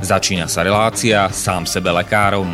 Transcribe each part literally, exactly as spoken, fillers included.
Začína sa relácia Sám sebe lekárom.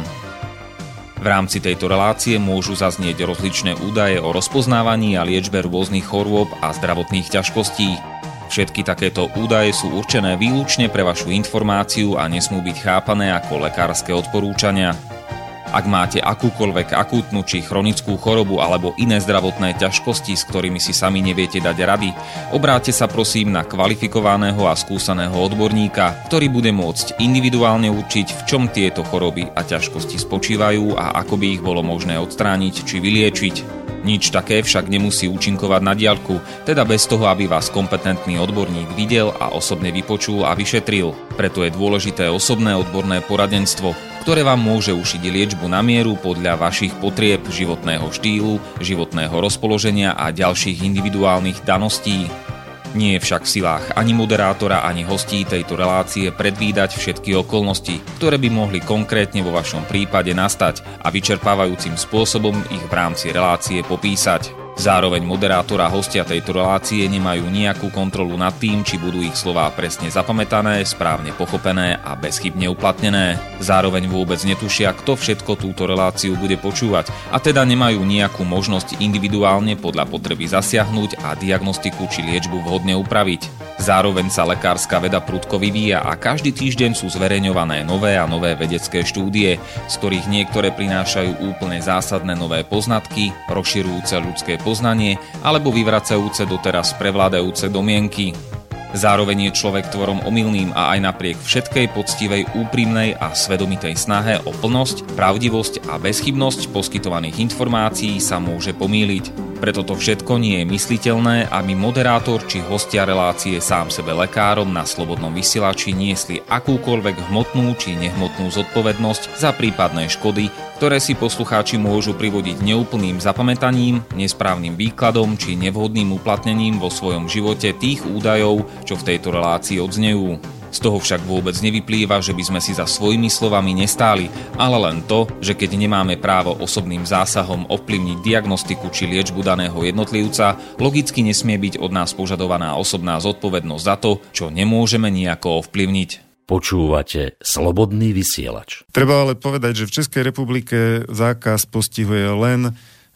V rámci tejto relácie môžu zaznieť rozličné údaje o rozpoznávaní a liečbe rôznych chorôb a zdravotných ťažkostí. Všetky takéto údaje sú určené výlučne pre vašu informáciu a nesmú byť chápané ako lekárske odporúčania. Ak máte akúkoľvek akútnu či chronickú chorobu alebo iné zdravotné ťažkosti, s ktorými si sami neviete dať rady, obráťte sa prosím na kvalifikovaného a skúseného odborníka, ktorý bude môcť individuálne určiť, v čom tieto choroby a ťažkosti spočívajú a ako by ich bolo možné odstrániť či vyliečiť. Nič také však nemusí účinkovať na diaľku, teda bez toho, aby vás kompetentný odborník videl a osobne vypočul a vyšetril. Preto je dôležité osobné odborné poradenstvo, ktoré vám môže ušiť liečbu na mieru podľa vašich potrieb, životného štýlu, životného rozpoloženia a ďalších individuálnych daností. Nie je však v silách ani moderátora, ani hostí tejto relácie predvídať všetky okolnosti, ktoré by mohli konkrétne vo vašom prípade nastať a vyčerpávajúcim spôsobom ich v rámci relácie popísať. Zároveň moderátor a hostia tejto relácie nemajú nejakú kontrolu nad tým, či budú ich slová presne zapamätané, správne pochopené a bezchybne uplatnené. Zároveň vôbec netušia, kto všetko túto reláciu bude počúvať a teda nemajú nejakú možnosť individuálne podľa potreby zasiahnuť a diagnostiku či liečbu vhodne upraviť. Zároveň sa lekárska veda prudko vyvíja a každý týždeň sú zverejňované nové a nové vedecké štúdie, z ktorých niektoré prinášajú úplne zásadné nové poznatky, rozširujúce ľudské poznanie alebo vyvracajúce doteraz prevládajúce domienky. Zároveň je človek tvorom omylným a aj napriek všetkej poctivej, úprimnej a svedomitej snahe o plnosť, pravdivosť a bezchybnosť poskytovaných informácií sa môže pomýliť. Preto to všetko nie je mysliteľné, aby moderátor či hostia relácie Sám sebe lekárom na slobodnom vysielači niesli akúkoľvek hmotnú či nehmotnú zodpovednosť za prípadné škody, ktoré si poslucháči môžu privodiť neúplným zapamätaním, nesprávnym výkladom či nevhodným uplatnením vo svojom živote tých údajov, čo v tejto relácii odznejú. Z toho však vôbec nevyplýva, že by sme si za svojimi slovami nestáli, ale len to, že keď nemáme právo osobným zásahom ovplyvniť diagnostiku či liečbu daného jednotlivca, logicky nesmie byť od nás požadovaná osobná zodpovednosť za to, čo nemôžeme nejako ovplyvniť. Počúvate Slobodný vysielač. Treba ale povedať, že v Českej republike zákaz postihuje len e,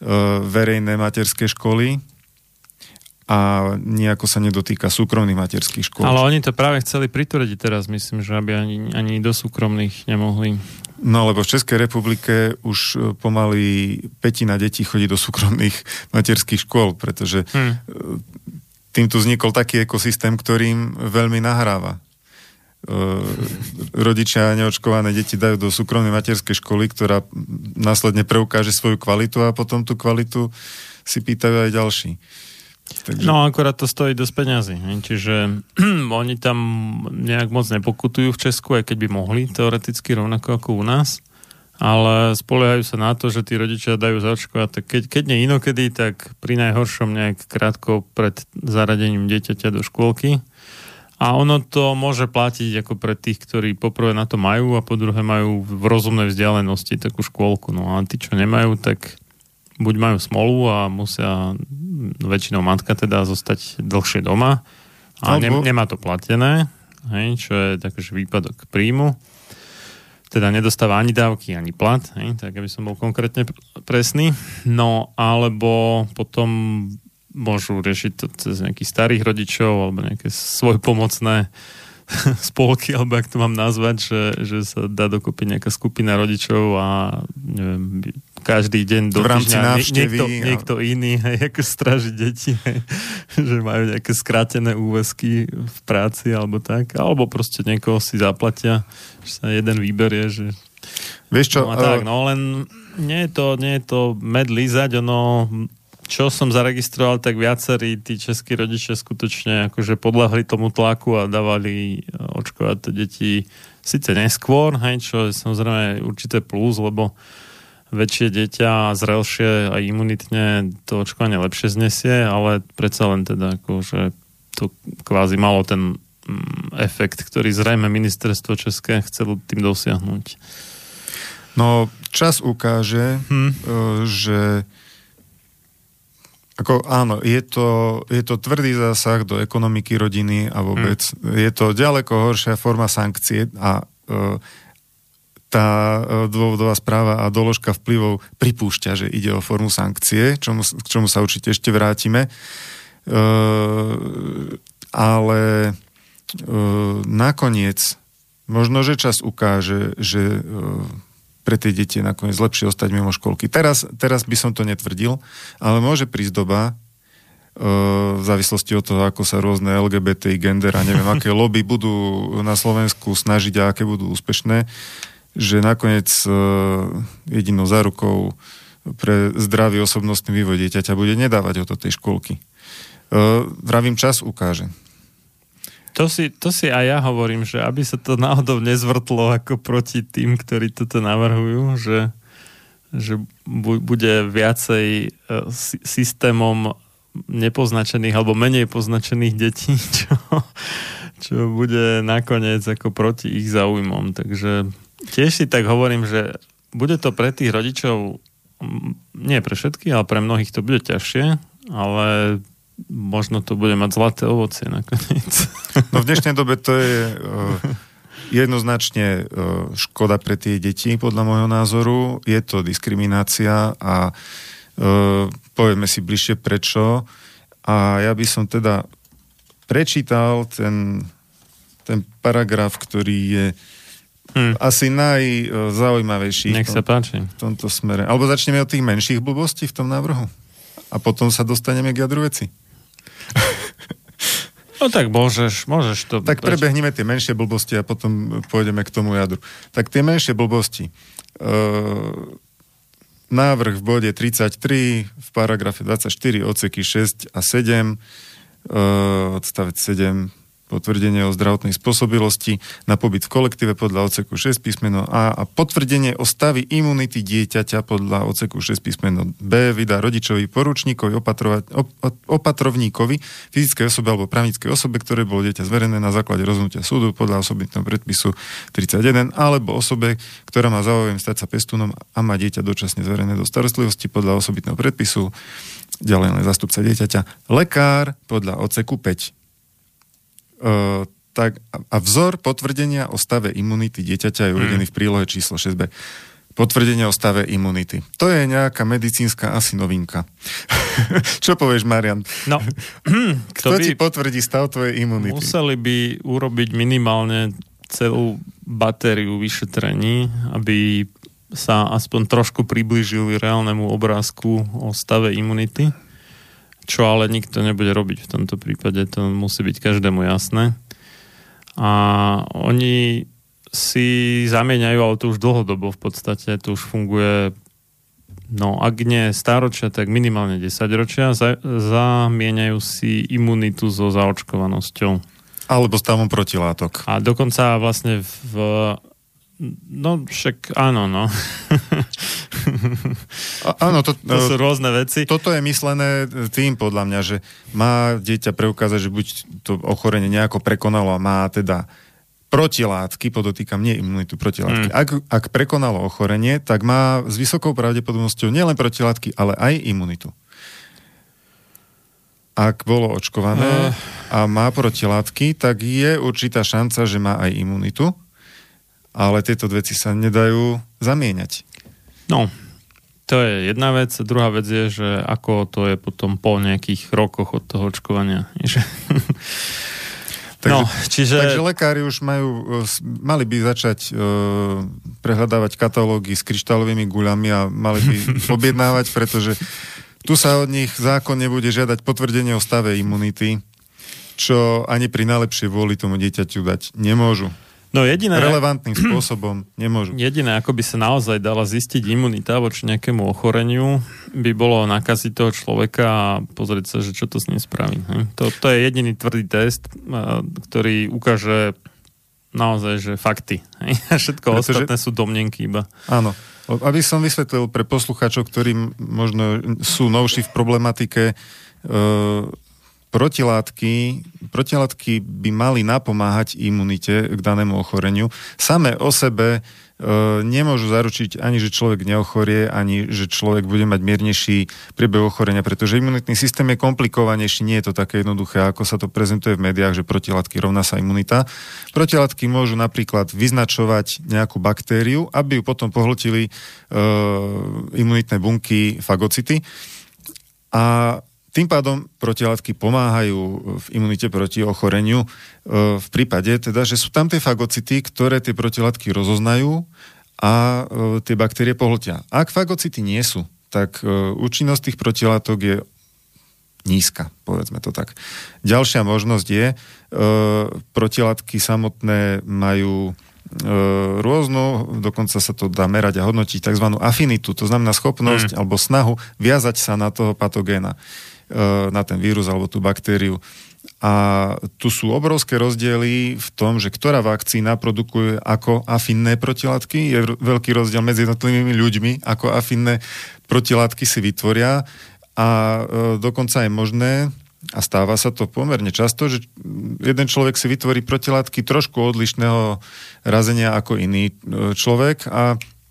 verejné materské školy a nejako sa nedotýka súkromných materských škôl. Ale oni to práve chceli pritvrdiť teraz, myslím, že aby ani, ani do súkromných nemohli. No, lebo v Českej republike už pomaly pätina detí chodí do súkromných materských škôl, pretože hmm. týmto vznikol taký ekosystém, ktorým veľmi nahráva. Rodičia neočkované deti dajú do súkromnej materskej školy, ktorá následne preukáže svoju kvalitu a potom tú kvalitu si pýtajú aj ďalší. Takže... No akorát to stojí dosť peňazí, čiže oni tam nejak moc nepokutujú v Česku, aj keď by mohli teoreticky rovnako ako u nás, ale spoliehajú sa na to, že tí rodičia dajú zaočkovať, tak keď, keď nie inokedy, tak pri najhoršom nejak krátko pred zaradením dieťaťa do škôlky. A ono to môže platiť ako pre tých, ktorí poprvé na to majú a po druhé majú v rozumnej vzdialenosti takú škôlku. No a tí, čo nemajú, tak buď majú smolu a musia väčšinou matka teda zostať dlhšie doma a ne, nemá to platené, hej, čo je takže výpadok príjmu. Teda nedostáva ani dávky, ani plat, hej, tak aby som bol konkrétne presný. No alebo potom môžu riešiť to cez nejakých starých rodičov alebo nejaké svojpomocné spolky, alebo ak to mám nazvať, že, že sa dá dokopy nejaká skupina rodičov a neviem, každý deň do týždňa niekto, niekto iný, hej, ako stráži deti, hej, že majú nejaké skrátené úväzky v práci alebo tak, alebo proste niekoho si zaplatia, že sa jeden vyberie, že vieš čo, no a tak, no len nie je to, nie je to med lízať, ono čo som zaregistroval, tak viacerí tí českí rodičia skutočne akože podľahli tomu tlaku a dávali očkovať deti síce neskôr, hej, čo je samozrejme určité plus, lebo väčšie dieťa, zrelšie a imunitne to očkovanie lepšie znesie, ale predsa len teda akože to kvázi malo ten mm, efekt, ktorý zrejme ministerstvo české chcelo tým dosiahnuť. No, čas ukáže, hm. že ako áno, je to, je to tvrdý zásah do ekonomiky rodiny a vôbec hmm. je to ďaleko horšia forma sankcie a tá dôvodová správa a doložka vplyvov pripúšťa, že ide o formu sankcie, čomu, k čomu sa určite ešte vrátime. Ale nakoniec možno, že čas ukáže, že pre tie deti je nakoniec lepšie ostať mimo školky. Teraz, teraz by som to netvrdil, ale môže prísť doba, v závislosti od toho, ako sa rôzne el gé bé té, gender a neviem, aké lobby budú na Slovensku snažiť a aké budú úspešné, že nakoniec jedinou zárukou pre zdravý osobnostný vývoj dieťaťa bude nedávať ho do tej školky. Vravím, čas ukáže. To si, to si aj ja hovorím, že aby sa to náhodou nezvrtlo ako proti tým, ktorí toto navrhujú, že, že bude viacej systémom nepoznačených alebo menej poznačených detí, čo, čo bude nakoniec ako proti ich záujmom. Takže tiež si tak hovorím, že bude to pre tých rodičov, nie pre všetkých, ale pre mnohých to bude ťažšie, ale možno to bude mať zlaté ovocie nakoniec. No v dnešnej dobe to je uh, jednoznačne uh, škoda pre tie deti, podľa môjho názoru. Je to diskriminácia a uh, povieme si bližšie prečo. A ja by som teda prečítal ten, ten paragraf, ktorý je hmm. asi najzaujímavejší. Nech sa páči. V tomto smere. Alebo začneme od tých menších blbostí v tom návrhu. A potom sa dostaneme k jadru veci. No tak môžeš, môžeš to... Tak prebehneme tie menšie blbosti a potom pôjdeme k tomu jadru. Tak tie menšie blbosti. Uh, návrh v bode tridsaťtri, v paragrafe dvadsaťštyri, odseky šesť a sedem, uh, odstavec sedem, potvrdenie o zdravotnej spôsobilosti na pobyt v kolektíve podľa odseku šesť písmeno A a potvrdenie o stavi imunity dieťaťa podľa odseku šesť písmeno B vydá rodičovi, poručníkovi, opatrova- op- opatrovníkovi, fyzickej osobe alebo právnickej osobe, ktoré bolo dieťa zverené na základe rozhodnutia súdu podľa osobitného predpisu tridsaťjeden, alebo osobe, ktorá má záujem stať sa pestúnom a má dieťa dočasne zverené do starostlivosti podľa osobitného predpisu, ďalej len zástupca dieťaťa, lekár podľa odseku päť. Uh, tak, a vzor potvrdenia o stave imunity dieťaťa je uvedený mm. v prílohe číslo šesť bé. Potvrdenie o stave imunity. To je nejaká medicínska asi novinka. Čo povieš, Marian? No, kto ti potvrdí stav tvojej imunity? Museli by urobiť minimálne celú batériu vyšetrení, aby sa aspoň trošku priblížili reálnemu obrázku o stave imunity. Čo ale nikto nebude robiť v tomto prípade, to musí byť každému jasné. A oni si zamieňajú, ale to už dlhodobo v podstate, to už funguje, no ak nie stáročia, tak minimálne desaťročia, za, zamieňajú si imunitu so zaočkovanosťou. Alebo stavom protilátok. A dokonca vlastne v... No však áno, no. A, áno, to, to sú rôzne veci. Toto je myslené tým, podľa mňa, že má dieťa preukázať, že buď to ochorenie nejako prekonalo a má teda protilátky, podotýkam, nie imunitu, protilátky. Mm. Ak, ak prekonalo ochorenie, tak má s vysokou pravdepodobnosťou nielen protilátky, ale aj imunitu. Ak bolo očkované uh. a má protilátky, tak je určitá šanca, že má aj imunitu. Ale tieto veci sa nedajú zamieňať. No, to je jedna vec. Druhá vec je, že ako to je potom po nejakých rokoch od toho očkovania. takže, no, čiže... takže lekári už majú, mali by začať uh, prehľadávať katalógy s kryštálovými guľami a mali by objednávať, pretože tu sa od nich zákon nebude žiadať potvrdenie o stave imunity, čo ani pri najlepšej vôli tomu dieťaťu dať nemôžu. No jediné, relevantným spôsobom nemôžu. Jediné, ako by sa naozaj dala zistiť imunita voči nejakému ochoreniu, by bolo nakaziť toho človeka a pozrieť sa, že čo to s ním spraví. To, to je jediný tvrdý test, ktorý ukáže naozaj, že fakty. A všetko Pretože... ostatné sú domnenky iba. Áno. Aby som vysvetlil pre poslucháčov, ktorí možno sú novší v problematike, e- Protilátky, protilátky by mali napomáhať imunite k danému ochoreniu. Samé o sebe nemôžu zaručiť ani, že človek neochorie, ani, že človek bude mať miernejší priebeh ochorenia, pretože imunitný systém je komplikovanejší, nie je to také jednoduché, ako sa to prezentuje v médiách, že protilátky rovná sa imunita. Protilátky môžu napríklad vyznačovať nejakú baktériu, aby ju potom pohltili e, imunitné bunky, fagocity. A tým pádom protilátky pomáhajú v imunite proti ochoreniu v prípade, teda, že sú tam tie fagocity, ktoré tie protilátky rozoznajú a tie baktérie pohltia. Ak fagocity nie sú, tak účinnosť tých protilátok je nízka, povedzme to tak. Ďalšia možnosť je, protilátky samotné majú rôznu, dokonca sa to dá merať a hodnotiť, tzv. Afinitu, to znamená schopnosť mm. alebo snahu viazať sa na toho patogéna, na ten vírus alebo tú baktériu. A tu sú obrovské rozdiely v tom, že ktorá vakcína produkuje ako afinné protilátky. Je veľký rozdiel medzi jednotlivými ľuďmi, ako afinné protilátky si vytvoria. A dokonca je možné, a stáva sa to pomerne často, že jeden človek si vytvorí protilátky trošku odlišného razenia ako iný človek a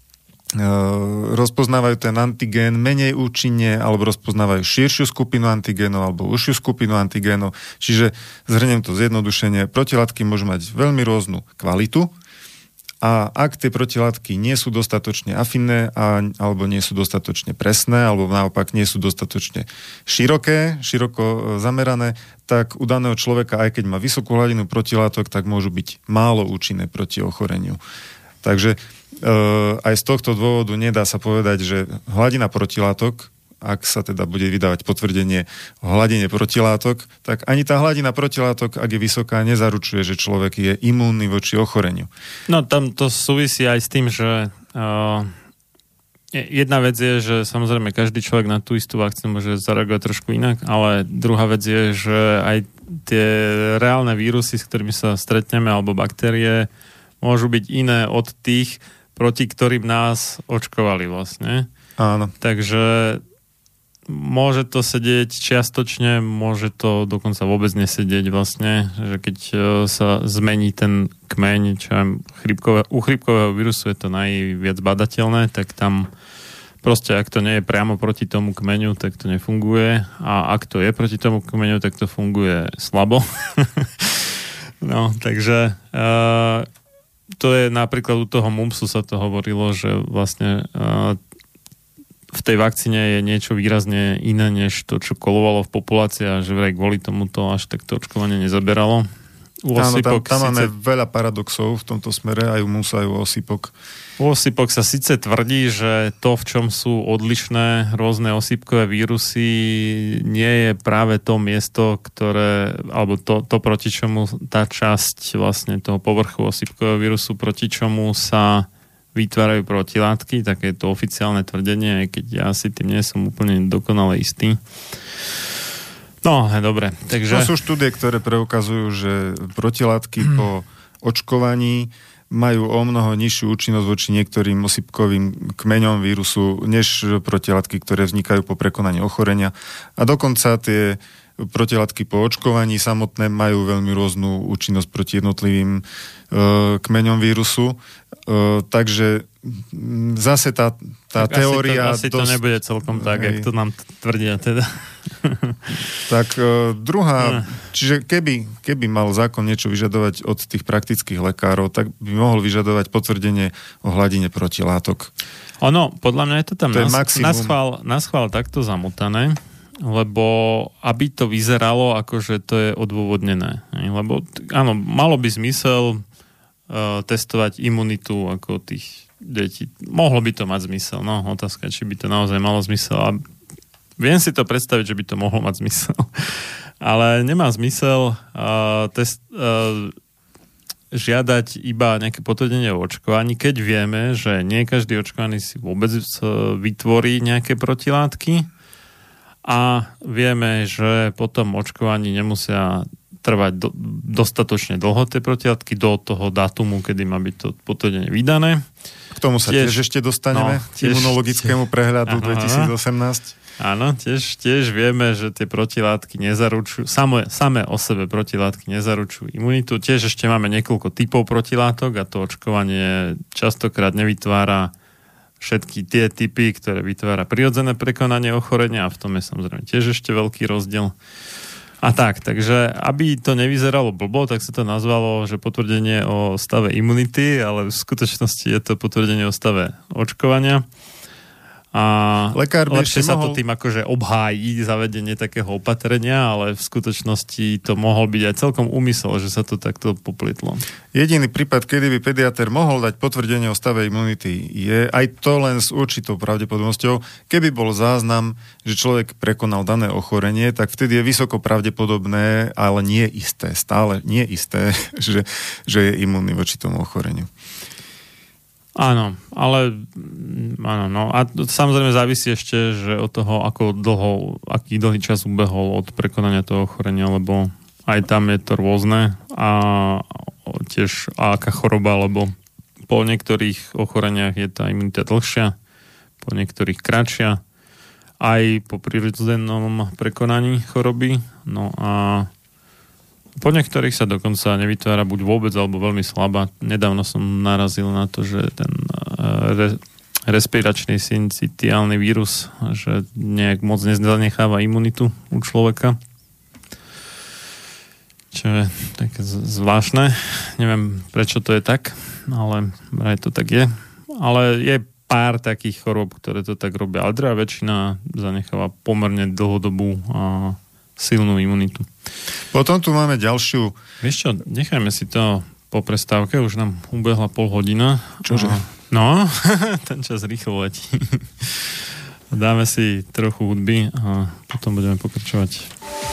rozpoznávajú ten antigén menej účinne alebo rozpoznávajú širšiu skupinu antigénov alebo užšiu skupinu antigénov. Čiže zhrniem to zjednodušenie. Protilátky môžu mať veľmi rôznu kvalitu a ak tie protilátky nie sú dostatočne afinné a, alebo nie sú dostatočne presné alebo naopak nie sú dostatočne široké, široko zamerané, tak u daného človeka, aj keď má vysokú hladinu protilátok, tak môžu byť málo účinné proti ochoreniu. Takže Uh, aj z tohto dôvodu nedá sa povedať, že hladina protilátok, ak sa teda bude vydávať potvrdenie o hladine protilátok, tak ani tá hladina protilátok, ak je vysoká, nezaručuje, že človek je imúnny voči ochoreniu. No tam to súvisí aj s tým, že uh, jedna vec je, že samozrejme každý človek na tú istú vakcínu môže zareagovať trošku inak, ale druhá vec je, že aj tie reálne vírusy, s ktorými sa stretneme, alebo baktérie, môžu byť iné od tých, proti ktorým nás očkovali vlastne. Áno. Takže môže to sedieť čiastočne, môže to dokonca vôbec nesedieť vlastne, že keď sa zmení ten kmeň, čo aj chrípkové, u chrípkového vírusu je to najviac badateľné, tak tam proste, ak to nie je priamo proti tomu kmeňu, tak to nefunguje a ak to je proti tomu kmeňu, tak to funguje slabo. No, takže uh, to je napríklad u toho mumpsu sa to hovorilo, že vlastne uh, v tej vakcíne je niečo výrazne iné, než to, čo kolovalo v populácii a že vraj kvôli tomuto až tak to očkovanie nezaberalo. U Áno, tam, tam síce... máme veľa paradoxov v tomto smere, aj u mumsa, aj u osýpok. U osýpok sa síce tvrdí, že to, v čom sú odlišné rôzne osýpkové vírusy, nie je práve to miesto, ktoré, alebo to, to proti čomu tá časť vlastne toho povrchu osýpkového vírusu, proti čomu sa vytvárajú protilátky, také je to oficiálne tvrdenie, aj keď ja si tým nie som úplne dokonale istý. No, dobre. Takže... To sú štúdie, ktoré preukazujú, že protilátky po očkovaní majú o mnoho nižšiu účinnosť voči niektorým osýpkovým kmeňom vírusu, než protilátky, ktoré vznikajú po prekonaní ochorenia. A dokonca tie protilátky po očkovaní samotné majú veľmi rôznu účinnosť proti jednotlivým e, kmeňom vírusu. E, takže zase tá, tá tak teória... Asi, to, asi dosť, to nebude celkom tak, jak to nám tvrdia teda. Tak e, druhá... Čiže keby, keby mal zákon niečo vyžadovať od tých praktických lekárov, tak by mohol vyžadovať potvrdenie o hladine protilátok. Ono, podľa mňa je to tam to nás, naschvál, naschvál takto zamotané, lebo aby to vyzeralo, ako že to je odôvodnené. Lebo áno, malo by zmysel uh, testovať imunitu ako tých detí. Mohlo by to mať zmysel. No, otázka, či by to naozaj malo zmysel. A viem si to predstaviť, že by to mohlo mať zmysel. Ale nemá zmysel uh, test, uh, žiadať iba nejaké potvrdenie o očkovaní, keď vieme, že nie každý očkovaný si vôbec vytvorí nejaké protilátky. A vieme, že potom očkovaní nemusia trvať do, dostatočne dlho tie protilátky do toho dátumu, kedy má byť to potvrdenie vydané. K tomu sa tiež, tiež ešte dostaneme, no, k imunologickému prehľadu aha, dvetisícosemnásť. Áno, tiež, tiež vieme, že tie protilátky nezaručujú, samé, samé o sebe protilátky nezaručujú imunitu. Tiež ešte máme niekoľko typov protilátok a to očkovanie častokrát nevytvára všetky tie typy, ktoré vytvára prirodzené prekonanie ochorenia a v tom je samozrejme tiež ešte veľký rozdiel. A tak, takže aby to nevyzeralo blbo, tak sa to nazvalo, že potvrdenie o stave imunity, ale v skutočnosti je to potvrdenie o stave očkovania. A lekár by lepšie sa mohol... to tým akože obhájí zavedenie takého opatrenia, ale v skutočnosti to mohol byť aj celkom úmysel, že sa to takto poplitlo. Jediný prípad, kedy by pediater mohol dať potvrdenie o stave imunity, je aj to len s určitou pravdepodobnosťou. Keby bol záznam, že človek prekonal dané ochorenie, tak vtedy je vysoko pravdepodobné, ale nie isté, stále nie isté, že, že je imunný voči tomu ochoreniu. Áno, ale áno, no a to samozrejme závisí ešte, že od toho, ako dlho, aký dlhý čas ubehol od prekonania toho ochorenia, lebo aj tam je to rôzne a tiež a aká choroba, lebo po niektorých ochoreniach je tá imunita dlhšia, po niektorých kratšia, aj po prirodzenom prekonaní choroby, no a po niektorých sa dokonca nevytvára buď vôbec, alebo veľmi slabá. Nedávno som narazil na to, že ten re, respiračný syncytiálny vírus, že nejak moc nezanecháva imunitu u človeka. Čo je také zvláštne. Neviem, prečo to je tak, ale aj to tak je. Ale je pár takých chorób, ktoré to tak robia. Ale druhá väčšina zanecháva pomerne dlhodobú a silnú imunitu. Potom tu máme ďalšiu... Vieš čo, nechajme si to po prestávke, už nám ubehla pol hodina. Čože? No, ten čas rýchlo letí. Dáme si trochu hudby a potom budeme pokračovať.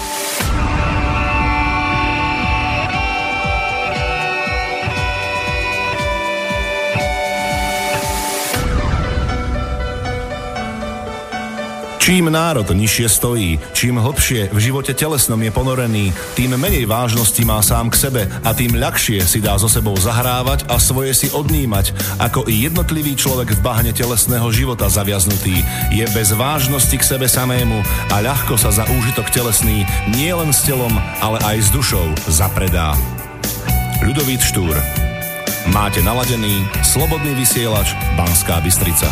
Čím národ nižšie stojí, čím hlbšie v živote telesnom je ponorený, tým menej vážnosti má sám k sebe a tým ľahšie si dá so sebou zahrávať a svoje si odnímať, ako i jednotlivý človek v bahne telesného života zaviaznutý. Je bez vážnosti k sebe samému a ľahko sa za úžitok telesný nie len s telom, ale aj s dušou zapredá. Ľudovít Štúr. Máte naladený Slobodný vysielač Banská Bystrica.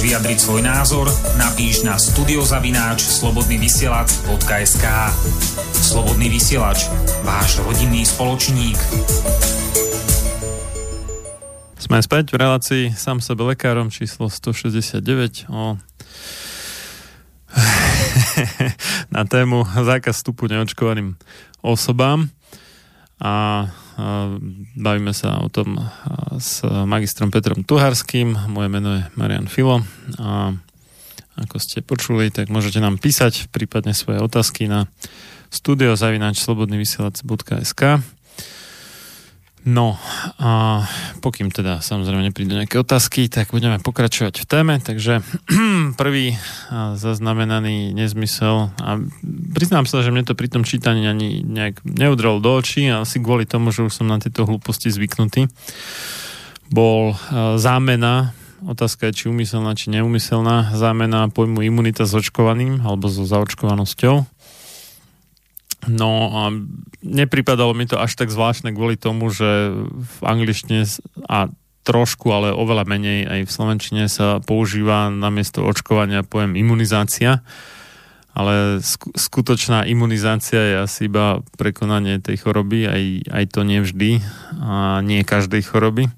vyjadriť svoj názor, napíš na studiozavináč slobodnyvysielac bodka es ká. Slobodný vysielač, váš rodinný spoločník. Sme späť v relácii Sám sebe lekárom číslo stošesťdesiatdeväť o na tému zákaz vstupu neočkovaným osobám a bavíme sa o tom s magistrom Petrom Tuharským. Moje meno je Marian Filo a ako ste počuli, tak môžete nám písať prípadne svoje otázky na studio zavináč slobodnyvysielac bodka es ká. No a pokým teda samozrejme neprídu nejaké otázky, tak budeme pokračovať v téme. Takže prvý zaznamenaný nezmysel, a priznám sa, že mne to pri tom čítaní ani nejak neudrelo do očí, asi kvôli tomu, že už som na tieto hlúposti zvyknutý, bol zámena, otázka je či úmyselná, či neúmyselná, zámena pojmu imunita s očkovaným alebo so zaočkovanosťou. No a nepripadalo mi to až tak zvláštne kvôli tomu, že v angličtine a trošku, ale oveľa menej aj v slovenčine sa používa namiesto očkovania pojem imunizácia, ale sk- skutočná imunizácia je asi iba prekonanie tej choroby, aj, aj to nie vždy a nie každej choroby.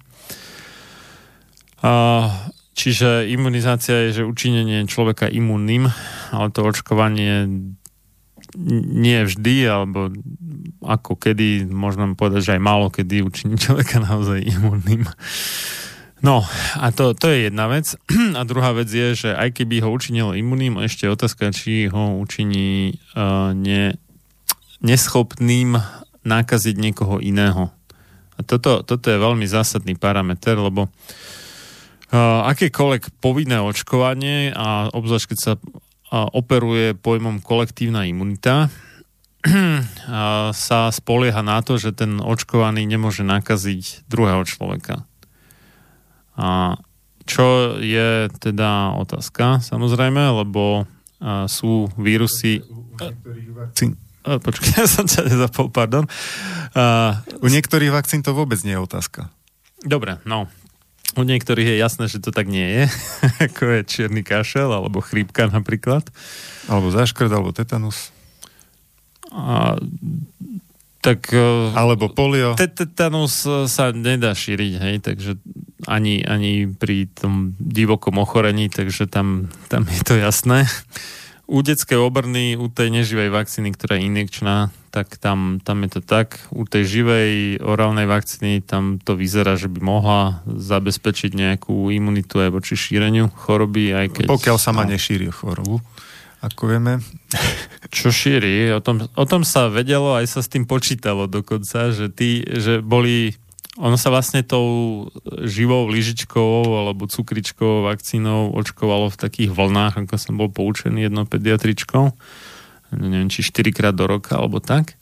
A čiže imunizácia je, že učinenie človeka imunným, ale to očkovanie nie vždy, alebo ako kedy, môžem povedať, že aj málo kedy učiní človeka naozaj imunným. No, a to, to je jedna vec. A druhá vec je, že aj keby ho učinilo imunným, ešte otázka, či ho učiní uh, ne, neschopným nakaziť niekoho iného. A toto, toto je veľmi zásadný parameter, lebo uh, akékoľvek povinné očkovanie, a obzvlášť keď sa a operuje pojmom kolektívna imunita, a sa spolieha na to, že ten očkovaný nemôže nakaziť druhého človeka. A čo je teda otázka, samozrejme, lebo a, sú vírusy... A, počkaj, ja som ťa nezapol, pardon. A, U niektorých vakcín to vôbec nie je otázka. Dobre, no. U niektorých je jasné, že to tak nie je. Ako je čierny kašel, alebo chrípka napríklad. Alebo záškrt, alebo tetanus. A, tak... Alebo polio. Tetanus sa nedá šíriť, hej, takže ani, ani pri tom divokom ochorení, takže tam, tam je to jasné. U detskej obrny, u tej neživej vakcíny, ktorá je injekčná, tak tam, tam je to tak. U tej živej orálnej vakcíny tam to vyzerá, že by mohla zabezpečiť nejakú imunitu aj voči šíreniu choroby, aj keď... Pokiaľ sama no. nešíri chorobu, ako vieme. Čo šíri? O tom, o tom sa vedelo, aj sa s tým počítalo dokonca, že tí, že boli... Ono sa vlastne tou živou lyžičkovou alebo cukričkovou vakcínou očkovalo v takých vlnách, ako som bol poučený jednou pediatričkou. Neviem, či štyrikrát do roka, alebo tak.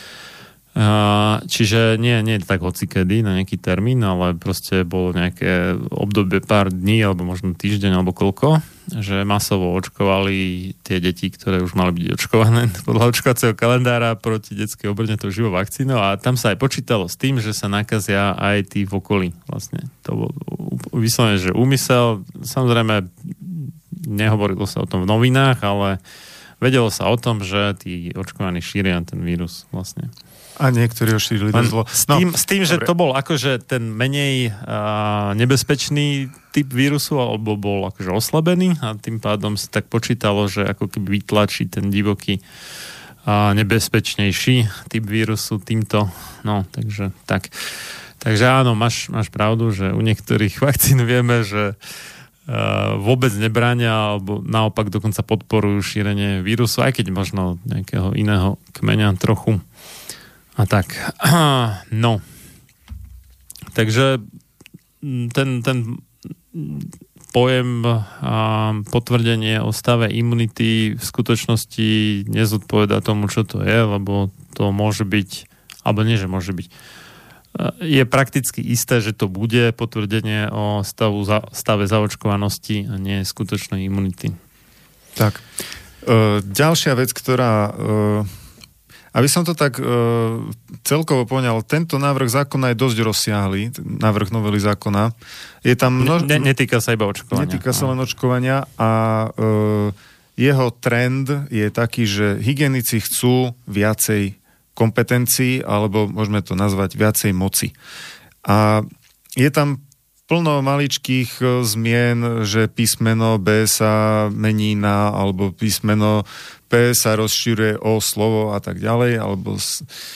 Čiže nie, nie tak hocikedy na nejaký termín, ale proste bolo nejaké obdobie pár dní, alebo možno týždeň, alebo koľko, že masovo očkovali tie deti, ktoré už mali byť očkované podľa očkovacieho kalendára proti detskej obrne tou živou vakcínou, a tam sa aj počítalo s tým, že sa nakazia aj tí v okolí. Vlastne to bol vyslovene, že úmysel. Samozrejme, nehovorilo sa o tom v novinách, ale vedelo sa o tom, že tí očkovaní šíria ten vírus vlastne. A niektorí ho šírili dosť zlo. S tým, no, s tým že to bol akože ten menej uh, nebezpečný typ vírusu, alebo bol akože oslabený, a tým pádom sa tak počítalo, že ako keby vytlačí ten divoký uh, nebezpečnejší typ vírusu týmto. No, takže tak. Takže áno, máš, máš pravdu, že u niektorých vakcín vieme, že uh, vôbec nebránia, alebo naopak dokonca podporujú šírenie vírusu, aj keď možno nejakého iného kmeňa trochu. A tak, no. Takže ten, ten pojem a potvrdenie o stave imunity v skutočnosti nezodpovedá tomu, čo to je, lebo to môže byť, alebo nie, že môže byť, je prakticky isté, že to bude potvrdenie o stavu, stave zaočkovanosti a nie skutočnej imunity. Tak. E, ďalšia vec, ktorá... E, Aby som to tak e, celkovo poňal, tento návrh zákona je dosť rozsiahly, návrh novely zákona. Je tam množ... ne, netýka sa iba očkovania. Netýka sa len očkovania a e, jeho trend je taký, že hygienici chcú viacej kompetencií, alebo môžeme to nazvať viacej moci. A je tam plno maličkých zmien, že písmeno B sa mení na, alebo písmeno P sa rozširuje o slovo a tak ďalej, alebo uh,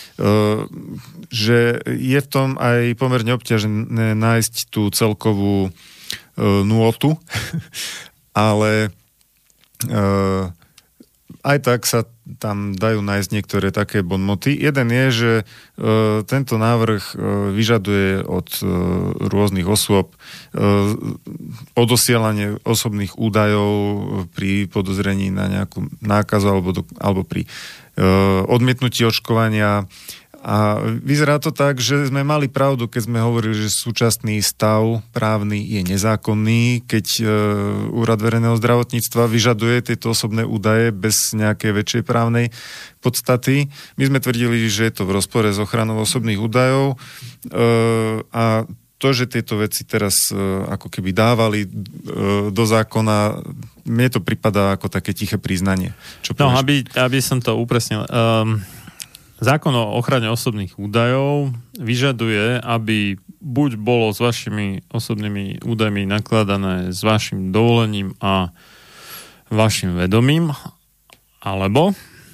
že je v tom aj pomerne obťažné nájsť tú celkovú uh, nôtu, ale uh, aj tak sa tam dajú nájsť niektoré také bonmoty. Jeden je, že e, tento návrh e, vyžaduje od e, rôznych osôb e, odosielanie osobných údajov pri podozrení na nejakú nákazu alebo, do, alebo pri e, odmietnutí očkovania. A vyzerá to tak, že sme mali pravdu, keď sme hovorili, že súčasný stav právny je nezákonný, keď e, Úrad verejného zdravotníctva vyžaduje tieto osobné údaje bez nejakej väčšej právnej podstaty. My sme tvrdili, že je to v rozpore s ochranou osobných údajov e, a to, že tieto veci teraz e, ako keby dávali e, do zákona, mne to pripadá ako také tiché priznanie. Čo no, aby, aby som to upresnil... Um... Zákon o ochrane osobných údajov vyžaduje, aby buď bolo s vašimi osobnými údajmi nakladané s vašim dovolením a vašim vedomím, alebo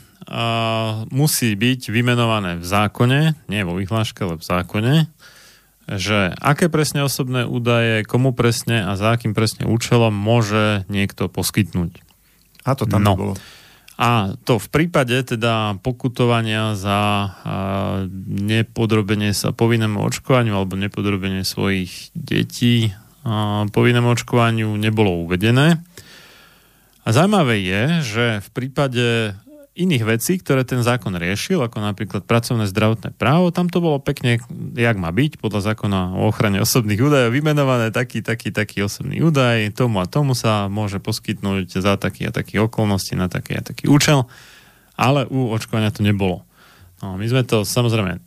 a, musí byť vymenované v zákone, nie vo vyhláške, ale v zákone, že aké presne osobné údaje, komu presne a za akým presne účelom môže niekto poskytnúť. A to tam no. bolo. A to v prípade teda pokutovania za nepodrobenie sa povinnému očkovaniu alebo nepodrobenie svojich detí povinnému očkovaniu nebolo uvedené. A zaujímavé je, že v prípade iných vecí, ktoré ten zákon riešil, ako napríklad pracovné zdravotné právo, tam to bolo pekne, jak má byť, podľa zákona o ochrane osobných údajov, vymenované taký, taký, taký osobný údaj, tomu a tomu sa môže poskytnúť za taký a taký okolnosti na taký a taký účel, ale u očkovania to nebolo. No, my sme to samozrejme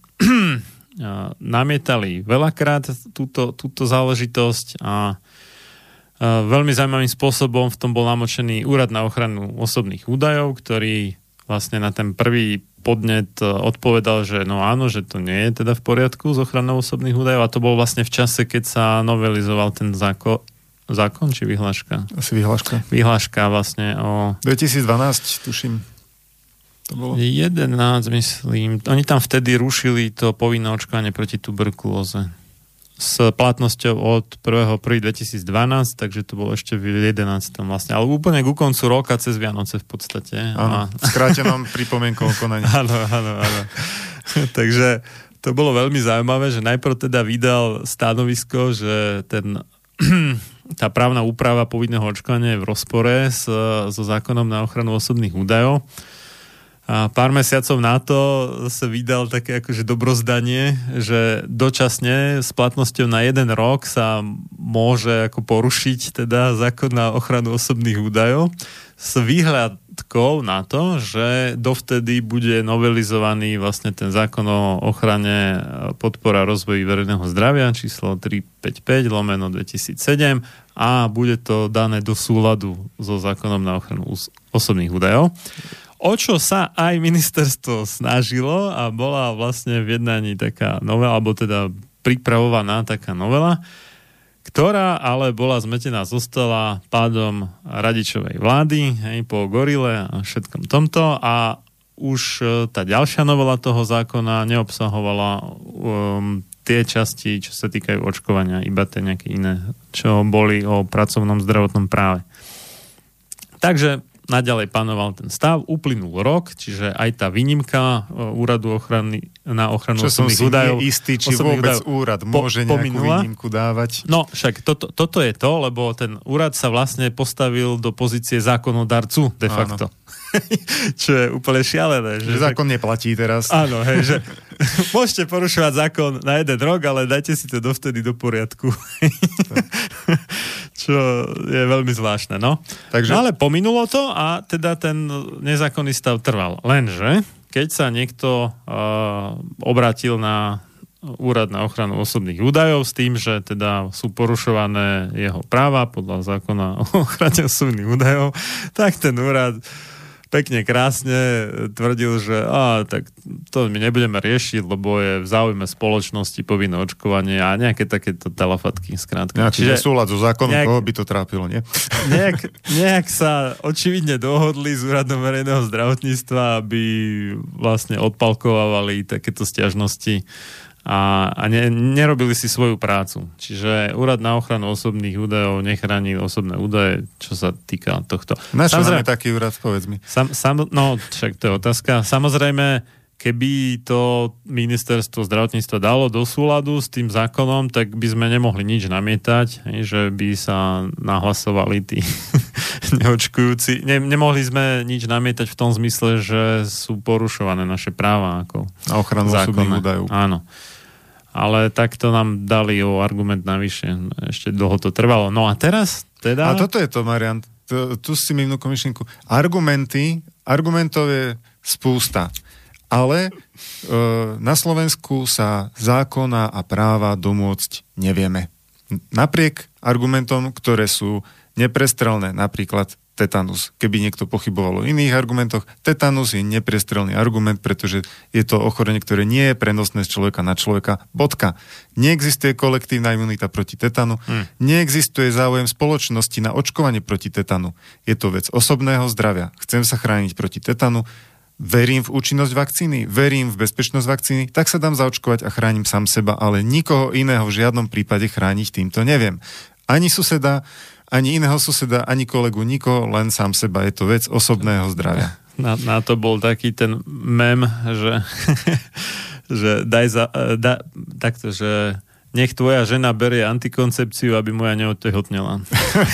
namietali veľakrát túto, túto záležitosť a veľmi zaujímavým spôsobom v tom bol namočený Úrad na ochranu osobných údajov, ktorý vlastne na ten prvý podnet odpovedal, že no áno, že to nie je teda v poriadku s ochranou osobných údajov a to bol vlastne v čase, keď sa novelizoval ten zákon, zákon či vyhláška? Asi vyhláška. Vyhláška vlastne o... dvetisícdvanásť, tuším. To bolo. jedenásť, myslím. Oni tam vtedy rušili to povinné očkovanie proti tuberkulóze s platnosťou od prvého prvého dvetisícdvanásť, takže to bolo ešte v jedenáctom vlastne. Ale úplne ku koncu roka cez Vianoce v podstate. Áno, v skrátenom pripomienkovom konaní. Áno, áno, áno. Takže to bolo veľmi zaujímavé, že najprv teda vydal stanovisko, že ten, tá právna úprava povinného očkovania je v rozpore s, so zákonom na ochranu osobných údajov. A pár mesiacov na to sa vydal také akože dobrozdanie, že dočasne s platnosťou na jeden rok sa môže ako porušiť teda zákon na ochranu osobných údajov s výhľadkou na to, že dovtedy bude novelizovaný vlastne ten zákon o ochrane podpora rozvoji verejného zdravia číslo tristopäťdesiatpäť lomeno dvetisícsedem a bude to dané do súladu so zákonom na ochranu osobných údajov. O čo sa aj ministerstvo snažilo a bola vlastne v jednaní taká novela, alebo teda pripravovaná taká novela, ktorá ale bola zmetená zo stola pádom Radičovej vlády, hej, po gorile a všetkom tomto a už tá ďalšia novela toho zákona neobsahovala um, tie časti, čo sa týkajú očkovania, iba tie nejaké iné, čo boli o pracovnom zdravotnom práve. Takže naďalej panoval ten stav, uplynul rok, čiže aj tá výnimka Úradu ochrany na ochranu osobných údajov. Čo som si neistý, či vôbec úrad môže po, nejakú pominula. výnimku dávať. No však toto, toto je to, lebo ten úrad sa vlastne postavil do pozície zákonodarcu de facto. Čo je úplne šialené. Že, že zákon neplatí teraz. Áno, hej, že môžete porušovať zákon na jeden rok, ale dajte si to dovtedy do poriadku. Čo je veľmi zvláštne, no. Takže... no ale pominulo to a teda ten nezákonný stav trval. Lenže keď sa niekto uh, obrátil na Úrad na ochranu osobných údajov s tým, že teda sú porušované jeho práva podľa zákona o ochrane osobných údajov, tak ten úrad pekne, krásne tvrdil, že á, tak to my nebudeme riešiť, lebo je v záujme spoločnosti povinné očkovanie a nejaké takéto talafatky, skrátka. Nejaký nesúlad so zákonom, nejak, koho by to trápilo, nie? Nejak, nejak sa očividne dohodli s Úradom verejného zdravotníctva, aby vlastne odpalkovávali takéto sťažnosti a, a ne, nerobili si svoju prácu. Čiže Úrad na ochranu osobných údajov nechránil osobné údaje, čo sa týka tohto. Na čo máme taký úrad, povedz mi? Sam, sam, no, však to je otázka. Samozrejme, keby to ministerstvo zdravotníctva dalo do súladu s tým zákonom, tak by sme nemohli nič namietať, že by sa nahlasovali tí neočkujúci. Ne, nemohli sme nič namietať v tom zmysle, že sú porušované naše práva ako na ochranu osobných údajov. Áno. Ale takto nám dali o argument navyše. Ešte dlho to trvalo. No a teraz teda... A toto je to, Marian. Tu, tu si mi vnúkom myšlienku. Argumenty, argumentov je spústa. Ale e, na Slovensku sa zákona a práva domôcť nevieme. Napriek argumentom, ktoré sú neprestrelné, napríklad tetanus. Keby niekto pochyboval o iných argumentoch, tetanus je neprestrelný argument, pretože je to ochorenie, ktoré nie je prenosné z človeka na človeka. Bodka. Neexistuje kolektívna imunita proti tetanu, hmm. neexistuje záujem spoločnosti na očkovanie proti tetanu. Je to vec osobného zdravia. Chcem sa chrániť proti tetanu, verím v účinnosť vakcíny, verím v bezpečnosť vakcíny, tak sa dám zaočkovať a chránim sám seba, ale nikoho iného v žiadnom prípade chrániť týmto neviem. Ani suseda, ani iného suseda, ani kolegu, nikoho, len sám seba. Je to vec osobného zdravia. Na, na to bol taký ten mem, že, že daj za, da, takto, že nech tvoja žena berie antikoncepciu, aby moja neotehotnela.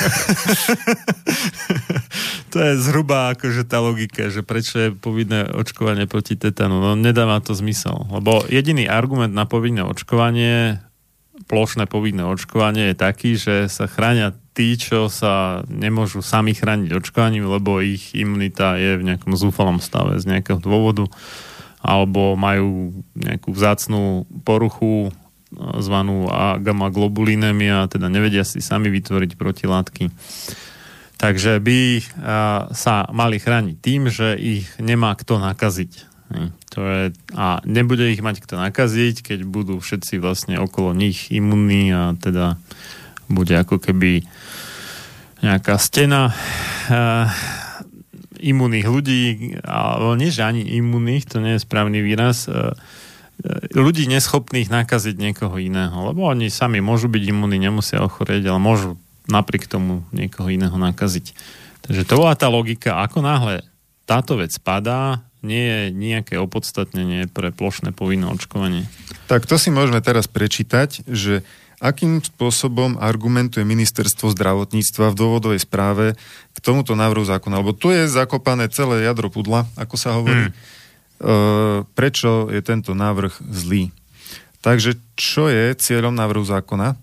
To je zhruba akože tá logika, že prečo je povinné očkovanie proti tetanu. No nedáva to zmysel. Lebo jediný argument na povinné očkovanie, plošné povinné očkovanie je taký, že sa chránia tí, čo sa nemôžu sami chrániť očkovaním, lebo ich imunita je v nejakom zúfalom stave z nejakého dôvodu, alebo majú nejakú vzácnu poruchu zvanú gamma-globulinémia, teda nevedia si sami vytvoriť protilátky. Takže by sa mali chrániť tým, že ich nemá kto nakaziť. To je, a nebude ich mať kto nakaziť, keď budú všetci vlastne okolo nich imunní a teda bude ako keby nejaká stena uh, imunných ľudí, ale nie, že ani imunných, to nie je správny výraz, uh, ľudí neschopných nakaziť niekoho iného, lebo oni sami môžu byť imunní, nemusia ochorieť, ale môžu napriek tomu niekoho iného nakaziť. Takže to bola tá logika. Ako náhle táto vec padá, nie je nejaké opodstatnenie pre plošné povinné očkovanie. Tak to si môžeme teraz prečítať, že akým spôsobom argumentuje ministerstvo zdravotníctva v dôvodovej správe k tomuto návrhu zákona. Lebo tu je zakopané celé jadro pudla, ako sa hovorí. Hmm. E, prečo je tento návrh zlý? Takže čo je cieľom návrhu zákona? E,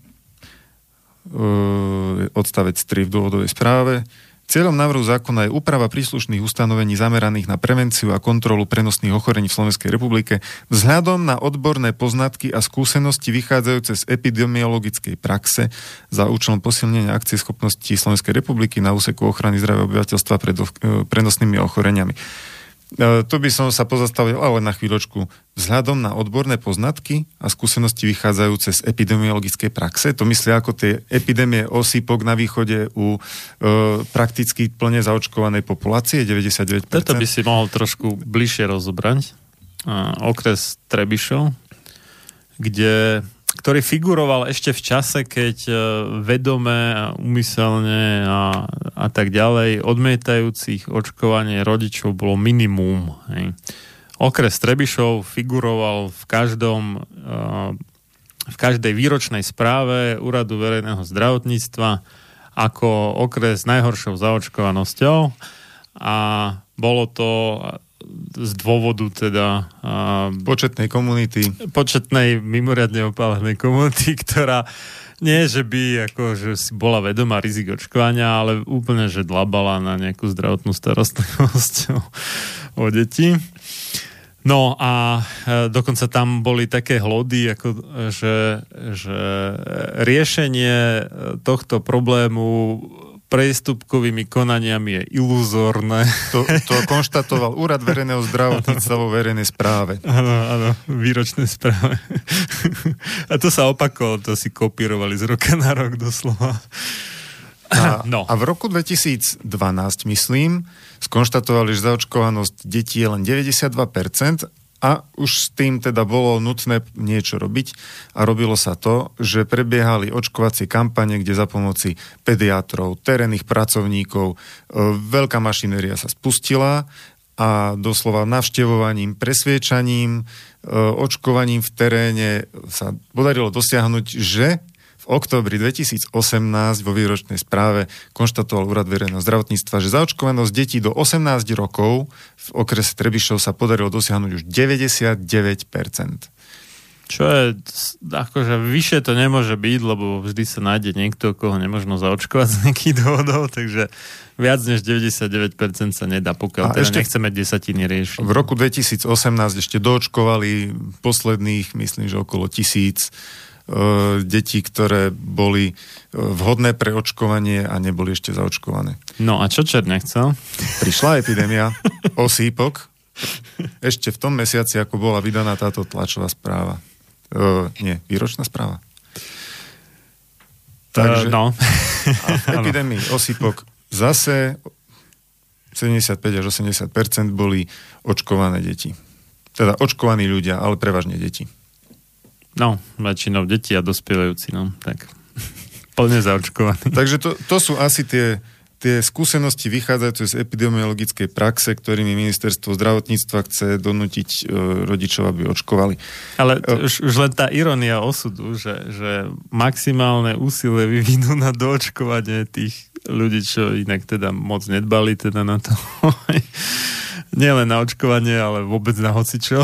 odstavec tri v dôvodovej správe. Cieľom návrhu zákona je úprava príslušných ustanovení zameraných na prevenciu a kontrolu prenosných ochorení v Slovenskej republike vzhľadom na odborné poznatky a skúsenosti vychádzajúce z epidemiologickej praxe za účelom posilnenia akcieschopnosti Slovenskej republiky na úseku ochrany zdravia obyvateľstva pred prenosnými ochoreniami. Tu by som sa pozastavil ale na chvíľočku. Vzhľadom na odborné poznatky a skúsenosti vychádzajúce z epidemiologickej praxe, to myslia ako tie epidémie osýpok na východe u e, prakticky plne zaočkovanej populácie, deväťdesiatdeväť percent. Toto by si mohol trošku bližšie rozobrať. Okres Trebišov, kde ktorý figuroval ešte v čase, keď vedome a úmyselne a, a tak ďalej odmietajúcich očkovanie rodičov bolo minimum. Hej. Okres Trebišov figuroval v každom v každej výročnej správe Úradu verejného zdravotníctva ako okres s najhoršou zaočkovanosťou a bolo to z dôvodu teda uh, početnej komunity. Početnej, mimoriadne opálenej komunity, ktorá nie, že by ako, že si bola vedomá rizik očkovania, ale úplne, že dlabala na nejakú zdravotnú starostlivosť o, o deti. No a dokonca tam boli také hlody, ako, že, že riešenie tohto problému priestupkovými konaniami je iluzórne. To, to konštatoval Úrad verejného zdravotníctva vo verejnej správe. Áno, áno, výročnej správe. A to sa opakovalo, to si kopírovali z roka na rok doslova. A, no. a v roku dvetisícdvanásť, myslím, skonštatovali, že zaočkovanosť detí je len deväťdesiatdva percent a už s tým teda bolo nutné niečo robiť a robilo sa to, že prebiehali očkovacie kampane, kde za pomoci pediatrov, terénnych pracovníkov, veľká mašinéria sa spustila a doslova navštevovaním, presviečaním, očkovaním v teréne sa podarilo dosiahnuť, že v októbri dvetisícosemnásť vo výročnej správe konštatoval Úrad verejného zdravotníctva, že zaočkovanosť detí do osemnásť rokov v okrese Trebišov sa podarilo dosiahnuť už deväťdesiatdeväť percent. Čo je, akože vyššie to nemôže byť, lebo vždy sa nájde niekto, koho nemožno zaočkovať z nejakých dôvodov, takže viac než deväťdesiatdeväť percent sa nedá, pokiaľ teda ešte nechceme desatiny riešiť. V roku dvetisícosemnásť ešte doočkovali posledných, myslím, že okolo tisíc detí, ktoré boli vhodné pre očkovanie a neboli ešte zaočkované. No a čo Čert nechcel? Prišla epidémia osýpok ešte v tom mesiaci, ako bola vydaná táto tlačová správa. E, nie, výročná správa. Takže, uh, no. A v epidémii osýpok zase sedemdesiatpäť až osemdesiat percent boli očkované deti. Teda očkovaní ľudia, ale prevažne deti. No, väčšinou deti a dospievajúci, no, tak plne zaočkovaní. Takže to, to sú asi tie, tie skúsenosti vychádzajúce z epidemiologickej praxe, ktorými ministerstvo zdravotníctva chce donútiť e, rodičov, aby očkovali. Ale e, už, už len tá irónia osudu, že, že maximálne úsilie vyvinú na doočkovanie tých ľudí, čo inak teda moc nedbali teda na to. Nie len na očkovanie, ale vôbec na hocičo.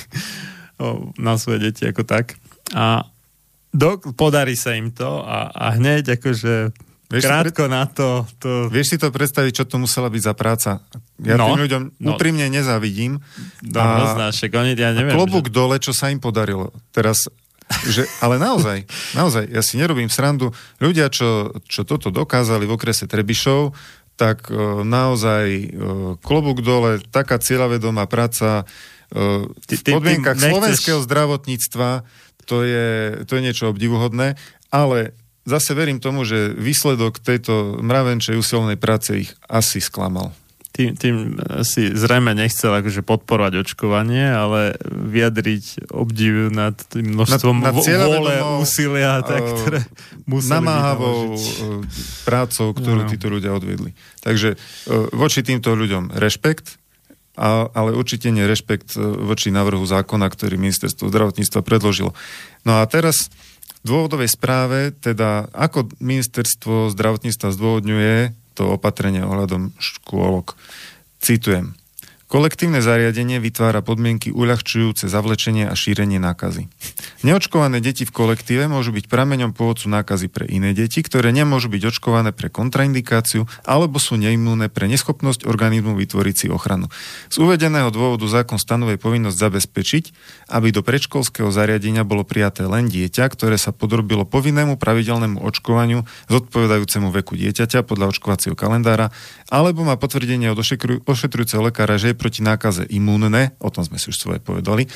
Na svoje deti ako tak. A do, podarí sa im to a, a hneď akože vieš krátko pred... na to, to... Vieš si to predstaviť, čo to musela byť za práca? Ja no, tým ľuďom no, úprimne nezávidím. No, a, roznášek, oni, ja neviem, klobúk že... dole, čo sa im podarilo. Teraz, že, ale naozaj, naozaj, ja si nerobím srandu. Ľudia, čo, čo toto dokázali v okrese Trebišov, tak uh, naozaj uh, klobúk dole, taká cieľavedomá práca v podmienkach nechceš... slovenského zdravotníctva to je, to je niečo obdivuhodné, ale zase verím tomu, že výsledok tejto mravenčej usilovnej práce ich asi sklamal. Tým, tým si zrejme nechcel akože podporovať očkovanie, ale vyjadriť obdiv nad tým množstvom nad, nad vôle, úsilia, tak, ktoré museli namáhavou prácou, ktorú no. títo ľudia odvedli. Takže voči týmto ľuďom rešpekt, A, ale určite nie rešpekt voči návrhu zákona, ktorý ministerstvo zdravotníctva predložilo. No a teraz v dôvodovej správe, teda ako ministerstvo zdravotníctva zdôvodňuje to opatrenie ohľadom škôlok. Citujem. Kolektívne zariadenie vytvára podmienky uľahčujúce zavlečenie a šírenie nákazy. Neočkované deti v kolektíve môžu byť prameňom pôvodcu nákazy pre iné deti, ktoré nemôžu byť očkované pre kontraindikáciu alebo sú neimúnne pre neschopnosť organizmu vytvoriť si ochranu. Z uvedeného dôvodu zákon stanovuje povinnosť zabezpečiť, aby do predškolského zariadenia bolo prijaté len dieťa, ktoré sa podrobilo povinnému pravidelnému očkovaniu zodpovedajúcemu veku dieťaťa podľa očkovacieho kalendára, alebo má potvrdenie od ošetrujúceho lekára, že je proti nákaze imúnne, o tom sme si už svoje povedali,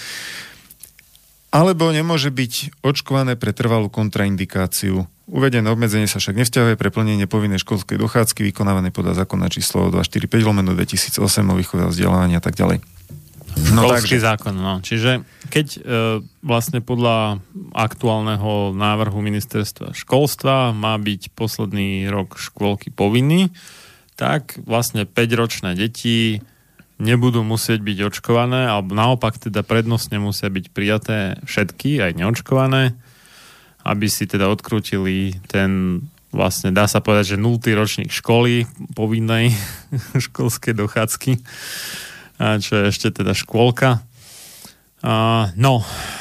alebo nemôže byť očkované pre trvalú kontraindikáciu. Uvedené obmedzenie sa však nevzťahuje pre plnenie povinnej školskej dochádzky vykonávanej podľa zákona číslo dvestoštyridsaťpäť lomeno dvetisícosem o výchove a vzdelávaní a tak ďalej. No, školský takže... zákon, no. Čiže keď e, vlastne podľa aktuálneho návrhu ministerstva školstva má byť posledný rok škôlky povinný, tak vlastne päťročné deti nebudú musieť byť očkované, alebo naopak teda prednostne musia byť prijaté všetky, aj neočkované, aby si teda odkrútili ten, vlastne dá sa povedať, že nultý ročník školy, povinnej školskej dochádzky, a čo je ešte teda škôlka. A, no,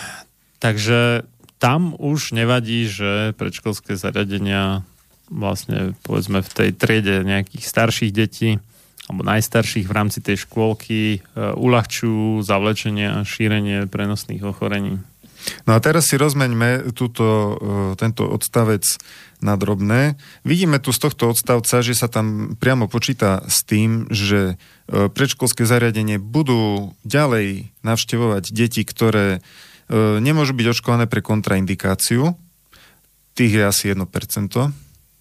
takže tam už nevadí, že predškolské zariadenia vlastne povedzme v tej triede nejakých starších detí alebo najstarších v rámci tej škôlky uľahčujú zavlečenie a šírenie prenosných ochorení. No a teraz si rozmeňme túto, tento odstavec na drobné. Vidíme tu z tohto odstavca, že sa tam priamo počíta s tým, že predškolské zariadenie budú ďalej navštevovať deti, ktoré nemôžu byť očkované pre kontraindikáciu. Tých je asi jedno percento.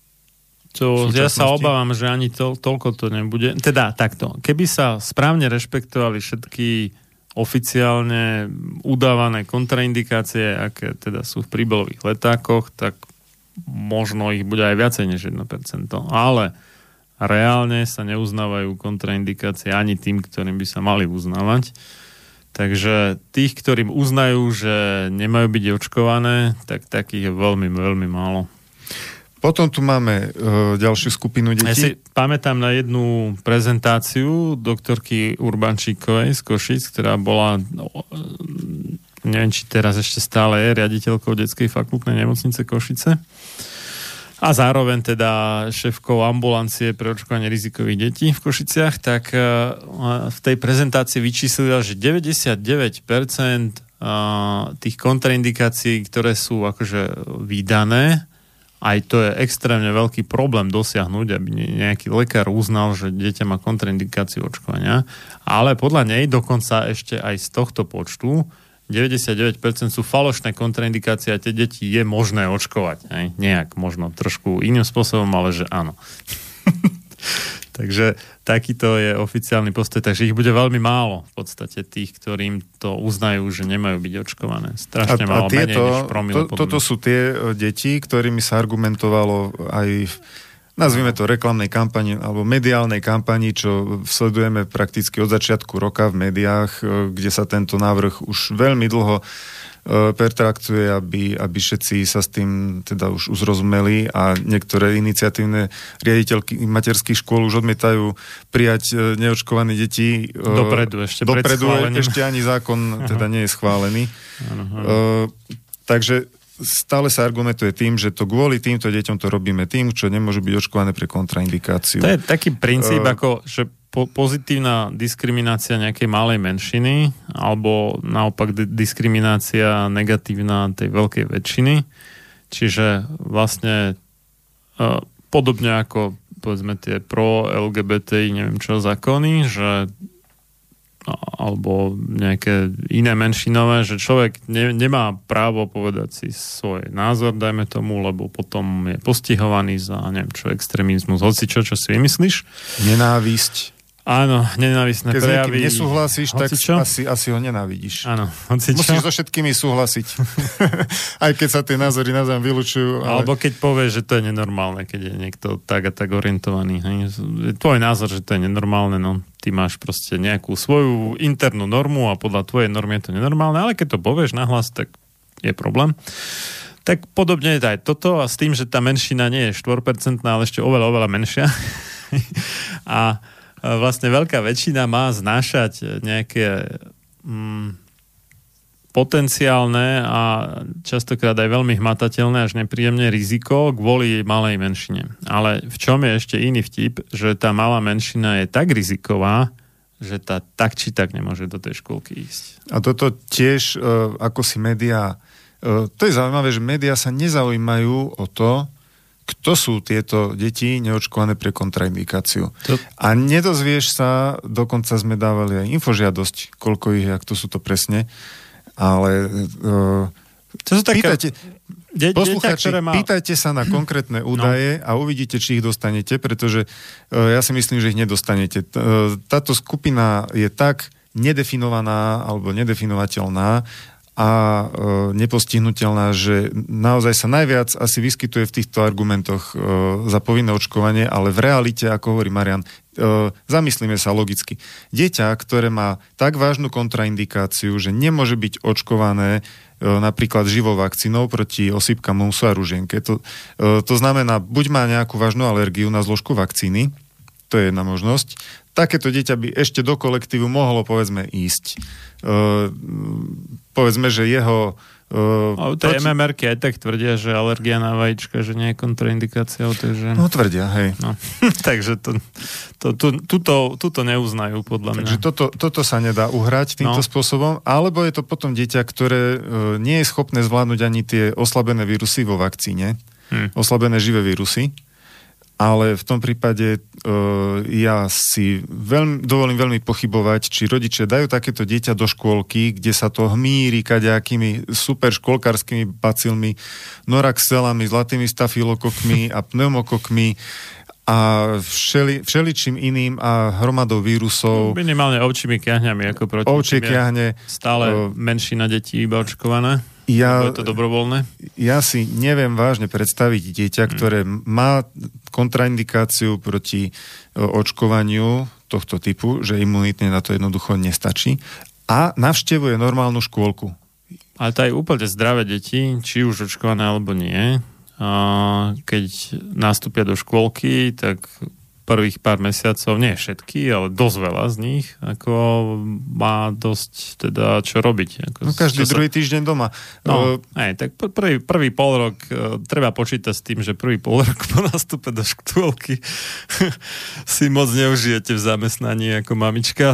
To, ja sa obávam, že ani to, toľko to nebude. Teda takto. Keby sa správne rešpektovali všetky oficiálne udávané kontraindikácie, aké teda sú v príbalových letákoch, tak možno ich bude aj viacej než jedno percento. Ale reálne sa neuznávajú kontraindikácie ani tým, ktorým by sa mali uznávať. Takže tých, ktorým uznajú, že nemajú byť očkované, tak takých je veľmi, veľmi málo. Potom tu máme uh, ďalšiu skupinu detí. Ja si pamätám na jednu prezentáciu doktorky Urbančíkovej z Košíc, ktorá bola, no, neviem, či teraz ešte stále je riaditeľkou detskej fakultnej nemocnice Košice. A zároveň teda šéfkou ambulancie pre očkovanie rizikových detí v Košiciach, tak uh, v tej prezentácii vyčíslila, že deväťdesiatdeväť percent uh, tých kontraindikácií, ktoré sú akože vydané, aj to je extrémne veľký problém dosiahnuť, aby nejaký lekár uznal, že dieťa má kontraindikáciu očkovania. Ale podľa nej dokonca ešte aj z tohto počtu deväťdesiatdeväť percent sú falošné kontraindikácie a tie deti je možné očkovať. Aj? Nejak, možno trošku iným spôsobom, ale že áno. Takže takýto je oficiálny postoj, takže ich bude veľmi málo v podstate tých, ktorým to uznajú, že nemajú byť očkované. Strašne málo, menej než promile. To, toto sú tie deti, ktorými sa argumentovalo aj v, nazvime to, reklamnej kampani alebo mediálnej kampani, čo sledujeme prakticky od začiatku roka v médiách, kde sa tento návrh už veľmi dlho pertraktuje, aby, aby všetci sa s tým teda už uzrozumeli a niektoré iniciatívne riaditeľky materských škôl už odmietajú prijať neočkované deti dopredu, ešte dopredu, ešte ani zákon teda nie je schválený. Aha, aha. Uh, takže stále sa argumentuje tým, že to kvôli týmto deťom to robíme tým, čo nemôžu byť očkované pre kontraindikáciu. To je taký princíp, uh, ako že po, pozitívna diskriminácia nejakej malej menšiny alebo naopak di- diskriminácia negatívna tej veľkej väčšiny. Čiže vlastne uh, podobne ako povedzme tie pro-el gé bé té í, neviem čo, zákony, že alebo nejaké iné menšinové, že človek ne, nemá právo povedať si svoj názor, dajme tomu, lebo potom je postihovaný za, neviem čo, extrémizmus, hoci čo, čo si vymyslíš. Nenávisť. Áno, nenávistné prejavy. Keď s niekým nesúhlasíš, tak asi, asi ho nenávidíš. Áno, hoci čo. Musíš so všetkými súhlasiť. Aj keď sa tie názory navzájom vylučujú. Ale... Alebo keď povieš, že to je nenormálne, keď je niekto tak a tak orientovaný. Tvoj názor, že to je nenormálne, no ty máš proste nejakú svoju internú normu a podľa tvojej normy je to nenormálne, ale keď to povieš nahlas, tak je problém. Tak podobne je aj toto a s tým, že tá menšina nie je štyri percentá, ale ešte oveľa, oveľa menšia. A vlastne veľká väčšina má znášať nejaké mm, potenciálne a častokrát aj veľmi hmatateľné až nepríjemné riziko kvôli malej menšine. Ale v čom je ešte iný vtip, že tá malá menšina je tak riziková, že tá tak či tak nemôže do tej škôlky ísť. A toto tiež, uh, ako si médiá, uh, to je zaujímavé, že médiá sa nezaujímajú o to, kto sú tieto deti neočkované pre kontraindikáciu. To... A nedozvieš sa, dokonca sme dávali aj infožiadosť, koľko ich je, ak to sú to presne, ale uh, to sú také... pýtajte, de- poslucháči, má... pýtajte sa na konkrétne údaje no. a uvidíte, či ich dostanete, pretože uh, ja si myslím, že ich nedostanete. Uh, táto skupina je tak nedefinovaná alebo nedefinovateľná a e, nepostihnutelná, že naozaj sa najviac asi vyskytuje v týchto argumentoch e, za povinné očkovanie, ale v realite, ako hovorí Marian, e, zamyslíme sa logicky. Dieťa, ktoré má tak vážnu kontraindikáciu, že nemôže byť očkované e, napríklad živou vakcínou proti osýpkam, mumsu a ružienke, to, e, to znamená, buď má nejakú vážnu alergiu na zložku vakcíny, to je jedna možnosť. Takéto dieťa by ešte do kolektívu mohlo, povedzme, ísť. E, povedzme, že jeho Uh, o, tie proti... em em erky aj tak tvrdia, že alergia na vajíčka, že nie je kontraindikáciou, takže... No tvrdia, hej. No. Takže to, to, to, tuto, tuto neuznajú, podľa mňa. Takže toto, toto sa nedá uhrať týmto no. spôsobom, alebo je to potom dieťa, ktoré uh, nie je schopné zvládnuť ani tie oslabené vírusy vo vakcíne, hmm. oslabené živé vírusy, ale v tom prípade uh, ja si veľmi, dovolím veľmi pochybovať, či rodičia dajú takéto dieťa do škôlky, kde sa to hmíri kadejakými super škôlkarskými bacilmi, noraxelami, zlatými stafilokokmi a pneumokokmi a všeli, všeličím iným a hromadou vírusov. Minimálne ovčími kiahňami ako proti. Ovčie kiahne. Stále uh, menšina detí iba očkované. Ja, je to dobrovoľné? Ja si neviem vážne predstaviť dieťa, ktoré má kontraindikáciu proti očkovaniu tohto typu, že imunitne na to jednoducho nestačí a navštevuje normálnu škôlku. Ale to aj úplne zdravé deti, či už očkované alebo nie, a keď nastúpia do škôlky, tak prvých pár mesiacov, nie všetky, ale dosť veľa z nich, ako má dosť teda čo robiť. Ako no každý druhý sa... týždeň doma. No, uh... aj, tak prvý, prvý pol rok uh, treba počítať s tým, že prvý pol rok po nastupe do škôlky si moc neužijete v zamestnaní ako mamička.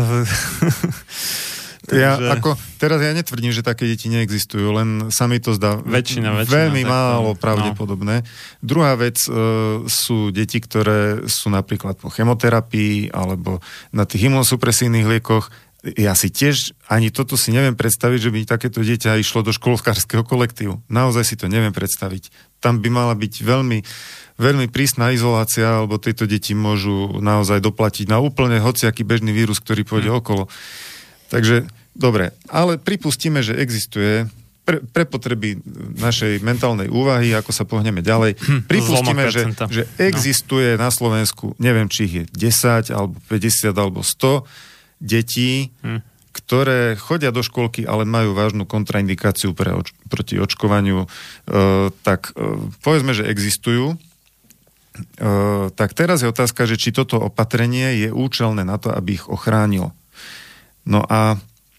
Ja, Takže... ako, teraz ja netvrdím, že také deti neexistujú, len sa mi to zdá väčšina, väčšina, veľmi tak, málo no. pravdepodobné. Druhá vec e, sú deti, ktoré sú napríklad po chemoterapii alebo na tých imunosupresívnych liekoch. Ja si tiež ani toto si neviem predstaviť, že by takéto dieťa išlo do školskárskeho kolektívu. Naozaj si to neviem predstaviť. Tam by mala byť veľmi, veľmi prísna izolácia, alebo tieto deti môžu naozaj doplatiť na úplne hociaký bežný vírus, ktorý pôjde hmm. okolo. Takže, dobre, ale pripustíme, že existuje pre, pre potreby našej mentálnej úvahy, ako sa pohneme ďalej, pripustíme, že, že existuje no. na Slovensku, neviem, či ich je desať, alebo päťdesiat, alebo sto detí, hm. ktoré chodia do škôlky, ale majú vážnu kontraindikáciu pre oč- proti očkovaniu, e, tak e, povedzme, že existujú. E, tak teraz je otázka, že či toto opatrenie je účelné na to, aby ich ochránilo. No a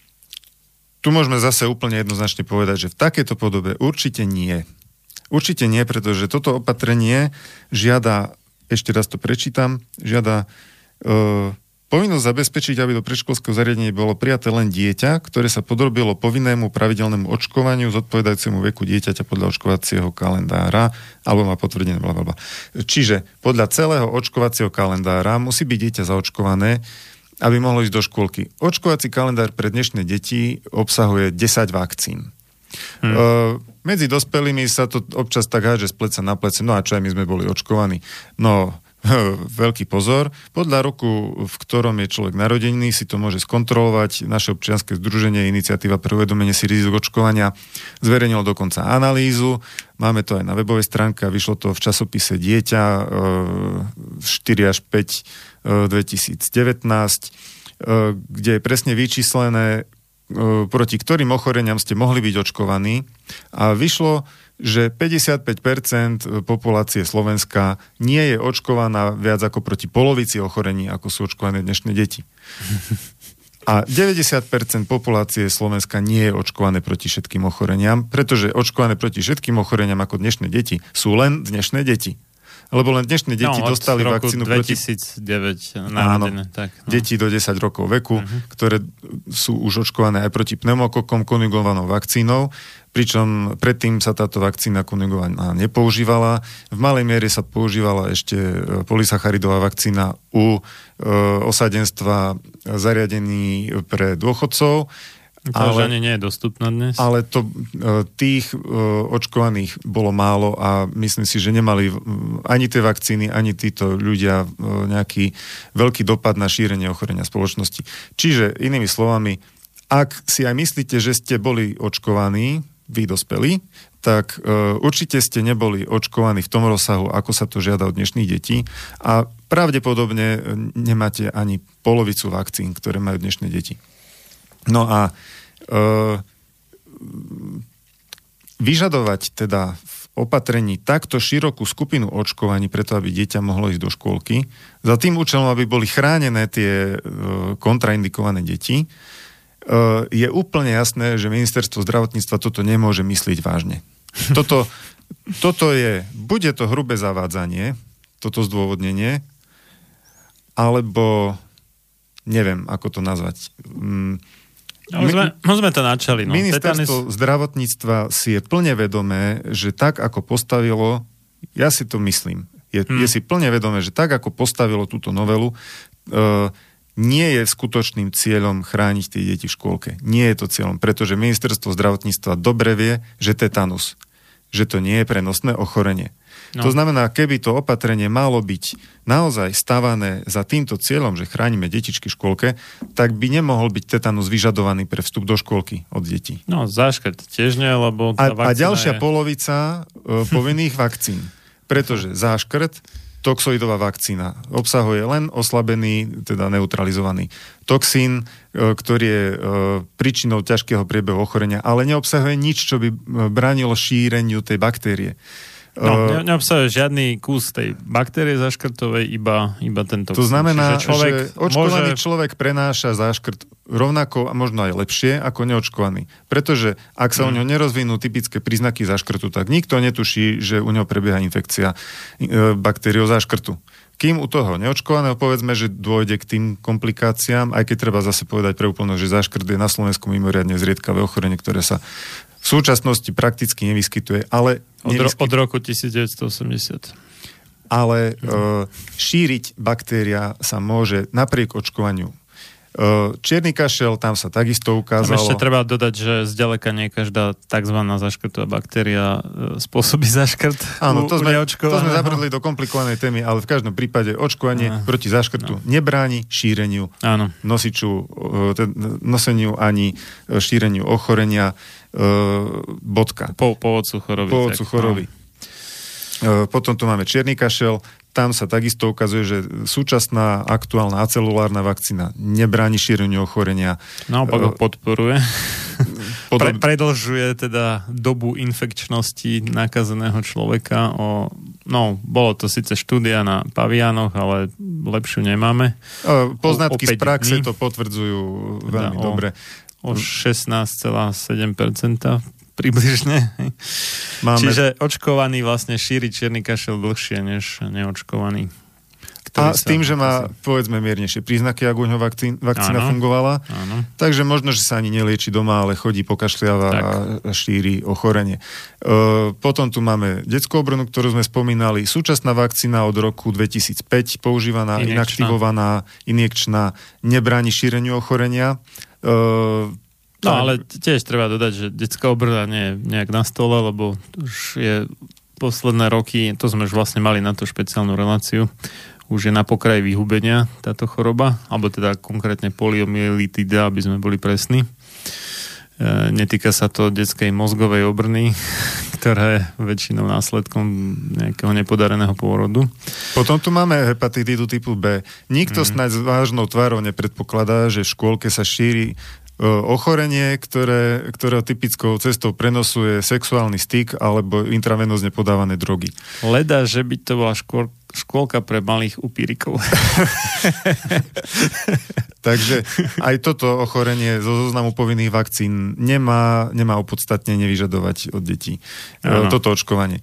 tu môžeme zase úplne jednoznačne povedať, že v takejto podobe určite nie. Určite nie, pretože toto opatrenie žiada, ešte raz to prečítam, žiada e, povinnosť zabezpečiť, aby do predškolského zariadenia bolo prijaté len dieťa, ktoré sa podrobilo povinnému pravidelnému očkovaniu zodpovedajúcemu veku dieťaťa podľa očkovacieho kalendára alebo má potvrdené blablabla. Čiže podľa celého očkovacieho kalendára musí byť dieťa zaočkované, aby mohlo ísť do škôlky. Očkovací kalendár pre dnešné deti obsahuje desať vakcín. Hmm. E, medzi dospelými sa to občas tak háže z pleca na plece, no a čo aj my sme boli očkovaní. No, veľký pozor. Podľa roku, v ktorom je človek narodený, si to môže skontrolovať. Naše občianske združenie Iniciatíva pre uvedomenie si rizík očkovania zverejnilo dokonca analýzu. Máme to aj na webovej stránke a vyšlo to v časopise Dieťa e, štyri až päť dvetisícdevätnásť, kde je presne vyčíslené, proti ktorým ochoreniam ste mohli byť očkovaní a vyšlo, že päťdesiatpäť percent populácie Slovenska nie je očkovaná viac ako proti polovici ochorení, ako sú očkované dnešné deti. A deväťdesiat percent populácie Slovenska nie je očkované proti všetkým ochoreniam, pretože očkované proti všetkým ochoreniam ako dnešné deti sú len dnešné deti. Lebo len dnešné deti no, dostali vakcínu proti... dvetisícdeväť narodené. Tak, no. Deti do desať rokov veku, uh-huh. ktoré sú už očkované aj proti pneumokokom konjugovanou vakcínou, pričom predtým sa táto vakcína konjugovaná nepoužívala. V malej miere sa používala ešte polysacharidová vakcína u e, osadenstva zariadení pre dôchodcov. To ale, ani nie je dostupná dnes. Ale to, tých očkovaných bolo málo a myslím si, že nemali ani tie vakcíny, ani títo ľudia nejaký veľký dopad na šírenie ochorenia spoločnosti. Čiže inými slovami, ak si aj myslíte, že ste boli očkovaní, vy dospelí, tak určite ste neboli očkovaní v tom rozsahu, ako sa to žiada od dnešných detí a pravdepodobne nemáte ani polovicu vakcín, ktoré majú dnešné deti. No a e, vyžadovať teda v opatrení takto širokú skupinu očkovaní, preto aby dieťa mohlo ísť do škôlky, za tým účelom, aby boli chránené tie e, kontraindikované deti, e, je úplne jasné, že ministerstvo zdravotníctva toto nemôže myslieť vážne. Toto, toto je, bude to hrubé zavádzanie, toto zdôvodnenie, alebo neviem, ako to nazvať. No, my, sme, my sme to načali. No. Ministerstvo Tetanis... zdravotníctva si je plne vedomé, že tak, ako postavilo, ja si to myslím, je, hmm. je si plne vedomé, že tak, ako postavilo túto novelu, uh, nie je skutočným cieľom chrániť tie deti v škôlke. Nie je to cieľom, pretože ministerstvo zdravotníctva dobre vie, že tetanus, že to nie je prenosné ochorenie. No. To znamená, keby to opatrenie malo byť naozaj stavané za týmto cieľom, že chránime detičky v škôlke, tak by nemohol byť tetanus vyžadovaný pre vstup do škôlky od detí. No, záškrt tiež nie, lebo tá a, a ďalšia je... polovica uh, povinných vakcín. Pretože záškrt, toxoidová vakcína, obsahuje len oslabený, teda neutralizovaný toxín, uh, ktorý je uh, príčinou ťažkého priebehu ochorenia, ale neobsahuje nič, čo by bránilo šíreniu tej baktérie. No, ne, neobsahuje žiadny kus tej baktérie záškrtovej, iba, iba tento. To znamená, človek že očkovaný môže... človek prenáša záškrt rovnako a možno aj lepšie ako neočkovaný. Pretože ak sa mm. u neho nerozvinú typické príznaky záškrtu, tak nikto netuší, že u neho prebieha infekcia e, baktériou záškrtu. Kým u toho neočkovaného povedzme, že dôjde k tým komplikáciám, aj keď treba zase povedať pre úplnosť, že záškrt je na Slovensku mimoriadne zriedkavé ochorenie, ktoré sa v súčasnosti prakticky nevyskytuje, ale... Od, ro- od roku devätnásťstoosemdesiat. Ale e, šíriť baktéria sa môže napriek očkovaniu. E, čierny kašel, tam sa takisto ukázalo... Tam ešte treba dodať, že zďaleka nie každá tzv. Záškrtová baktéria e, spôsobí záškrt. Áno, to sme, to sme zabrdli do komplikovanej témy, ale v každom prípade očkovanie Aha. proti záškrtu no. nebráni šíreniu Áno. nosiču, e, noseniu ani šíreniu ochorenia. Uh, bodka. Po, pôvodcu choroby. Pôvodcu choroby. No. Uh, potom tu máme čierny kašel. Tam sa takisto ukazuje, že súčasná aktuálna acelulárna vakcína nebráni šíreniu ochorenia. Naopak ho podporuje. Podob... Pre, predlžuje teda dobu infekčnosti nakazeného človeka o... No, bolo to síce štúdia na pavianoch, ale lepšiu nemáme. Uh, poznatky z praxe dní. To potvrdzujú veľmi teda dobre. O šestnásť celá sedem percent približne. Máme... Čiže očkovaný vlastne šíri čierny kašel dlhšie než neočkovaný. A s tým, že má, povedzme, miernejšie príznaky, ako u ňoho vakcín, vakcína áno, fungovala. Áno. Takže možno, že sa ani nelieči doma, ale chodí, pokašliava tak. a šíri ochorenie. E, potom tu máme detskú obrnu, ktorú sme spomínali. Súčasná vakcína od roku dvetisícpäť, používaná, injekčná. inaktivovaná, injekčná, nebráni šíreniu ochorenia. E, no, ale tiež treba dodať, že detská obrna nie je nejak na stole, lebo už je posledné roky, to sme už vlastne mali na to špeciálnu reláciu, už je na pokraji vyhubenia táto choroba, alebo teda konkrétne poliomyelitida, aby sme boli presní. E, netýka sa to detskej mozgovej obrny, ktorá je väčšinou následkom nejakého nepodareného pôrodu. Potom tu máme hepatitidu typu B. Nikto mm. snáď s vážnou tvárou nepredpokladá, že v škôlke sa šíri ochorenie, ktoré, ktorého typickou cestou prenosu je sexuálny styk alebo intravenózne podávané drogy. Leda, že by to bola škôl, škôlka pre malých upírikov. Takže aj toto ochorenie zo zoznamu povinných vakcín nemá, nemá opodstatnenie vyžadovať od detí. Ano. Toto očkovanie.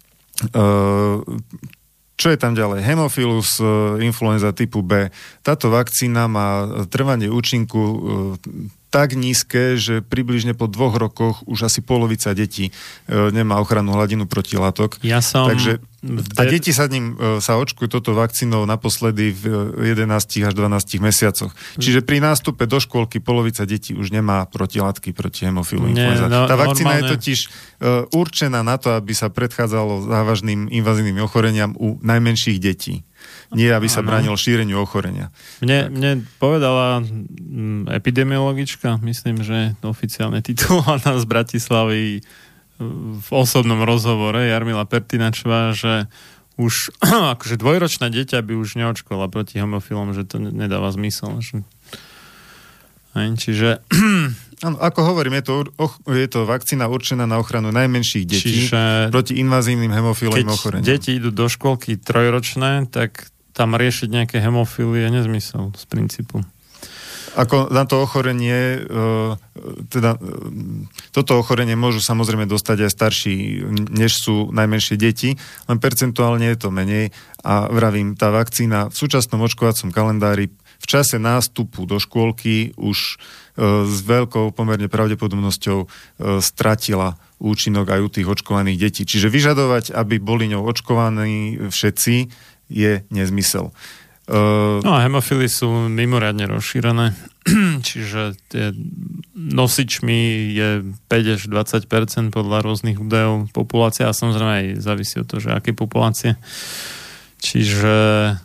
Čo je tam ďalej? Hemofilus influenza typu B. Táto vakcína má trvanie účinku tak nízke, že približne po dvoch rokoch už asi polovica detí nemá ochrannú hladinu protilátok. Ja som... Takže, a deti sa ním sa očkujú toto vakcínou naposledy v jedenásť až dvanásť mesiacoch. Čiže pri nástupe do škôlky polovica detí už nemá protilátky proti hemofilu influenza. No, tá vakcína normálne... je totiž uh, určená na to, aby sa predchádzalo závažným invazívnym ochoreniam u najmenších detí. Nie, aby sa ano. bránilo šíreniu ochorenia. Mne, mne povedala epidemiologička, myslím, že oficiálne titulovaná z Bratislavy v osobnom rozhovore, Jarmila Pertinačová, že už akože dvojročné dieťa by už neočkovala proti homofilom, že to nedáva zmysel. Že... Čiže... Áno, ako hovorím, je to, je to vakcína určená na ochranu najmenších detí Čiže proti invazívnym hemofilovým ochoreniam. Keď deti idú do škôlky trojročné, tak tam riešiť nejaké hemofílie je nezmysel z princípu. Ako na to ochorenie, teda toto ochorenie môžu samozrejme dostať aj starší, než sú najmenšie deti, len percentuálne je to menej a vravím, tá vakcína v súčasnom očkovacom kalendári v čase nástupu do škôlky už s veľkou pomerne pravdepodobnosťou stratila účinok aj u tých očkovaných detí. Čiže vyžadovať, aby boli ňou očkovaní všetci, je nezmysel. No a hemofily sú mimoriadne rozšírené, čiže tie nosičmi je päť až dvadsať percent podľa rôznych údajov populácie a samozrejme aj závisí od toho, že aké populácie. Čiže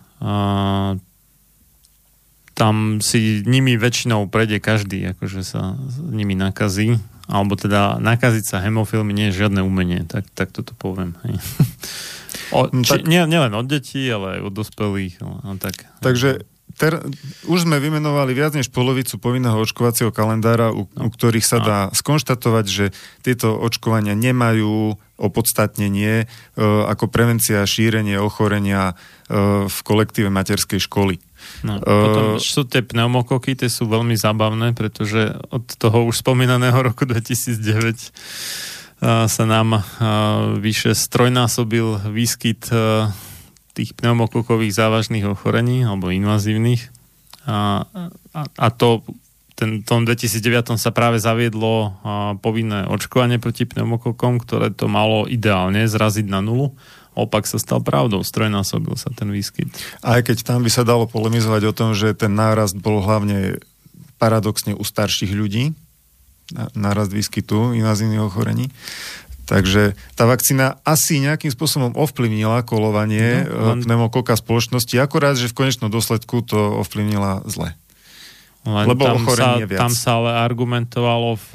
a, tam si nimi väčšinou prejde každý, akože sa nimi nakazí, alebo teda nakaziť sa hemofilmi nie je žiadne umenie, tak, tak toto poviem. Hej. O, či, tak, nie, nie len od detí, ale aj od dospelých. No, tak. Takže ter, už sme vymenovali viac než polovicu povinného očkovacieho kalendára, u, no, u ktorých sa no. dá skonštatovať, že tieto očkovania nemajú opodstatnenie e, ako prevencia šírenia ochorenia e, v kolektíve materskej školy. No, potom sú tie pneumokoky, tie sú veľmi zábavné, pretože od toho už spomínaného roku dvetisícdeväť sa nám vyše strojnásobil výskyt tých pneumokokových závažných ochorení alebo invazívnych. A, a, a to v tom dvetisícdeväť sa práve zaviedlo povinné očkovanie proti pneumokokom, ktoré to malo ideálne zraziť na nulu. Opak sa stal pravdou, strojnásobil sa ten výskyt. Aj keď tam by sa dalo polemizovať o tom, že ten nárast bol hlavne paradoxne u starších ľudí, nárast výskytu invazívnych ochorení. Takže tá vakcína asi nejakým spôsobom ovplyvnila kolovanie no, len... pneumokoka spoločnosti, akorát, že v konečnom dôsledku to ovplyvnila zle. Len Lebo tam ochorenie sa, viac. Tam sa ale argumentovalo v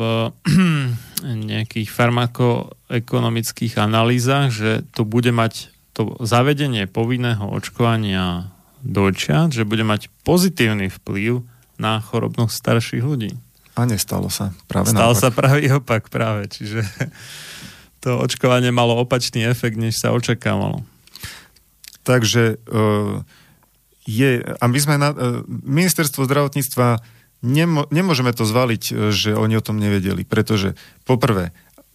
nejakých farmakoekonomických analýzach, že to bude mať to zavedenie povinného očkovania dojčiat, že bude mať pozitívny vplyv na chorobnosť starších ľudí. A nestalo sa. Práve Stal naopak. sa pravý opak práve, čiže to očkovanie malo opačný efekt, než sa očakávalo. Takže uh, je, a my sme na, uh, ministerstvo zdravotníctva nemo, nemôžeme to zvaliť, že oni o tom nevedeli, pretože poprvé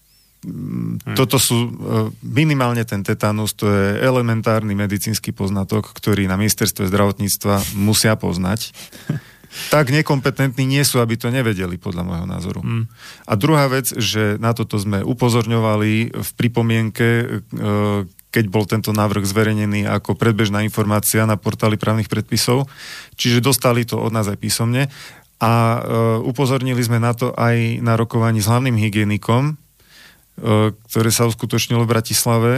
hmm. toto sú uh, minimálne ten tetanus, to je elementárny medicínsky poznatok, ktorý na ministerstve zdravotníctva musia poznať. Tak nekompetentní nie sú, aby to nevedeli, podľa môjho názoru. Mm. A druhá vec, že na toto sme upozorňovali v pripomienke, keď bol tento návrh zverejnený ako predbežná informácia na portáli právnych predpisov, čiže dostali to od nás aj písomne a upozornili sme na to aj na rokovaní s hlavným hygienikom, ktoré sa uskutočnilo v Bratislave,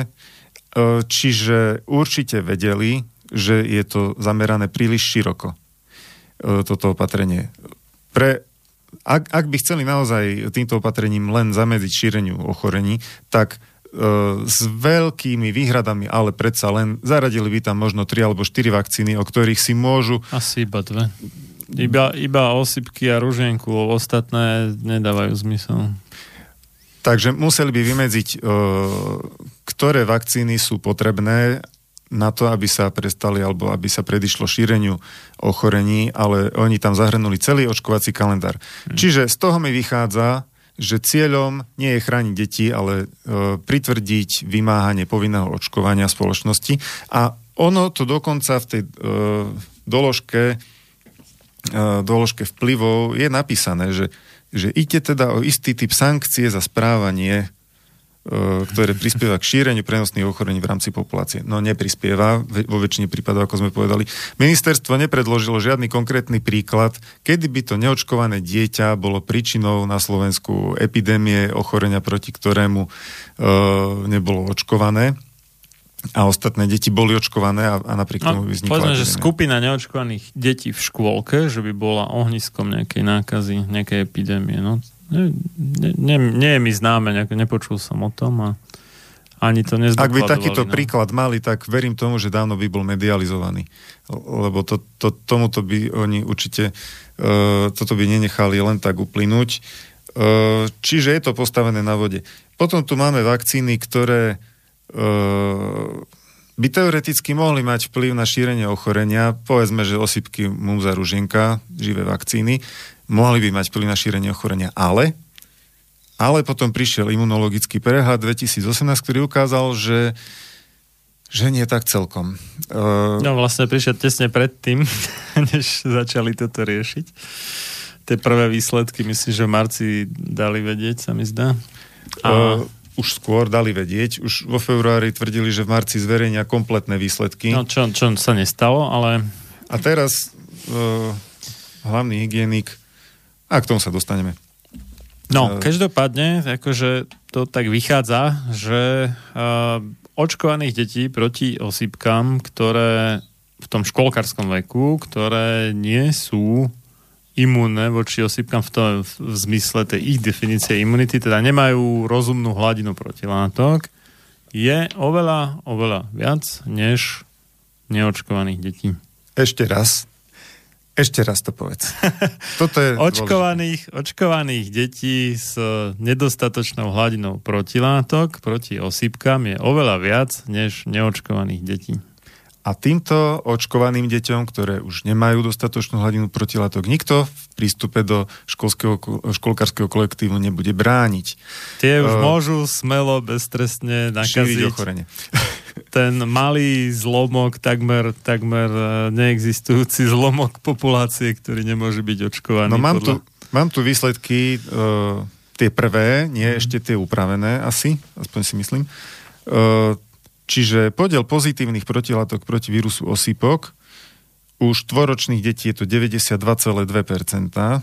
čiže určite vedeli, že je to zamerané príliš široko, toto opatrenie. Pre, ak, ak by chceli naozaj týmto opatrením len zamedziť šíreniu ochorení, tak e, s veľkými výhradami, ale predsa len zaradili by tam možno tri alebo štyri vakcíny, o ktorých si môžu... Asi iba dve. Iba, iba osypky a ružienku, ostatné nedávajú zmysel. Takže museli by vymedziť, e, ktoré vakcíny sú potrebné na to, aby sa prestali alebo aby sa predišlo šíreniu ochorení, ale oni tam zahrnuli celý očkovací kalendár. Hmm. Čiže z toho mi vychádza, že cieľom nie je chrániť deti, ale e, pritvrdiť vymáhanie povinného očkovania spoločnosti. A ono to dokonca v tej e, doložke, e, doložke vplyvov je napísané, že, že ide teda o istý typ sankcie za správanie, ktoré prispieva k šíreniu prenosných ochorení v rámci populácie. No neprispieva, vo väčšine prípadov, ako sme povedali. Ministerstvo nepredložilo žiadny konkrétny príklad, kedy by to neočkované dieťa bolo príčinou na Slovensku epidémie ochorenia, proti ktorému e, nebolo očkované a ostatné deti boli očkované a, a napriek tomu by vznikla... Povedzme, že skupina neočkovaných detí v škôlke, že by bola ohniskom nejakej nákazy, nejakej epidémie, no Nie, nie, nie je mi známe, nejako nepočul som o tom a ani to nezdokladovali. Ak by takýto no. príklad mali, tak verím tomu, že dávno by bol medializovaný. Lebo to, to, tomuto by oni určite uh, toto by nenechali len tak uplynúť. Uh, čiže je to postavené na vode. Potom tu máme vakcíny, ktoré uh, by teoreticky mohli mať vplyv na šírenie ochorenia. Povedzme, že osýpky mumps a ružienka, živé vakcíny, mohli by mať vplyv na šírenie ochorenia, ale ale potom prišiel imunologický prehľad dvetisícosemnásť, ktorý ukázal, že že nie tak celkom. Uh... No vlastne prišiel tesne predtým, než začali toto riešiť. Tie prvé výsledky, myslím, že v marci dali vedieť, sa mi zdá. A... Uh... Už skôr dali vedieť. Už vo februári tvrdili, že v marci zverejnia kompletné výsledky. No, čo, čo sa nestalo, ale... A teraz uh, hlavný hygienik... A k tomu sa dostaneme. No, uh, každopádne, akože to tak vychádza, že uh, očkovaných detí proti osýpkam, ktoré v tom škôlkarskom veku, ktoré nie sú imúnne voči osýpkam v, tom, v zmysle tej ich definície imunity, teda nemajú rozumnú hladinu protilátok, je oveľa, oveľa viac než neočkovaných detí. Ešte raz. Ešte raz to povedz. Toto je očkovaných, očkovaných detí s nedostatočnou hladinou protilátok proti osýpkam je oveľa viac než neočkovaných detí. A týmto očkovaným deťom, ktoré už nemajú dostatočnú hladinu protilátok, nikto v prístupe do školského, školkárskeho kolektívu nebude brániť. Tie už uh, môžu smelo, beztrestne nakaziť ochorenie. Ten malý zlomok, takmer, takmer neexistujúci zlomok populácie, ktorý nemôže byť očkovaný. No mám, podľa... tu, mám tu výsledky, uh, tie prvé, nie mm. ešte tie upravené asi, aspoň si myslím. Uh, Čiže podiel pozitívnych protilátok proti vírusu osýpok u štvoročných detí je to deväťdesiatdva celá dva percentá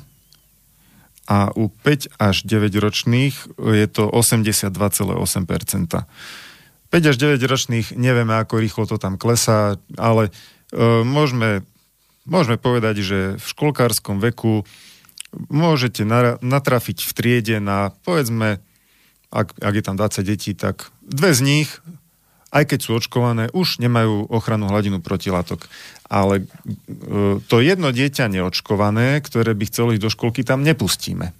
a u päť až deväť ročných je to osemdesiatdva celá osem percenta. päť až deväť ročných nevieme, ako rýchlo to tam klesá, ale e, môžeme, môžeme povedať, že v školkárskom veku môžete na, natrafiť v triede na, povedzme, ak, ak je tam dvadsať detí, tak dve z nich, aj keď sú očkované, už nemajú ochrannú hladinu protilátok. Ale e, to jedno dieťa neočkované, ktoré by chcelo ísť do školky, tam nepustíme.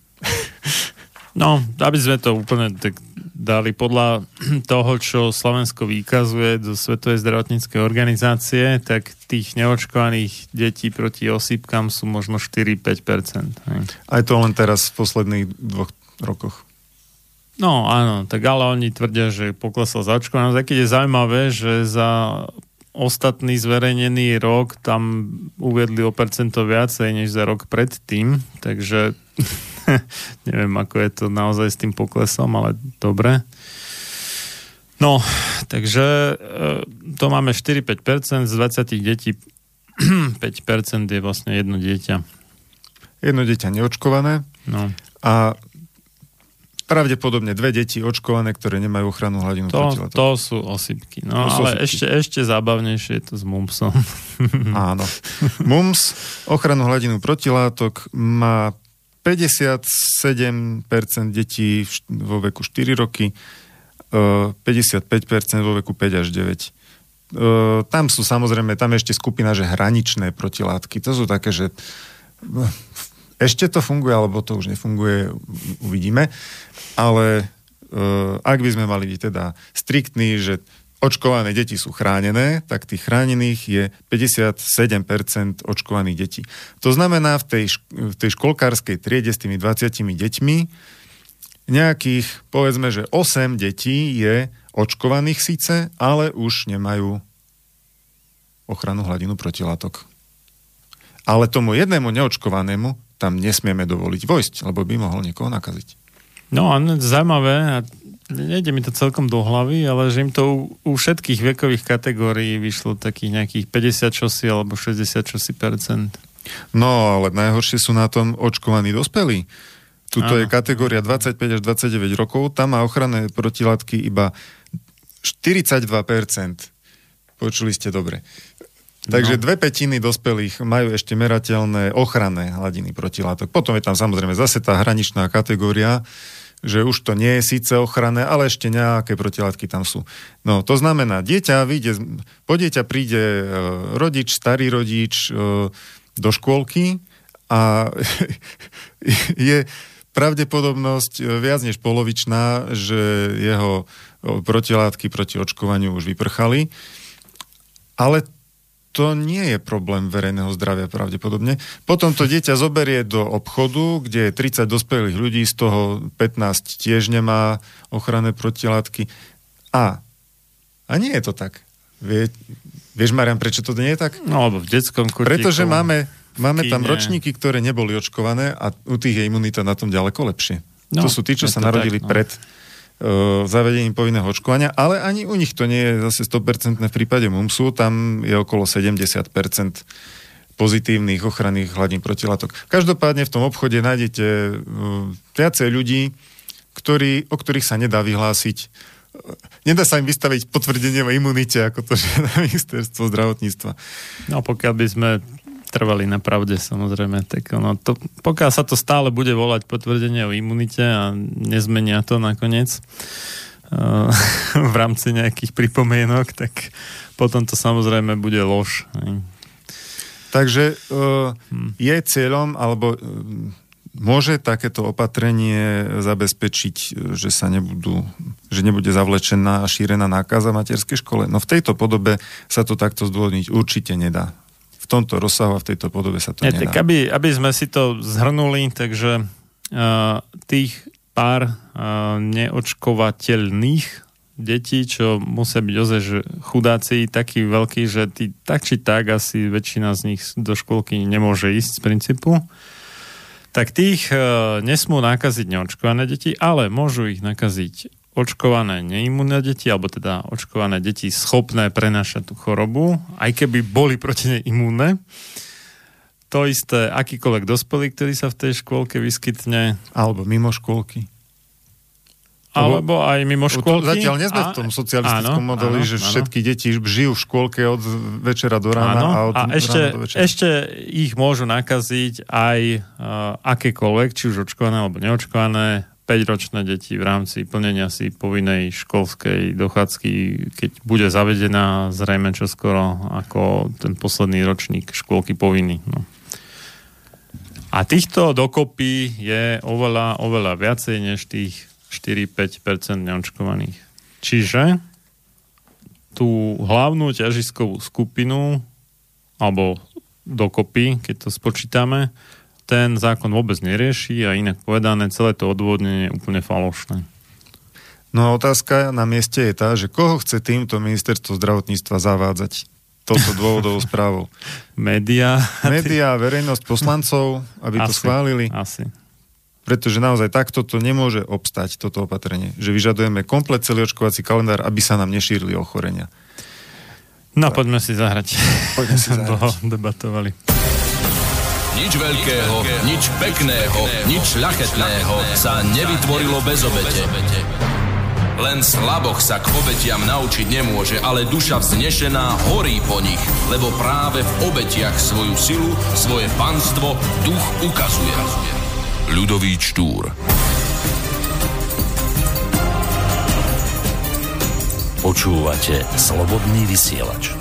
No, aby sme to úplne tak dali podľa toho, čo Slovensko vykazuje do Svetovej zdravotníckej organizácie, tak tých neočkovaných detí proti osýpkam sú možno štyri až päť percent. Aj to len teraz v posledných dvoch rokoch. No áno, tak ale oni tvrdia, že poklesla zaočkovanosť. Keď je zaujímavé, že za ostatný zverejnený rok tam uviedli o percento viacej, než za rok predtým, takže neviem, ako je to naozaj s tým poklesom, ale dobre. No, takže to máme štyri až päť percent, z dvadsať detí päť percent je vlastne jedno dieťa. Jedno dieťa neočkované. No. A pravdepodobne dve deti očkované, ktoré nemajú ochrannú hladinu protilátok. To sú osýpky. No, to sú ale osýpky. Ešte, ešte zábavnejšie je to s mumpsom. Áno. Mumps, ochrannú hladinu protilátok má päťdesiatsedem percent detí vo veku štyri roky, päťdesiatpäť percent vo veku päť až deväť. Tam sú samozrejme, tam je ešte skupina, že hraničné protilátky. To sú také, že ešte to funguje, alebo to už nefunguje, uvidíme. Ale uh, ak by sme mali byť teda striktní, že očkované deti sú chránené, tak tých chránených je päťdesiatsedem percent očkovaných detí. To znamená, v tej, v tej školkárskej triede s tými dvadsiatimi deťmi nejakých, povedzme, že osem detí je očkovaných síce, ale už nemajú ochrannú hladinu protilátok. Ale tomu jednému neočkovanému tam nesmieme dovoliť vojsť, lebo by mohol niekoho nakaziť. No a zaujímavé, a nejde mi to celkom do hlavy, ale že im to u, u všetkých vekových kategórií vyšlo takých nejakých päťdesiat čosi alebo šesťdesiat čosi percent. No, ale najhoršie sú na tom očkovaní dospelí. Tuto je kategória dvadsaťpäť až dvadsaťdeväť rokov, tam má ochranné protilátky iba štyridsaťdva percent. Počuli ste dobre. Takže no. Dve pätiny dospelých majú ešte merateľné ochranné hladiny protilátok. Potom je tam samozrejme zase tá hraničná kategória, že už to nie je síce ochranné, ale ešte nejaké protilátky tam sú. No, to znamená, dieťa vyjde, po dieťa príde rodič, starý rodič do škôlky a je pravdepodobnosť viac než polovičná, že jeho protilátky proti očkovaniu už vyprchali. ale to nie je problém verejného zdravia pravdepodobne. Potom to dieťa zoberie do obchodu, kde je tridsať dospelých ľudí, z toho pätnásť tiež nemá ochranné protilátky. A, a nie je to tak. Vie, vieš, Marian, prečo to nie je tak? No, alebo v detskom kutíku. Pretože máme, máme tam ročníky, ktoré neboli očkované a u tých je imunita na tom ďaleko lepšie. No, to sú tí, čo sa narodili tak, no. pred zavedením povinného očkovania, ale ani u nich to nie je zase sto percent v prípade mumsu, tam je okolo sedemdesiat percent pozitívnych ochranných hladín protilátok. Každopádne v tom obchode nájdete viacej ľudí, ktorí, o ktorých sa nedá vyhlásiť. Nedá sa im vystaviť potvrdenie o imunite, ako to žiada ministerstvo zdravotníctva. No pokiaľ by sme trvali na pravde, samozrejme. Tak ono to, pokiaľ sa to stále bude volať potvrdenie o imunite a nezmenia to nakoniec uh, v rámci nejakých pripomienok, tak potom to samozrejme bude lož. Takže uh, hmm. je cieľom, alebo uh, môže takéto opatrenie zabezpečiť, že sa nebudú, že nebude zavlečená a šírená nákaza v materskej škole? No v tejto podobe sa to takto zdôvodniť určite nedá. V tomto rozsahu a v tejto podobe sa to ja, nedá. Tak aby, aby sme si to zhrnuli, takže uh, tých pár uh, neočkovateľných detí, čo musia byť ozaj že chudáci, takí veľkí, že tí, tak či tak asi väčšina z nich do škôlky nemôže ísť z princípu, tak tých uh, nesmú nakaziť neočkované deti, ale môžu ich nakaziť očkované neimunné deti, alebo teda očkované deti schopné prenášať tú chorobu, aj keby boli proti nej imúnne. To isté akýkoľvek dospelý, ktorý sa v tej škôlke vyskytne. Alebo mimo škôlky. Alebo aj mimo škôlky. Zatiaľ nie sme v tom socialistickom áno, modeli, áno, že áno. všetky deti žijú v škôlke od večera do rána. Áno, a od a ešte, rána do večera. ešte ich môžu nakaziť aj uh, akékoľvek, či už očkované alebo neočkované, päťročné deti v rámci plnenia si povinnej školskej dochádzky, keď bude zavedená zrejme čoskoro ako ten posledný ročník škôlky povinný. No. A týchto dokopy je oveľa, oveľa viacej než tých štyri až päť percent neočkovaných. Čiže tú hlavnú ťažiskovú skupinu alebo dokopy, keď to spočítame, ten zákon vôbec nerieši a inak povedané, celé to odôvodnenie je úplne falošné. No a otázka na mieste je tá, že koho chce týmto ministerstvo zdravotníctva zavádzať touto dôvodovou správou? Média. Média, verejnosť, poslancov, aby asi, to schválili. Asi. Pretože naozaj takto to nemôže obstať, toto opatrenie. Že vyžadujeme komplet celý očkovací kalendár, aby sa nám nešírili ochorenia. No, poďme si zahrať. Poďme si zahrať. Dlho debatovali. Nič veľkého, nič pekného, nič šľachetného sa nevytvorilo bez obete. Len slaboch sa k obetiam naučiť nemôže, ale duša vznešená horí po nich, lebo práve v obetiach svoju silu, svoje panstvo duch ukazuje. Ľudový Štúr. Počúvate Slobodný vysielač.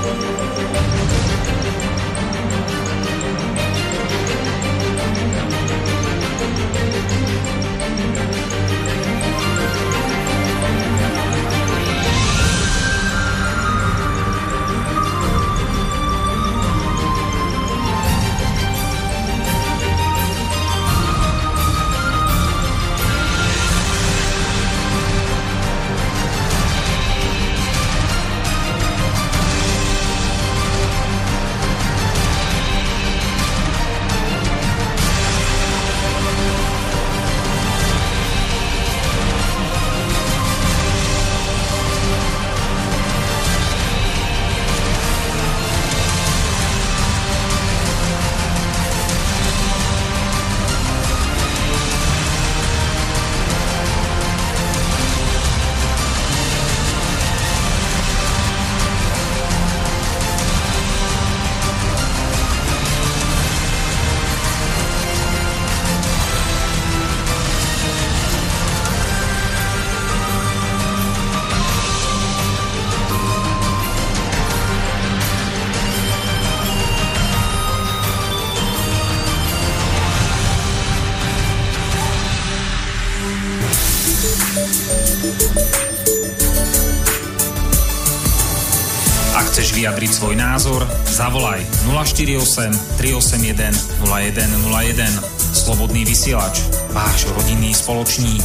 Ak chceš vyjadriť svoj názor, zavolaj nula štyri osem, tri osem jeden, nula jeden nula jeden. Slobodný vysielač, váš rodinný spoločník.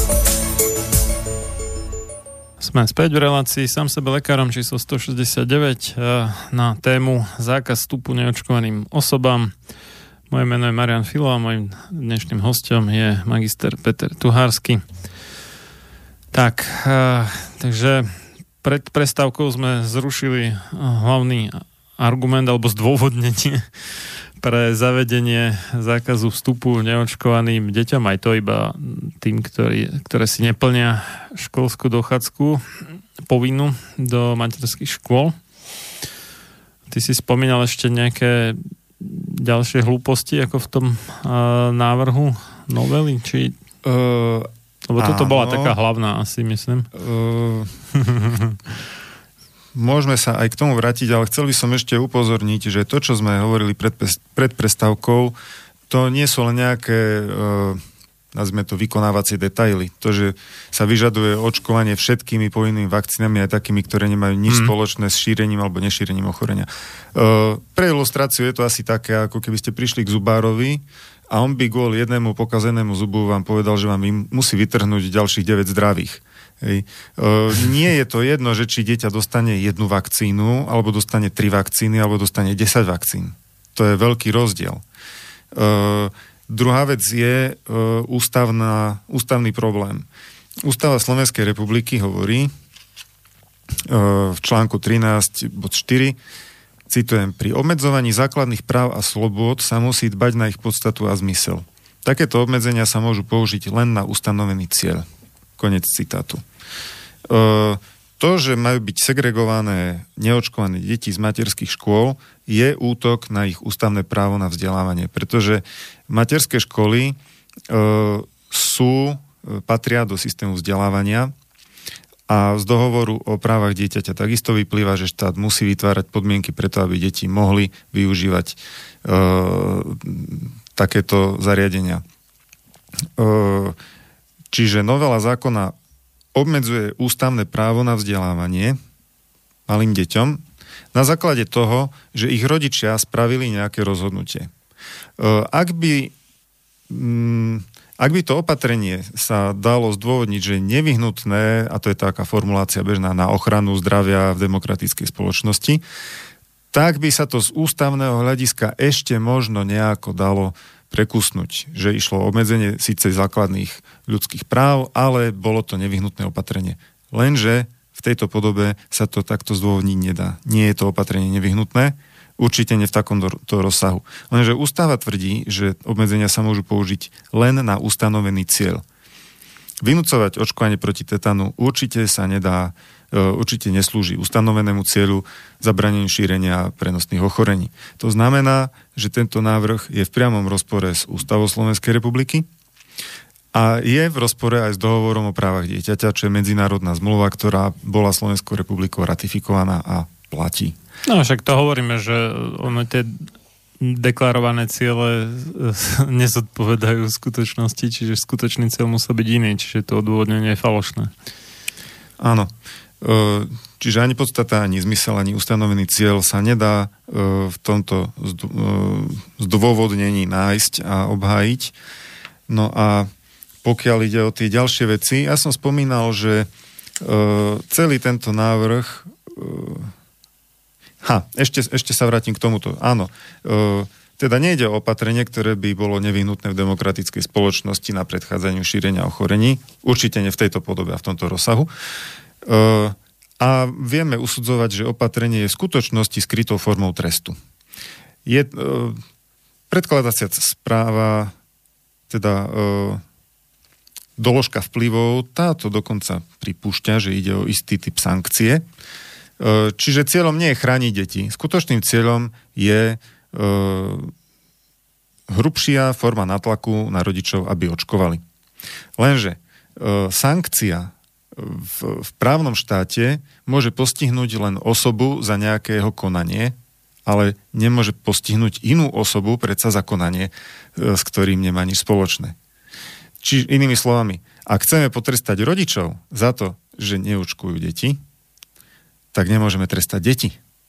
Sme späť v relácii Sám sebe lekárom číslo stošesťdesiatdeväť na tému zákaz vstupu neočkovaným osobám. Moje meno je Marián Filo a mojím dnešným hostom je magister Peter Tuhársky. Tak, takže pred prestávkou sme zrušili hlavný argument alebo zdôvodnenie pre zavedenie zákazu vstupu neočkovaným deťom, aj to iba tým, ktorí, ktoré si neplnia školskú dochádzku povinnú do materských škôl. Ty si spomínal ešte nejaké ďalšie hlúposti ako v tom uh, návrhu novely? Či... Uh... Lebo toto áno, bola taká hlavná asi, myslím. Uh, môžeme sa aj k tomu vrátiť, ale chcel by som ešte upozorniť, že to, čo sme hovorili pred, pred prestávkou, to nie sú len nejaké, uh, nazvime to, vykonávacie detaily. To, že sa vyžaduje očkovanie všetkými povinnými vakcínami, aj takými, ktoré nemajú nič hmm. spoločné s šírením alebo nešírením ochorenia. Uh, pre ilustráciu je to asi také, ako keby ste prišli k zubárovi a on by kvôli jednému pokazenému zubu vám povedal, že vám im musí vytrhnúť ďalších deväť zdravých. Hej. E, nie je to jedno, že či dieťa dostane jednu vakcínu, alebo dostane tri vakcíny, alebo dostane desať vakcín. To je veľký rozdiel. E, druhá vec je e, ústavná, ústavný problém. Ústava Slovenskej republiky hovorí e, v článku trinásť bod štyri, citujem, pri obmedzovaní základných práv a slobôd sa musí dbať na ich podstatu a zmysel. Takéto obmedzenia sa môžu použiť len na ustanovený cieľ. Konec citátu. E, to, že majú byť segregované neočkované deti z materských škôl, je útok na ich ústavné právo na vzdelávanie, pretože materské školy e, sú, patria do systému vzdelávania. A z dohovoru o právach dieťaťa takisto vyplýva, že štát musí vytvárať podmienky preto, aby deti mohli využívať e, takéto zariadenia. E, čiže novela zákona obmedzuje ústavné právo na vzdelávanie malým deťom na základe toho, že ich rodičia spravili nejaké rozhodnutie. E, ak by... Mm, Ak by to opatrenie sa dalo zdôvodniť, že je nevyhnutné, a to je taká formulácia bežná, na ochranu zdravia v demokratickej spoločnosti, tak by sa to z ústavného hľadiska ešte možno nejako dalo prekusnúť, že išlo o obmedzenie síce základných ľudských práv, ale bolo to nevyhnutné opatrenie. Lenže v tejto podobe sa to takto zdôvodniť nedá. Nie je to opatrenie nevyhnutné, určite nie v takomto rozsahu. Lenže ústava tvrdí, že obmedzenia sa môžu použiť len na ustanovený cieľ. Vynúcovať očkovanie proti tetanu určite sa nedá, určite neslúži ustanovenému cieľu zabraneniu šírenia prenosných ochorení. To znamená, že tento návrh je v priamom rozpore s Ústavou Slovenskej republiky a je v rozpore aj s dohovorom o právach dieťaťa, čo je medzinárodná zmluva, ktorá bola Slovenskou republikou ratifikovaná a platí. No však to hovoríme, že ono tie deklarované ciele nezodpovedajú v skutočnosti, čiže skutočný cieľ musí byť iný, čiže to odôvodnenie je falošné. Áno. Čiže ani podstata, ani zmysel, ani ustanovený cieľ sa nedá v tomto zdôvodnení nájsť a obhájiť. No a pokiaľ ide o tie ďalšie veci, ja som spomínal, že celý tento návrh ha, ešte, ešte sa vrátim k tomuto. Áno, teda nejde o opatrenie, ktoré by bolo nevyhnutné v demokratickej spoločnosti na predchádzaniu šírenia ochorení. Určite nie v tejto podobe a v tomto rozsahu. A vieme usudzovať, že opatrenie je v skutočnosti skrytou formou trestu. Je predkladacia správa, teda doložka vplyvov, táto dokonca pripúšťa, že ide o istý typ sankcie. Čiže cieľom nie je chrániť deti. Skutočným cieľom je hrubšia forma nátlaku na rodičov, aby očkovali. Lenže sankcia v, v právnom štáte môže postihnúť len osobu za nejakého konanie, ale nemôže postihnúť inú osobu predsa za konanie, s ktorým nemá nič spoločné. Čiže inými slovami, ak chceme potrestať rodičov za to, že neočkujú deti, tak nemôžeme trestať deti.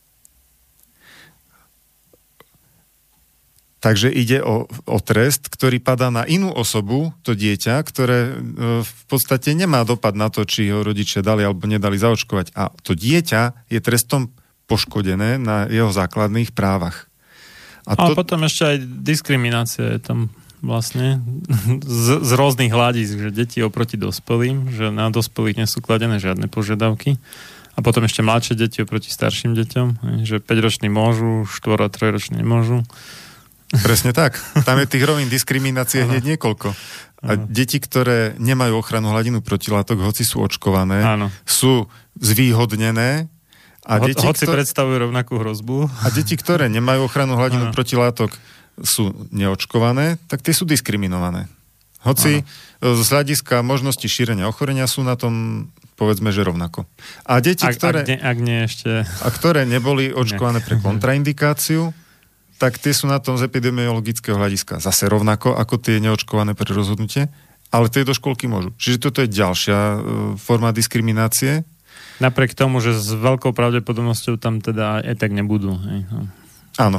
Takže ide o, o trest, ktorý padá na inú osobu, to dieťa, ktoré v podstate nemá dopad na to, či ho rodičia dali alebo nedali zaočkovať. A to dieťa je trestom poškodené na jeho základných právach. A, to... a potom ešte aj diskriminácia je tam vlastne z, z rôznych hľadísk, že deti oproti dospelým, že na dospelých nie sú kladené žiadne požiadavky. A potom ešte mladšie deti oproti starším deťom, že päťroční môžu, štvor- a trojroční nemôžu. Presne tak. Tam je tých rovín diskriminácie hneď niekoľko. A ano. Deti, ktoré nemajú ochrannú hladinu protilátok, hoci sú očkované, ano. Sú zvýhodnené. A Ho, deti, hoci ktoré... predstavujú rovnakú hrozbu. A deti, ktoré nemajú ochrannú hladinu ano. Protilátok, sú neočkované, tak tie sú diskriminované. Hoci ano. Z hľadiska možnosti šírenia ochorenia sú na tom, povedzme, že rovnako. A deti, ak, ktoré... Ak, ne, ak nie ešte... A ktoré neboli očkované pre kontraindikáciu, tak tie sú na tom z epidemiologického hľadiska zase rovnako ako tie neočkované pre rozhodnutie, ale tie do školky môžu. Čiže toto je ďalšia e, forma diskriminácie. Napriek tomu, že s veľkou pravdepodobnosťou tam teda aj tak nebudú. Hej. Áno.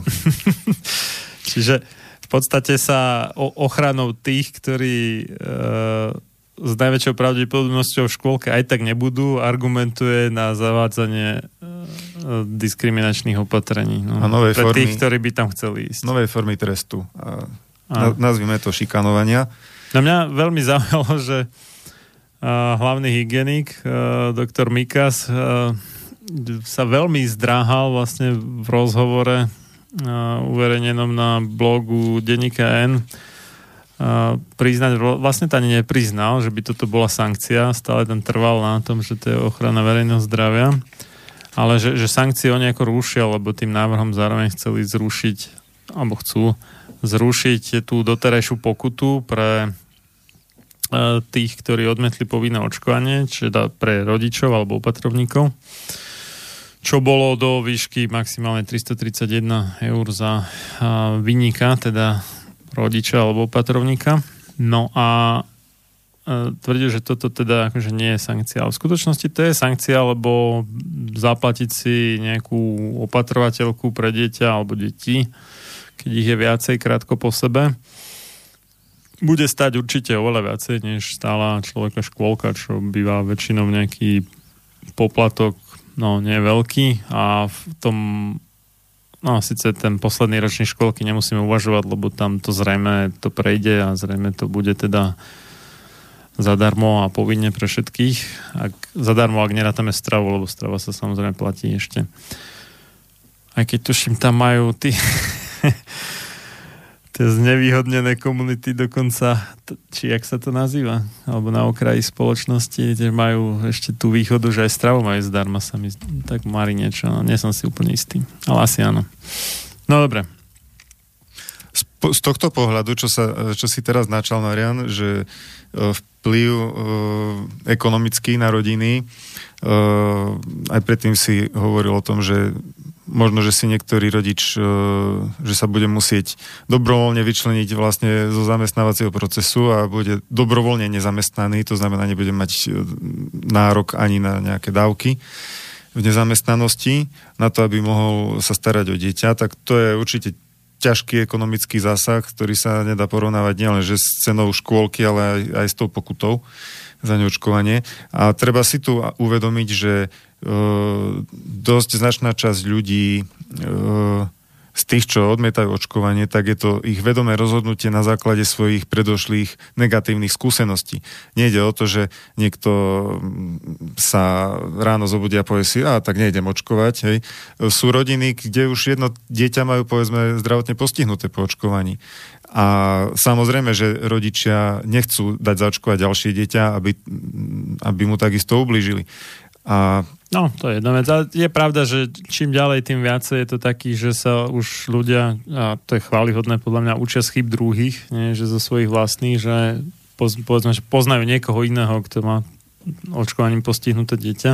Čiže v podstate sa ochranou tých, ktorí e, s najväčšou pravdepodobnosťou v škôlke aj tak nebudú, argumentuje na zavádzanie diskriminačných opatrení. No, a novej pre formy, tých, ktorí by tam chceli ísť. Novej formy trestu. A na, nazvime to šikanovania. Na mňa veľmi zaujalo, že a, hlavný hygienik, a, doktor Mikas, a, sa veľmi zdráhal vlastne v rozhovore a, uverejnenom na blogu denníka N a, priznať, vlastne to ani nepriznal, že by toto bola sankcia, stále tam trval na tom, že to je ochrana verejného zdravia. Ale že, že sankcie oni ako rúšia, lebo tým návrhom zároveň chceli zrušiť, alebo chcú zrušiť tú doterajšiu pokutu pre e, tých, ktorí odmetli povinné očkovanie, čiže pre rodičov alebo opatrovníkov, čo bolo do výšky maximálne tristotridsaťjeden eur za e, vinníka, teda rodiča alebo opatrovníka. No a tvrdí, že toto teda akože nie je sankcia. Ale v skutočnosti to je sankcia, lebo zaplatiť si nejakú opatrovateľku pre dieťa alebo deti, keď ich je viacej krátko po sebe, bude stať určite oveľa viacej, než stála človeka škôlka, čo býva väčšinou nejaký poplatok, no nie veľký, a v tom, no síce ten posledný ročný škôlky nemusíme uvažovať, lebo tam to zrejme to prejde a zrejme to bude teda zadarmo a povinne pre všetkých. Ak, zadarmo, ak nerátame stravu, lebo strava sa samozrejme platí ešte. Aj keď tuším, tam majú tí tie znevýhodnené komunity dokonca, či jak sa to nazýva, alebo na okraji spoločnosti, že majú ešte tú výhodu, že aj stravu majú zdarma, sa mi tak mári niečo. No, nie som si úplne istý, ale asi áno. No dobre. Z tohto pohľadu, čo, sa, čo si teraz načal, Marian, že vplyv e, ekonomický na rodiny, e, aj predtým si hovoril o tom, že možno, že si niektorý rodič, že sa bude musieť dobrovoľne vyčleniť vlastne zo zamestnávacieho procesu a bude dobrovoľne nezamestnaný, to znamená, nebude mať nárok ani na nejaké dávky v nezamestnanosti, na to, aby mohol sa starať o dieťa, tak to je určite ťažký ekonomický zásah, ktorý sa nedá porovnávať nielen že s cenou škôlky, ale aj, aj s tou pokutou za neočkovanie. A treba si tu uvedomiť, že e, dosť značná časť ľudí e, z tých, čo odmietajú očkovanie, tak je to ich vedomé rozhodnutie na základe svojich predošlých negatívnych skúseností. Nejde o to, že niekto sa ráno zobudí a povie si, a tak nejdem očkovať. Hej. Sú rodiny, kde už jedno dieťa majú, povedzme, zdravotne postihnuté po očkovaní. A samozrejme, že rodičia nechcú dať zaočkovať ďalšie dieťa, aby, aby mu takisto ublížili. A no, to je jedna vec. A je pravda, že čím ďalej, tým viacej je to taký, že sa už ľudia, a to je chválihodné podľa mňa, učia z chyb druhých, nie? Že zo svojich vlastných, že poz, povedzme, že poznajú niekoho iného, kto má očkovaním postihnuté dieťa.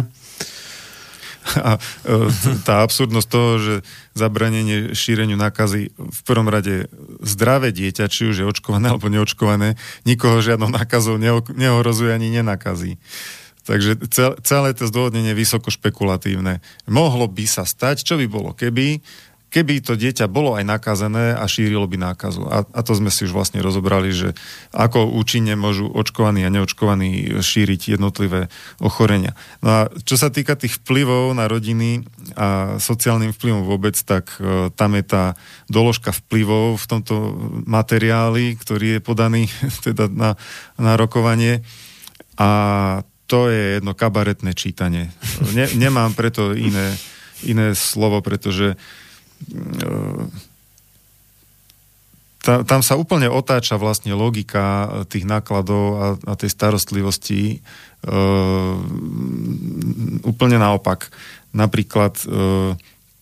A tá absurdnosť toho, že zabranenie šíreniu nákazy v prvom rade zdravé dieťa, či už je očkované alebo neočkované, nikoho žiadnou nákazou neohrozuje ani nenakazí. Takže celé to zdôvodnenie je vysoko špekulatívne. Mohlo by sa stať, čo by bolo keby, keby to dieťa bolo aj nakazené a šírilo by nákazu. A, a to sme si už vlastne rozobrali, že ako účinne môžu očkovaní a neočkovaní šíriť jednotlivé ochorenia. No a čo sa týka tých vplyvov na rodiny a sociálnym vplyvom vôbec, tak e, tam je tá doložka vplyvov v tomto materiáli, ktorý je podaný teda na, na rokovanie. A to je jedno kabaretné čítanie. Ne, nemám preto iné, iné slovo, pretože uh, ta, tam sa úplne otáča vlastne logika tých nákladov a, a tej starostlivosti uh, úplne naopak. Napríklad uh,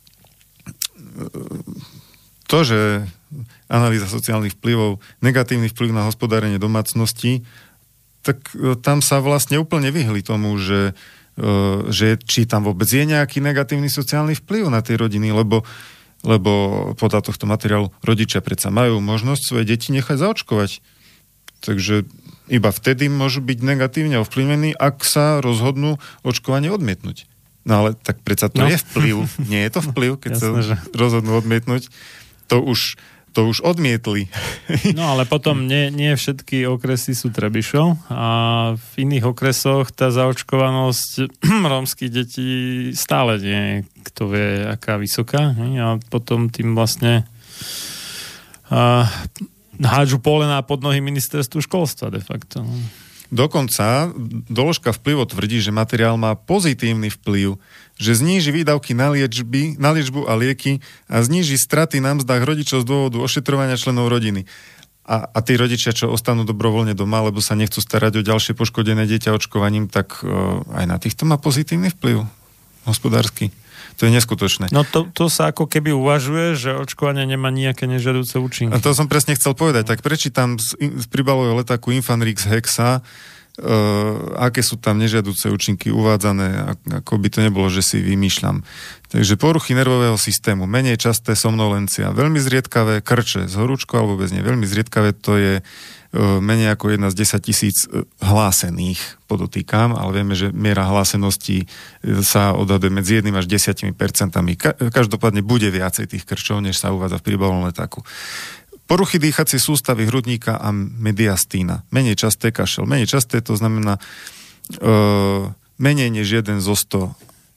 to, že analýza sociálnych vplyvov, negatívny vplyv na hospodárenie domácnosti, tak tam sa vlastne úplne vyhli tomu, že, že či tam vôbec je nejaký negatívny sociálny vplyv na tie rodiny, lebo, lebo podľa tohto materiálu rodičia predsa majú možnosť svoje deti nechať zaočkovať. Takže iba vtedy môžu byť negatívne ovplyvnení, ak sa rozhodnú očkovanie odmietnúť. No ale tak predsa to no. je vplyv. Nie je to vplyv, keď Jasne, sa že... rozhodnú odmietnúť. To už To už odmietli. No ale potom nie, nie všetky okresy sú Trebišov a v iných okresoch tá zaočkovanosť rómskych detí stále nie je, kto vie, aká vysoká. A potom tým vlastne uh, hádžu polená pod nohy ministerstvu školstva de facto. Dokonca doložka vplyvu tvrdí, že materiál má pozitívny vplyv, že zníži výdavky na, liečby, na liečbu a lieky a zníži straty na mzdách rodičov z dôvodu ošetrovania členov rodiny. A, a tí rodičia, čo ostanú dobrovoľne doma, lebo sa nechcú starať o ďalšie poškodené dieťa očkovaním, tak uh, aj na týchto má pozitívny vplyv hospodársky. To je neskutočné. No to, to sa ako keby uvažuje, že očkovanie nemá nejaké nežiaduce účinky. A to som presne chcel povedať. Tak prečítam z, z príbalového letáku Infanrix Hexa, uh, aké sú tam nežiaduce účinky uvádzané, ako by to nebolo, že si vymýšľam. Takže poruchy nervového systému, menej časté somnolencia, veľmi zriedkavé krče, z horúčkou alebo bez nej, veľmi zriedkavé, to je menej ako jedna z desať tisíc hlásených, podotýkam, ale vieme, že miera hlásenosti sa odhaduje medzi jedným až desiatimi percentami. Ka- každopádne bude viacej tých krčov, než sa uvádza v príbalovom letáku. Poruchy dýchacej sústavy hrudníka a mediastína. Menej časté kašel. Menej časté to znamená uh, menej než jeden zo sto.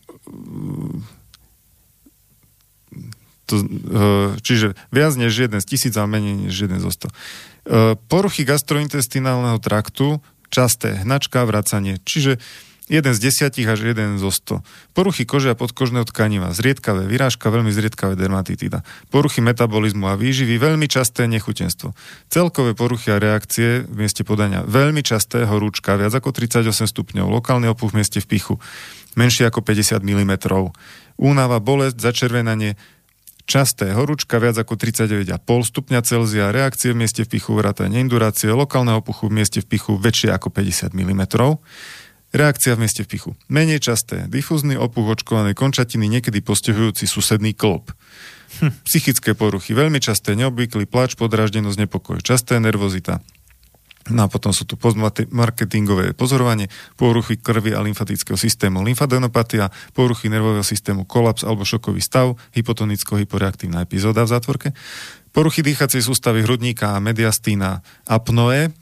To, uh, čiže viac než jeden z tisíc, ale menej než jeden zo sto. Poruchy gastrointestinálneho traktu, časté hnačka, vracanie, čiže jeden z desiatich až jeden zo sto. Poruchy kože a podkožného tkaniva, zriedkavé vyrážka, veľmi zriedkavé dermatitida. Poruchy metabolizmu a výživy, veľmi časté nechutenstvo. Celkové poruchy a reakcie v mieste podania, veľmi časté horúčka, viac ako tridsaťosem stupňov, lokálny opuch v mieste v pichu, menšie ako päťdesiat milimetrov. Únava, bolesť, začervenanie, časté horúčka viac ako tridsaťdeväť celá päť stupňa Celzia, reakcie v mieste v pichu, vrátane indurácie, lokálneho puchu v mieste v pichu väčšie ako päťdesiat milimetrov, Reakcia v mieste vpichu. Menej časté. Difúzny opuch očkovanej končatiny, niekedy postihujúci susedný klop. Hm. Psychické poruchy. Veľmi časté neobvyklý plač, podráždenosť, nepokoj. Časté nervozita. No a potom sú tu postmarketingové pozorovanie, poruchy krvi a lymfatického systému, lymfadenopatia, poruchy nervového systému, kolaps alebo šokový stav, hypotonicko-hyporeaktívna epizóda v zátvorke, poruchy dýchacej sústavy hrudníka a mediastína, apnoe,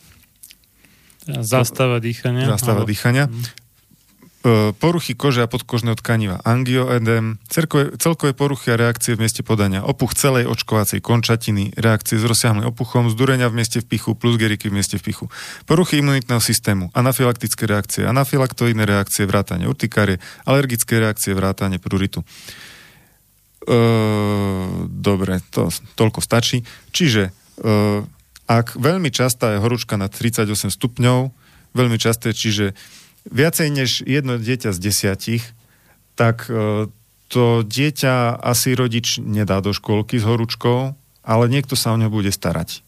Zástava dýchania. Zástava alebo... dýchania. Mm. Poruchy kože a podkožného tkaniva. Angioedem. Celkové, celkové poruchy a reakcie v mieste podania. Opuch celej očkovacej končatiny. Reakcie s rozsiahlym opuchom. Zdúrenia v mieste vpichu. Plus geriky v mieste vpichu. Poruchy imunitného systému. Anafylaktické reakcie. Anafylaktoidné reakcie. Vrátane urtikárie. Alergické reakcie. Vrátane pruritu. E, dobre, to toľko stačí. Čiže e, ak veľmi častá je horúčka nad tridsaťosem stupňov, veľmi časté, čiže viacej než jedno dieťa z desiatich, tak e, to dieťa asi rodič nedá do škôlky s horúčkou, ale niekto sa o ňo bude starať.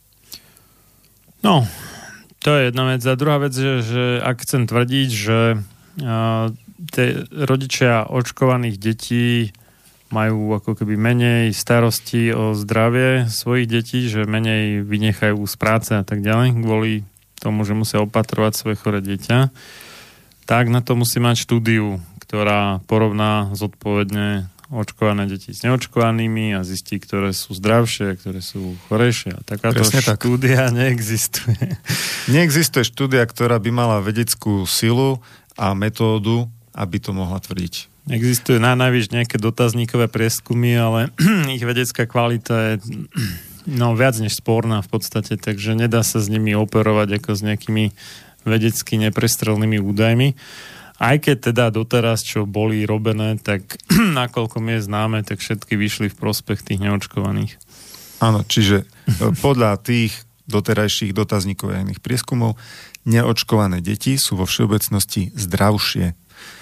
No, to je jedna vec. A druhá vec je, že ak chcem tvrdiť, že e, tie rodičia očkovaných detí majú ako keby menej starosti o zdravie svojich detí, že menej vynechajú z práce a tak ďalej, kvôli tomu, že musia opatrovať svoje choré dieťa, tak na to musí mať štúdiu, ktorá porovná zodpovedne očkované deti s neočkovanými a zistí, ktoré sú zdravšie a ktoré sú chorejšie. A takáto Presne štúdia tak. neexistuje. Neexistuje štúdia, ktorá by mala vedeckú silu a metódu, aby to mohla tvrdiť. Existuje na najvyš nejaké dotazníkové prieskumy, ale ich vedecká kvalita je no, viac než sporná v podstate, takže nedá sa s nimi operovať ako s nejakými vedecky neprestrelnými údajmi. Aj keď teda doteraz, čo boli robené, tak nakoľko mi je známe, tak všetky vyšli v prospech tých neočkovaných. Áno, čiže podľa tých doterajších dotazníkov a iných prieskumov neočkované deti sú vo všeobecnosti zdravšie.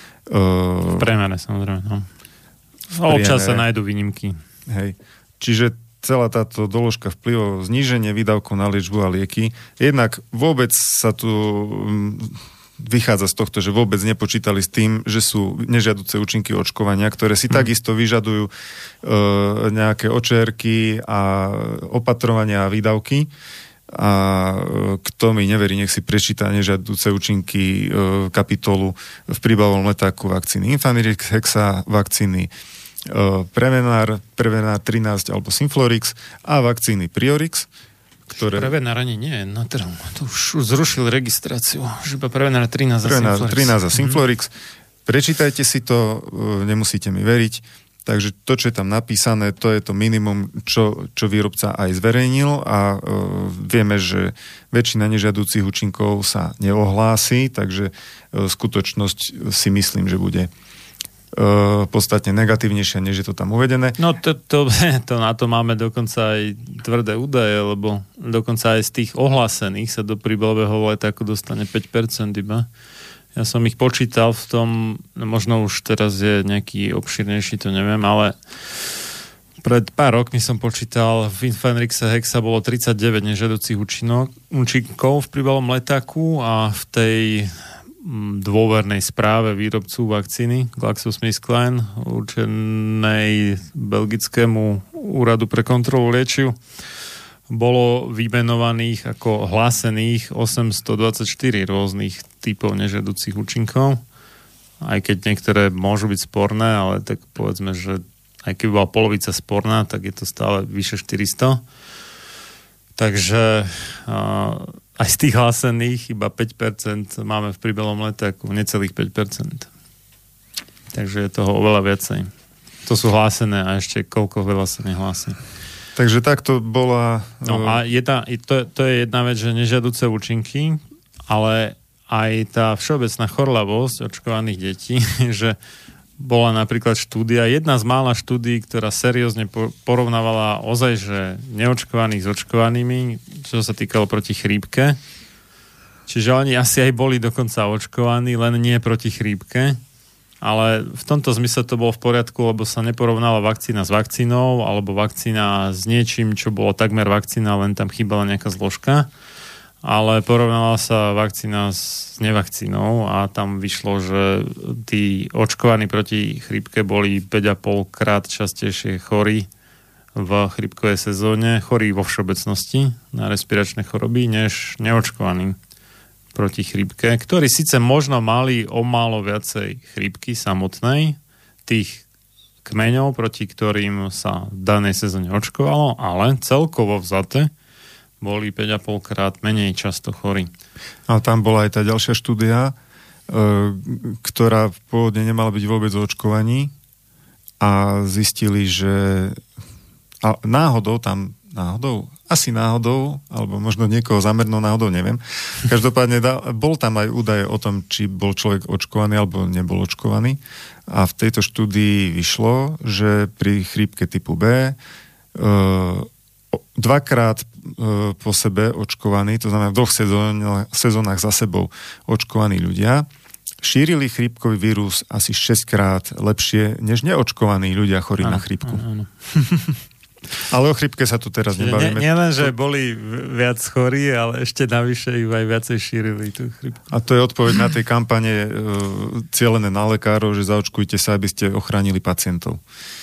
V priemere, samozrejme. No. Občas sa nájdú výnimky. Hej. Čiže celá táto doložka vplyvov, zníženie výdavkov na liečbu a lieky, jednak vôbec sa tu vychádza z tohto, že vôbec nepočítali s tým, že sú nežiaduce účinky očkovania, ktoré si hmm. takisto vyžadujú e, nejaké očerky a opatrovania a výdavky. A kto mi neverí, nech si prečíta nežiaduce účinky e, kapitolu v príbalovom letáku vakcíny Infanrix, Hexa, vakcíny e, Prevenar, Prevenar trinásť alebo Synflorix a vakcíny Priorix, ktoré... Prevenar ani nie, no teda, to už zrušil registráciu, že iba Prevenar trinásť a Synflorix. trinásť a Synflorix. Mm-hmm. Prečítajte si to, e, nemusíte mi veriť. Takže to, čo je tam napísané, to je to minimum, čo, čo výrobca aj zverejnil a e, vieme, že väčšina nežiaducich účinkov sa neohlási, takže e, skutočnosť si myslím, že bude e, podstatne negatívnejšia, než je to tam uvedené. No to, to, to na to máme dokonca aj tvrdé údaje, lebo dokonca aj z tých ohlásených sa do príbalového letáku dostane päť percent iba. Ja som ich počítal v tom, možno už teraz je nejaký obširnejší, to neviem, ale pred pár rokmi som počítal, v Infanrixe Hexa bolo tridsaťdeväť nežiaducich účinkov v príbalom letáku a v tej dôvernej správe výrobcu vakcíny GlaxoSmithKline určenej belgickému úradu pre kontrolu liečiv bolo vymenovaných ako hlásených osemstodvadsaťštyri rôznych typov nežiaducich účinkov. Aj keď niektoré môžu byť sporné, ale tak povedzme, že aj keby bola polovica sporná, tak je to stále vyše štyristo. Takže uh, aj z tých hlásených iba päť percent máme v príbalom letáku, necelých päť percent. Takže je toho oveľa viacej. To sú hlásené a ešte koľko veľa sa nehlási. Takže takto bola... No a jedna, to, to je jedna vec, že nežiaduce účinky, ale aj tá všeobecná chorlavosť očkovaných detí, že bola napríklad štúdia, jedna z mála štúdií, ktorá seriózne porovnávala ozaj, že neočkovaných s očkovanými, čo sa týkalo proti chrípke. Čiže oni asi aj boli dokonca očkovaní, len nie proti chrípke. Ale v tomto zmysle to bolo v poriadku, lebo sa neporovnala vakcína s vakcínou alebo vakcína s niečím, čo bolo takmer vakcína, len tam chýbala nejaká zložka. ale porovnala sa vakcína s nevakcínou a tam vyšlo, že tí očkovaní proti chrípke boli päť a pol krát častejšie chorí v chrípkovej sezóne, chorí vo všeobecnosti na respiračné choroby, než neočkovaní proti chrípke, ktorí síce možno mali o málo viacej chrípky samotnej, tých kmeňov, proti ktorým sa v danej sezóne očkovalo, ale celkovo vzaté boli päť a pol krát menej často chorí. A tam bola aj tá ďalšia štúdia, e, ktorá pôvodne nemala byť vôbec o očkovaní a zistili, že a náhodou tam, náhodou, asi náhodou, alebo možno niekoho zamernou náhodou, neviem. Každopádne da, bol tam aj údaj o tom, či bol človek očkovaný alebo nebol očkovaný. A v tejto štúdii vyšlo, že pri chrípke typu B e, dvakrát po sebe očkovaní, to znamená v dvoch sezónach, sezónach za sebou očkovaní ľudia, šírili chrípkový vírus asi šesťkrát lepšie, než neočkovaní ľudia chorí ano, na chrípku. Ano, ano. Ale o chrípke sa tu teraz nebavíme. Nie, nie len, že boli viac chorí, ale ešte navyše ju aj viacej šírili tú chrípku. A to je odpoveď na tej kampane e, cielené na lekárov, že zaočkujte sa, aby ste ochránili pacientov.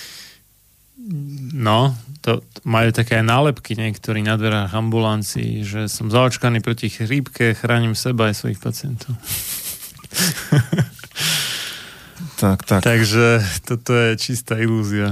No, to majú také aj nálepky niektorí na dverách ambulancií, že som zaočkaný proti chrípke, chránim seba aj svojich pacientov. Tak, tak. Takže toto je čistá ilúzia.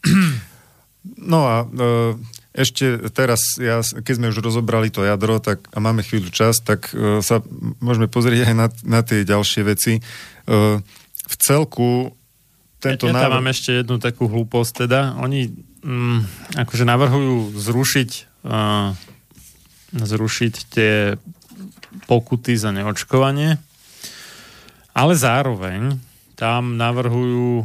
No a e, ešte teraz, ja, keď sme už rozobrali to jadro tak, a máme chvíľu čas, tak e, sa môžeme pozrieť aj na, na tie ďalšie veci. E, v celku tento ja, ja tam návrh... mám ešte jednu takú hlúposť, teda. Oni mm, akože navrhujú zrušiť uh, zrušiť tie pokuty za neočkovanie, ale zároveň tam navrhujú, uh,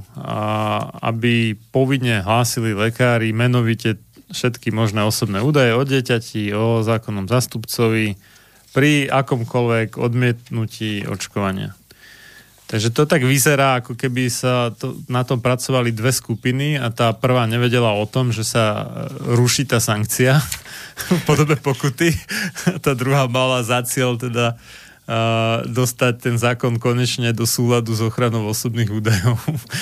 aby povinne hlásili lekári menovite všetky možné osobné údaje o dieťati, o zákonnom zástupcovi pri akomkoľvek odmietnutí očkovania. Takže to tak vyzerá, ako keby sa to, na tom pracovali dve skupiny a tá prvá nevedela o tom, že sa ruší tá sankcia v podobe pokuty. Tá druhá mala za cieľ teda uh, dostať ten zákon konečne do súladu s ochranou osobných údajov.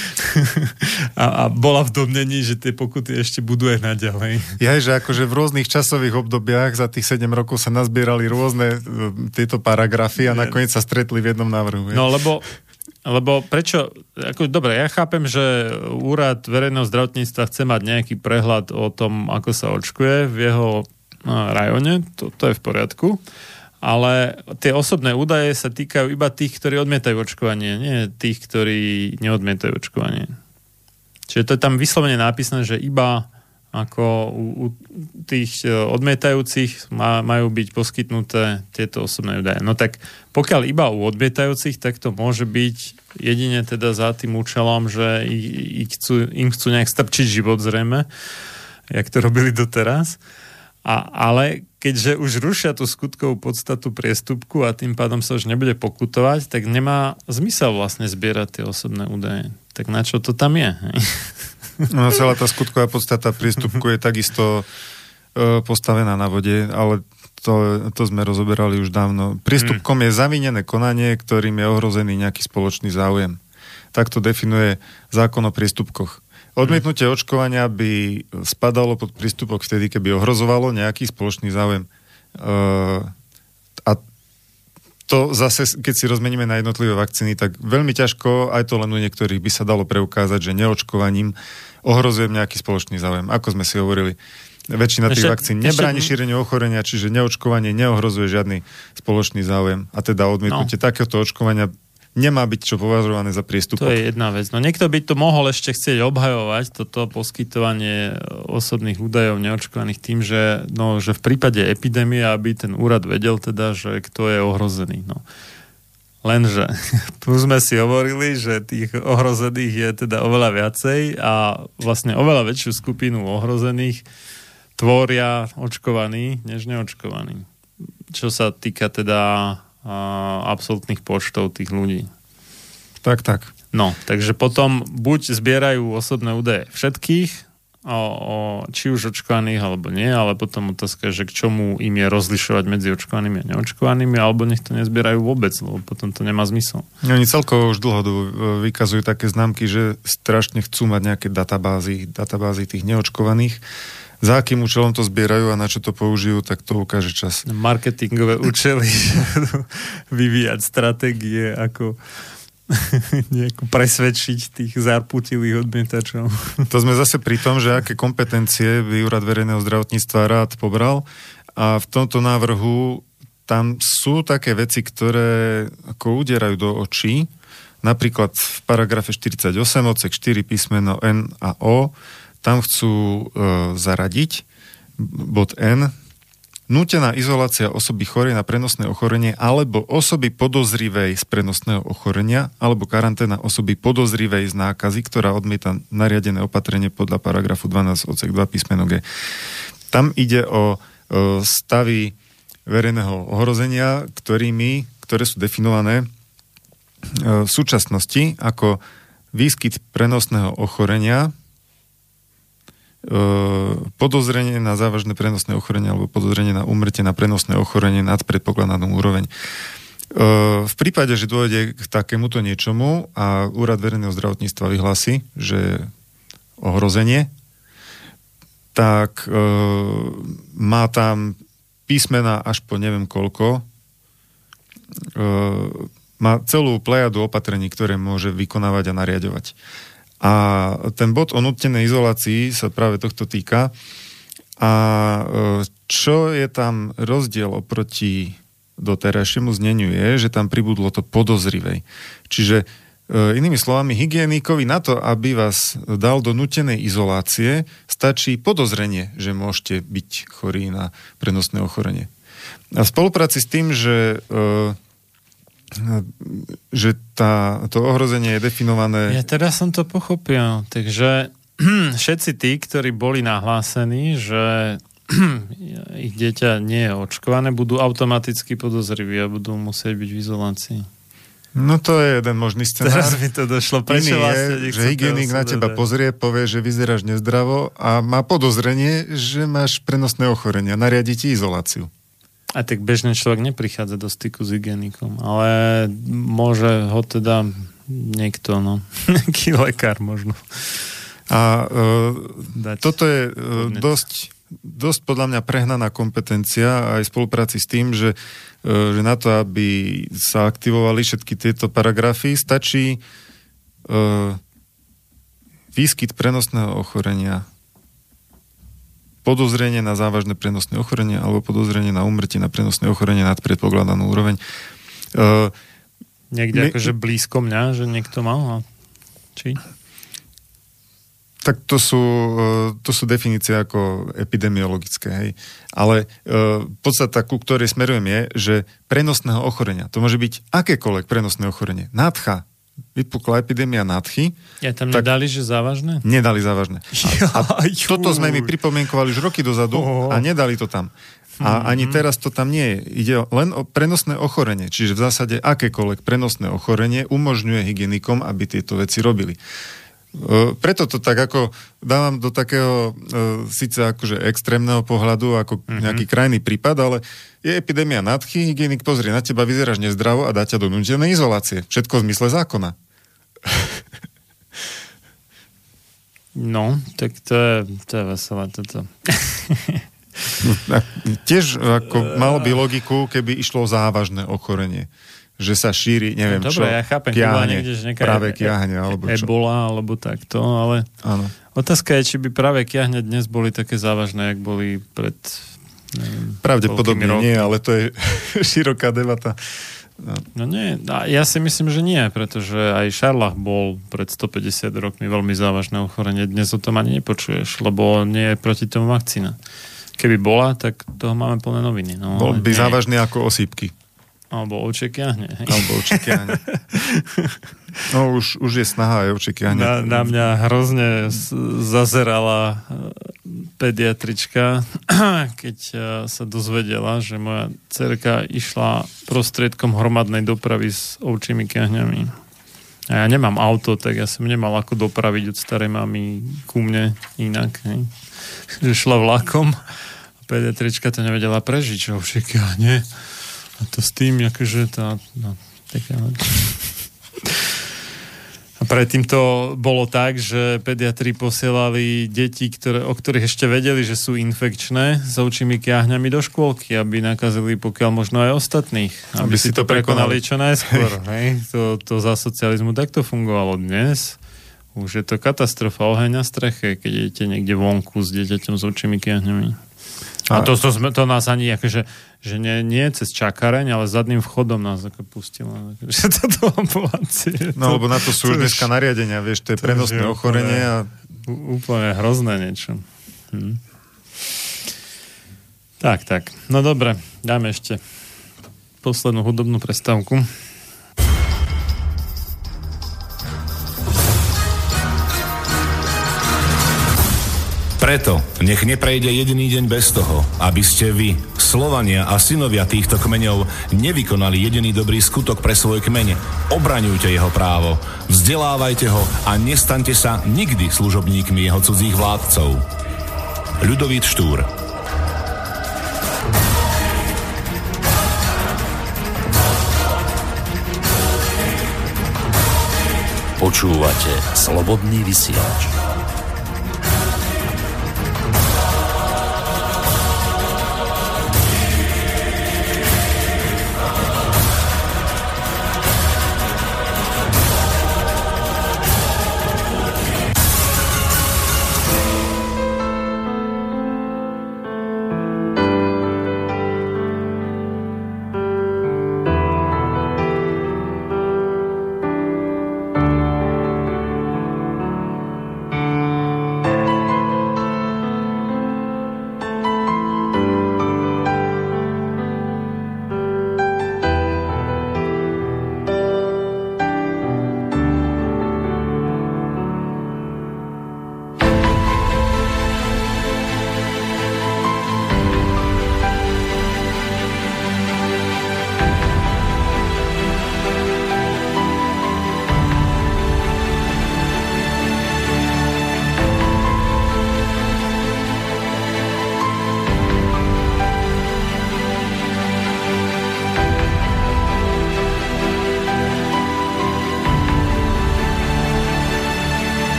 a, a bola v domnení, že tie pokuty ešte budú aj naďalej. Ja, že akože v rôznych časových obdobiach za tých sedem rokov sa nazbierali rôzne uh, tieto paragrafy a nakoniec sa stretli v jednom návrhu. No, lebo Lebo prečo, ako, dobre, ja chápem, že úrad verejného zdravotníctva chce mať nejaký prehľad o tom, ako sa očkuje v jeho rajone, to, to je v poriadku, ale tie osobné údaje sa týkajú iba tých, ktorí odmietajú očkovanie, nie tých, ktorí neodmietajú očkovanie. Čiže to je tam vyslovene napísané, že iba ako u, u tých odmietajúcich má, majú byť poskytnuté tieto osobné údaje. No tak pokiaľ iba u odmietajúcich, tak to môže byť jedine teda za tým účelom, že ich, ich chcú, im chcú nejak strčiť život zrejme, jak to robili doteraz. A, ale keďže už rušia tú skutkovú podstatu priestupku a tým pádom sa už nebude pokutovať, tak nemá zmysel vlastne zbierať tie osobné údaje. Tak na čo to tam je? No, celá tá skutková podstata priestupku je takisto e, postavená na vode, ale to, to sme rozoberali už dávno. Priestupkom je zavinené konanie, ktorým je ohrozený nejaký spoločný záujem. Tak to definuje zákon o priestupkoch. Odmietnutie očkovania by spadalo pod prístupok vtedy, keby ohrozovalo nejaký spoločný záujem. E, a to zase, keď si rozmeníme na jednotlivé vakcíny, tak veľmi ťažko, aj to len u niektorých by sa dalo preukázať, že neočkovaním ohrozujem nejaký spoločný záujem. Ako sme si hovorili, väčšina tých ešte, vakcín nebráni ešte... šíreniu ochorenia, čiže neočkovanie neohrozuje žiadny spoločný záujem. A teda odmietnutie no. takéhoto očkovania nemá byť čo považované za priestupok. To je jedna vec. No niekto by to mohol ešte chcieť obhajovať, toto poskytovanie osobných údajov neočkovaných tým, že, no, že v prípade epidémie, aby ten úrad vedel teda, že kto je ohrozený. No. Lenže tu sme si hovorili, že tých ohrozených je teda oveľa viacej a vlastne oveľa väčšiu skupinu ohrozených tvoria očkovaní, než neočkovaní. Čo sa týka teda absolútnych počtov tých ľudí. Tak, tak. No, takže potom buď zbierajú osobné údaje všetkých o, o či už očkovaných alebo nie, ale potom otázka, že k čomu im je rozlišovať medzi očkovanými a neočkovanými, alebo nech to nezbierajú vôbec, lebo potom to nemá zmysel. Oni celkovo už dlhodobo vykazujú také známky, že strašne chcú mať nejaké databázy, databázy tých neočkovaných. Za akým účelom to zbierajú a na čo to použijú, tak to ukáže čas. Marketingové účely, vyvíjať stratégie, ako nejako presvedčiť tých zarputilých odmietačov. To sme zase pri tom, že aké kompetencie by Úrad verejného zdravotníctva rád pobral a v tomto návrhu tam sú také veci, ktoré ako udierajú do očí. Napríklad v paragrafe štyridsaťosem odsek štyri písmeno N a O tam chcú e, zaradiť bod N, nútená izolácia osoby chorej na prenosné ochorenie alebo osoby podozrivej z prenosného ochorenia alebo karanténa osoby podozrivej z nákazy, ktorá odmieta nariadené opatrenie podľa paragrafu dvanásť odsek dva písmeno G. Tam ide o e, stavy verejného ohrozenia, ktorými, ktoré sú definované e, v súčasnosti ako výskyt prenosného ochorenia, podozrenie na závažné prenosné ochorenie alebo podozrenie na úmrtie na prenosné ochorenie nad predpokladanú úroveň. V prípade, že dôjde k takémuto niečomu a Úrad verejného zdravotníctva vyhlási, že ohrozenie, tak e, má tam písmena až po neviem koľko, e, má celú plejadu opatrení, ktoré môže vykonávať a nariadovať. A ten bod o nútenej izolácii sa práve tohto týka. A čo je tam rozdiel oproti doterajšiemu zneniu je, že tam pribudlo to podozrivej. Čiže inými slovami, hygieníkovi na to, aby vás dal do nútenej izolácie, stačí podozrenie, že môžete byť chorí na prenosné ochorenie. A v spolupráci s tým, že že tá, to ohrozenie je definované... Ja teda som to pochopil. Takže všetci tí, ktorí boli nahlásení, že ich dieťa nie je očkované, budú automaticky podozriví a budú musieť byť v izolácii. No to je jeden možný scenár. Teraz mi to došlo. Prečo Iný vlastne je, že hygienik na teba pozrie, povie, že vyzeráš nezdravo a má podozrenie, že máš prenosné ochorenia. Nariadi ti izoláciu. A tak bežný človek neprichádza do styku s hygienikom, ale môže ho teda niekto, no, nejaký lekár možno. A e, toto je e, dosť, dosť podľa mňa prehnaná kompetencia aj v spolupráci s tým, že, e, že na to, aby sa aktivovali všetky tieto paragrafy, stačí e, výskyt prenosného ochorenia, podozrenie na závažné prenosné ochorenie alebo podozrenie na úmrtie na prenosné ochorenie nad predpokladanú úroveň. Uh, Niekde my, akože blízko mňa, že niekto mal? Či? Tak to sú, uh, to sú definície ako epidemiologické, hej. Ale uh, podstata, ku ktorej smerujem je, že prenosného ochorenia, to môže byť akékoľvek prenosné ochorenie. Nádcha, vypukla epidémia nádchy. Ja tam tak nedali, že závažné? Nedali závažné. A, a toto sme mi pripomienkovali už roky dozadu oh. a nedali to tam. A mm-hmm. ani teraz to tam nie je. Ide len o prenosné ochorenie. Čiže v zásade akékoľvek prenosné ochorenie umožňuje hygienikom, aby tieto veci robili. Uh, preto to tak ako dávam do takého uh, síce akože extrémneho pohľadu, ako mm-hmm. nejaký krajný prípad, ale je epidémia nádchy, hygienik pozrie na teba, vyzeráš nezdravo a dá ťa do nútenej izolácie. Všetko v zmysle zákona. No, tak to je, to je veselé toto. Tiež ako malo by logiku, keby išlo závažné ochorenie. Že sa šíri, neviem no, čo, dobre, ja chápem, kiahne, niekde, že práve kiahne, alebo čo. Ebola, alebo takto, ale áno. Otázka je, či by práve kiahne dnes boli také závažné, jak boli pred neviem, pravdepodobne nie, ale to je široká debata. No. no nie, ja si myslím, že nie, pretože aj šarlach bol pred stopäťdesiat rokmi veľmi závažné ochorenie. Dnes o tom ani nepočuješ, lebo nie je proti tomu vakcína. Keby bola, tak toho máme plné noviny. No, bol by nie. závažný ako osýpky. Alebo očekiahne. Alebo očekiahne. No už, už je snaha aj očekiahne. Na, na mňa hrozne zazerala pediatrička, keď sa dozvedela, že moja dcerka išla prostriedkom hromadnej dopravy s ovčími kiahňami. A ja nemám auto, tak ja som nemal ako dopraviť od starej mamy ku mne inak. Hej. Že šla vlakom a pediatrička to nevedela prežiť, čo všekiahne. A to s tým, akože tá... No, taká... A predtým to bolo tak, že pediatri posielali deti, ktoré, o ktorých ešte vedeli, že sú infekčné, s ovčími kiahňami do škôlky, aby nakazili pokiaľ možno aj ostatných. Aby, aby si to prekonali, prekonali čo najskôr. Hej. To, to za socializmu takto fungovalo. Dnes už je to katastrofa, oheň na streche, keď idete niekde vonku s dieťaťom s ovčími kiahňami. A to, to, to nás ani akože, že nie, nie cez čakareň, ale zadným vchodom nás ako pustilo. Že to do ambulancie. No, lebo na to sú už dneska nariadenia, vieš, to je prenosné ochorenie a... Úplne hrozné niečo. Hm. Tak, tak. No dobre, dáme ešte poslednú hudobnú prestávku. Preto nech neprejde jediný deň bez toho, aby ste vy, Slovania a synovia týchto kmeňov, nevykonali jediný dobrý skutok pre svoj kmeň. Obraňujte jeho právo, vzdelávajte ho a nestaňte sa nikdy služobníkmi jeho cudzích vládcov. Ľudovít Štúr. Počúvate Slobodný vysielač.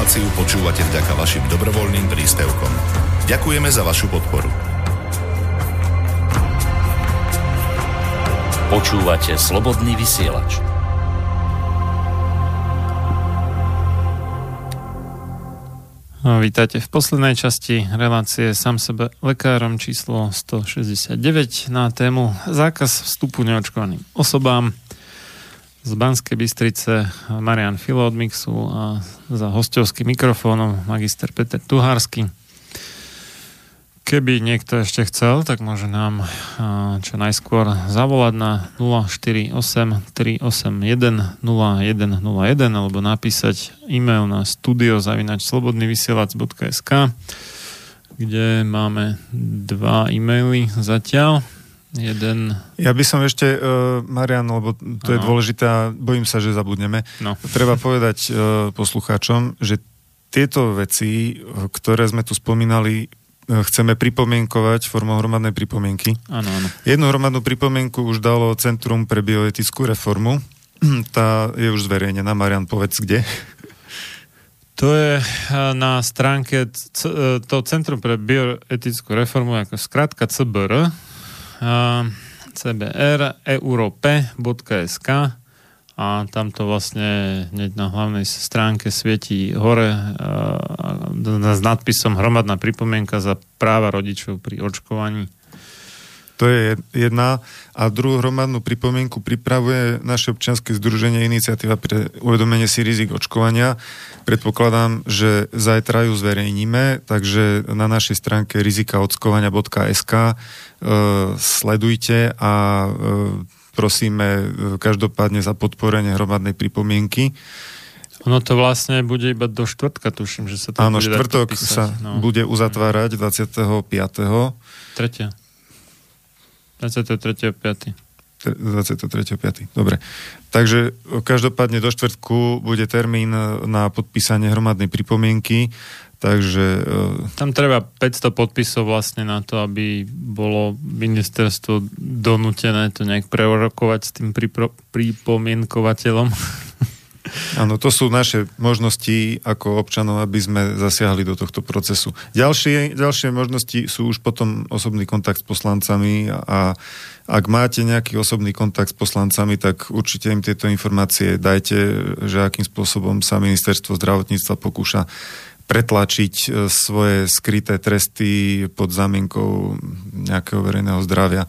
reláciu počúvate vďaka vašim dobrovoľným príspevkom. Ďakujeme za vašu podporu. Počúvate Slobodný vysielač. No, vítajte v poslednej časti relácie Sám sebe lekárom číslo stošesťdesiatdeväť na tému zákaz vstupu neočkovaným osobám. Z Banskej Bystrice Marián Filo od Mixu a za hostovským mikrofónom magister Peter Tuhársky. Keby niekto ešte chcel, tak môže nám čo najskôr zavolať na nula štyri osem tri osem jeden nula jeden nula jeden alebo napísať e-mail na studio zavináč slobodný vysielač bodka es ká, kde máme dva e-maily zatiaľ. Jeden... Ja by som ešte, uh, Marián, lebo to ano. je dôležité a bojím sa, že zabudneme. No. Treba povedať uh, poslucháčom, že tieto veci, ktoré sme tu spomínali, uh, chceme pripomienkovať formou hromadnej pripomienky. Áno, áno. Jednu hromadnú pripomienku už dalo Centrum pre bioetickú reformu. Tá je už zverejnená. Marián, povedz, kde? To je na stránke to Centrum pre bioetickú reformu, ako skrátka cé bé er, cé bé er europe bodka es ká a tam to vlastne hneď na hlavnej stránke svieti hore s nadpisom hromadná pripomienka za práva rodičov pri očkovaní. To je jedna. A druhú hromadnú pripomienku pripravuje naše občianske združenie Iniciatíva pre uvedomenie si rizik očkovania. Predpokladám, že zajtra ju zverejníme, takže na našej stránke rizikaočkovania bodka es ká e, sledujte a e, prosíme každopádne za podporenie hromadnej pripomienky. Ono to vlastne bude iba do štvrtka, tuším, že sa to Áno, bude štvrtok dať podpísať. sa no. bude uzatvárať dvadsiateho piateho Tretia. dvadsiateho tretieho piateho dvadsiateho tretieho piateho Dobre. Takže každopádne do štvrtku bude termín na podpísanie hromadnej pripomienky, takže... Tam treba päťsto podpisov vlastne na to, aby bolo ministerstvo donútené to nejak prerokovať s tým pripro- pripomienkovateľom. Áno, to sú naše možnosti ako občanov, aby sme zasiahli do tohto procesu. Ďalšie, ďalšie možnosti sú už potom osobný kontakt s poslancami a ak máte nejaký osobný kontakt s poslancami, tak určite im tieto informácie dajte, že akým spôsobom sa ministerstvo zdravotníctva pokúša pretlačiť svoje skryté tresty pod zámienkou nejakého verejného zdravia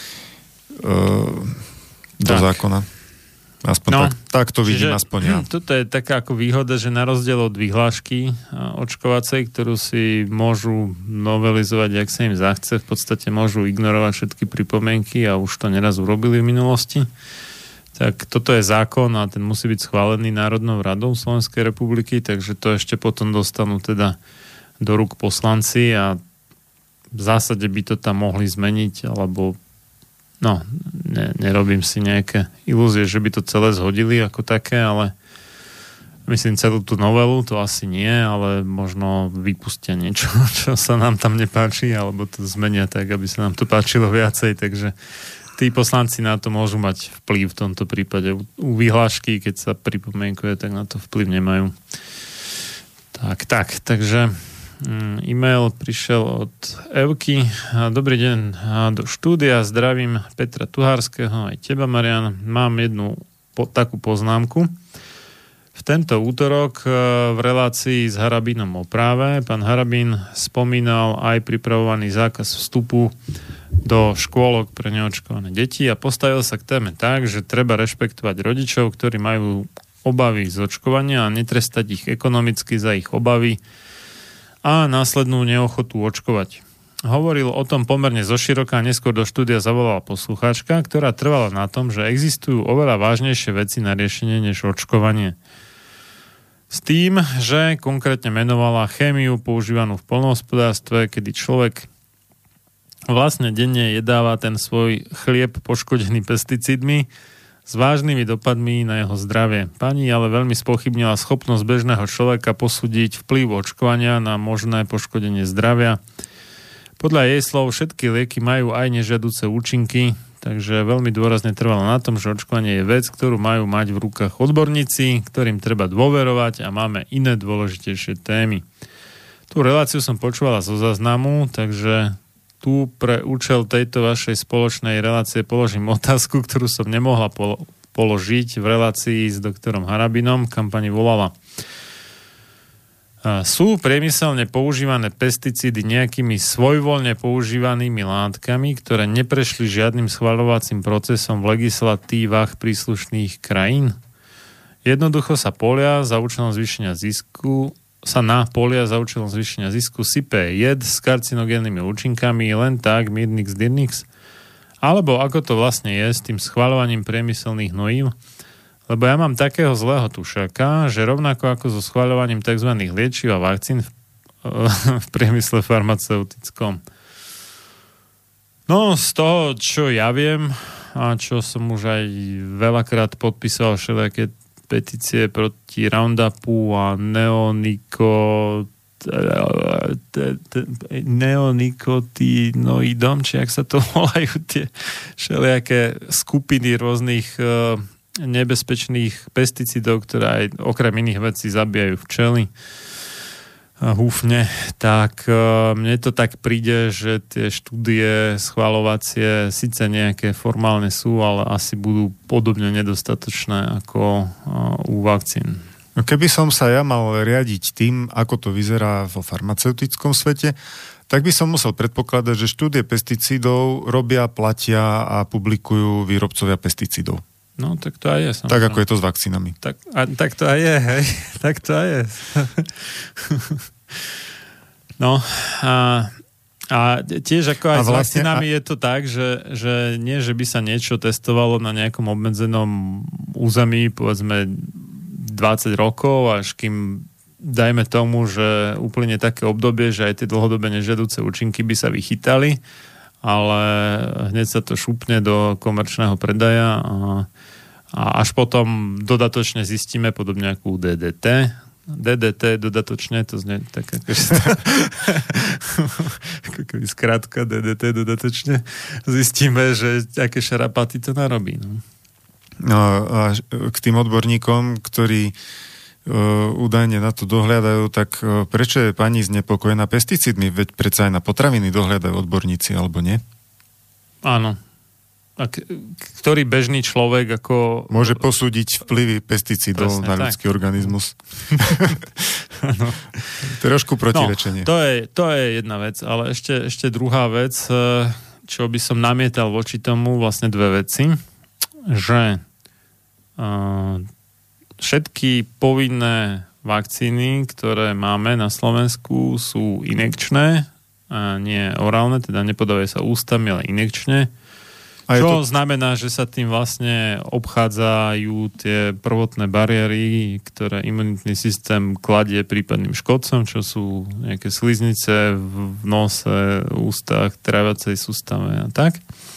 do tak. zákona. Aspoň no, tak, tak to vidím, čiže, aspoň ja. Toto je taká ako výhoda, že na rozdiel od vyhlášky očkovacej, ktorú si môžu novelizovať, jak sa im zachce, v podstate môžu ignorovať všetky pripomienky a už to neraz urobili v minulosti, tak toto je zákon a ten musí byť schválený Národnou radou Slovenskej republiky, takže to ešte potom dostanú teda do rúk poslanci a v zásade by to tam mohli zmeniť, alebo no, ne, nerobím si nejaké ilúzie, že by to celé zhodili ako také, ale myslím celú tú novelu, to asi nie, ale možno vypustia niečo, čo sa nám tam nepáči, alebo to zmenia tak, aby sa nám to páčilo viacej, takže tí poslanci na to môžu mať vplyv v tomto prípade. U vyhlášky, keď sa pripomienkuje, tak na to vplyv nemajú. Tak, tak, takže e-mail prišiel od Evky. Dobrý deň do štúdia. Zdravím Petra Tuhárskeho aj teba, Marián. Mám jednu po, takú poznámku. V tento útorok v relácii s Harabínom o práve pán Harabín spomínal aj pripravovaný zákaz vstupu do škôlok pre neočkované deti a postavil sa k téme tak, že treba rešpektovať rodičov, ktorí majú obavy z očkovania a netrestať ich ekonomicky za ich obavy a následnú neochotu očkovať. Hovoril o tom pomerne zoširoka a neskôr do štúdia zavolala poslucháčka, ktorá trvala na tom, že existujú oveľa vážnejšie veci na riešenie než očkovanie. S tým, že konkrétne menovala chémiu používanú v poľnohospodárstve, kedy človek vlastne denne jedáva ten svoj chlieb poškodený pesticídmi s vážnymi dopadmi na jeho zdravie. Pani ale veľmi spochybnila schopnosť bežného človeka posúdiť vplyv očkovania na možné poškodenie zdravia. Podľa jej slov všetky lieky majú aj nežiaduce účinky, Takže veľmi dôrazne trvalo na tom, že očkovanie je vec, ktorú majú mať v rukách odborníci, ktorým treba dôverovať a máme iné dôležitejšie témy. Tú reláciu som počúvala zo záznamu, takže tu pre účel tejto vašej spoločnej relácie položím otázku, ktorú som nemohla polo- položiť v relácii s doktorom Harabinom. Kampani volala: sú priemyselne používané pesticídy nejakými svojvoľne používanými látkami, ktoré neprešli žiadnym schvaľovacím procesom v legislatívach príslušných krajín? Jednoducho sa polia za účelom zvýšenia zisku sa na polia za účelom zvýšenia zisku sype jed s karcinogénnymi účinkami len tak mírnix dyrnix? Alebo ako to vlastne je s tým schvaľovaním priemyselných hnojív? Lebo ja mám takého zlého tušaka, že rovnako ako so schvaľovaním tzv. Liečiv a vakcín v, v priemysle farmaceutickom. No, z toho, čo ja viem a čo som už aj veľakrát podpísal všelijaké petície proti Roundupu a neoniko neonikotinoidom, či ak sa to volajú tie všelijaké skupiny rôznych nebezpečných pesticídov, ktoré aj okrem iných vecí zabíjajú včely a húfne, tak mne to tak príde, že tie štúdie schvaľovacie síce nejaké formálne sú, ale asi budú podobne nedostatočné ako u vakcín. Keby som sa ja mal riadiť tým, ako to vyzerá vo farmaceutickom svete, tak by som musel predpokladať, že štúdie pesticídov robia, platia a publikujú výrobcovia pesticídov. No, tak to aj je. Samozrejme. Tak, ako je to s vakcínami. Tak, a, tak to aj je, hej. Tak to aj je. No, a, a tiež ako aj vlastne, s vakcínami a... je to tak, že, že nie, že by sa niečo testovalo na nejakom obmedzenom území, povedzme dvadsať rokov, až kým dajme tomu, že úplne také obdobie, že aj tie dlhodobé nežiaduce účinky by sa vychytali, ale hneď sa to šupne do komerčného predaja a, a až potom dodatočne zistíme, podobne ako u dé dé té. dé dé té dodatočne, to znie tak ako skrátka dé dé té dodatočne, zistíme, že aké šarapaty to narobí. No. No a k tým odborníkom, ktorí Uh, údajne na to dohľadajú, tak uh, prečo je pani znepokojená pesticídmi? Veď predsa aj na potraviny dohľadajú odborníci, alebo nie? Áno. A k- ktorý bežný človek ako... Môže posúdiť vplyvy pesticídov na ľudský tak. Organizmus. Áno. Trošku protirečenie. No, to je, to je jedna vec, ale ešte, ešte druhá vec, čo by som namietal voči tomu, vlastne dve veci, že uh, všetky povinné vakcíny, ktoré máme na Slovensku, sú injekčné a nie orálne, teda nepodávajú sa ústami, ale injekčne. A čo to... znamená, že sa tým vlastne obchádzajú tie prvotné bariéry, ktoré imunitný systém kladie prípadným škodcom, čo sú nejaké sliznice v nose, ústach, tráviacej sústave a tak.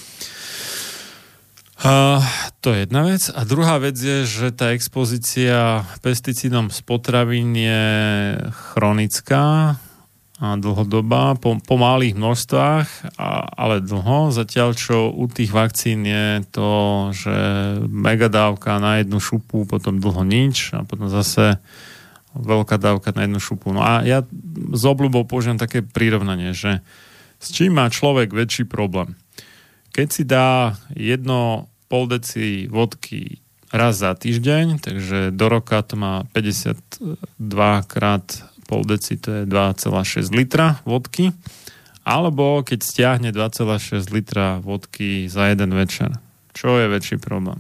Uh, to je jedna vec. A druhá vec je, že tá expozícia pesticídom z potravín je chronická a dlhodobá, po, po malých množstvách, a, ale dlho. Zatiaľ, čo u tých vakcín je to, že megadávka na jednu šupu, potom dlho nič a potom zase veľká dávka na jednu šupu. No a ja z obľubou použijem také prirovnanie, že s čím má človek väčší problém? Keď si dá jedno pol deci vodky raz za týždeň, takže do roka to má päťdesiatdva krát pol deci, to je dva celé šesť litra vodky, alebo keď stiahne dva celé šesť litra vodky za jeden večer. Čo je väčší problém?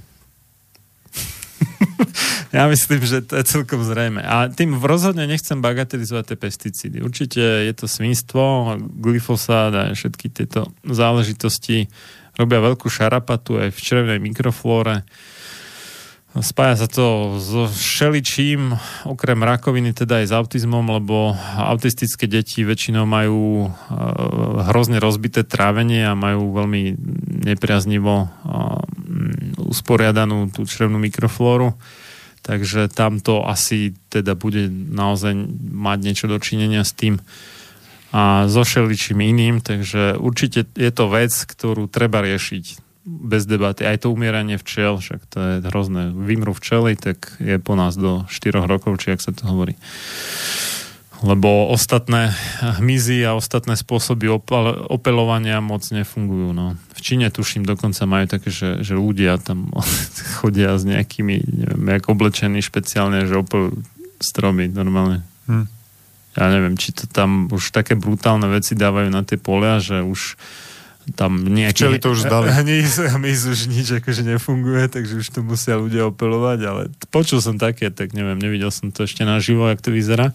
Ja myslím, že to je celkom zrejme. A tým rozhodne nechcem bagatelizovať tie pesticídy. Určite je to svinstvo, glyfosát a všetky tieto záležitosti robia veľkú šarapatu aj v črevnej mikroflóre. Spája sa to so všeličím, okrem rakoviny, teda aj s autizmom, lebo autistické deti väčšinou majú hrozne rozbité trávenie a majú veľmi nepriaznivo usporiadanú tú črevnú mikroflóru. Takže tam to asi teda bude naozaj mať niečo dočinenia s tým a so všeličím iným, takže určite je to vec, ktorú treba riešiť. bez debaty. Aj to umieranie včiel, však to je hrozné. Vymrú včely, tak je po nás do štyroch rokov, či jak sa to hovorí. Lebo ostatné hmyzy a ostatné spôsoby opal- opelovania moc nefungujú. No. V Číne, tuším, dokonca majú také, že, že ľudia tam chodia s nejakými, neviem, jak oblečení špeciálne, že opelujú stromy normálne. Hm. Ja neviem, či to tam už také brutálne veci dávajú na tie polia, že už tam nejaké... Včeli to už zdali. Hmyz už nič akože nefunguje, takže už to musia ľudia opelovať, ale počul som také, tak neviem, nevidel som to ešte naživo, jak to vyzerá.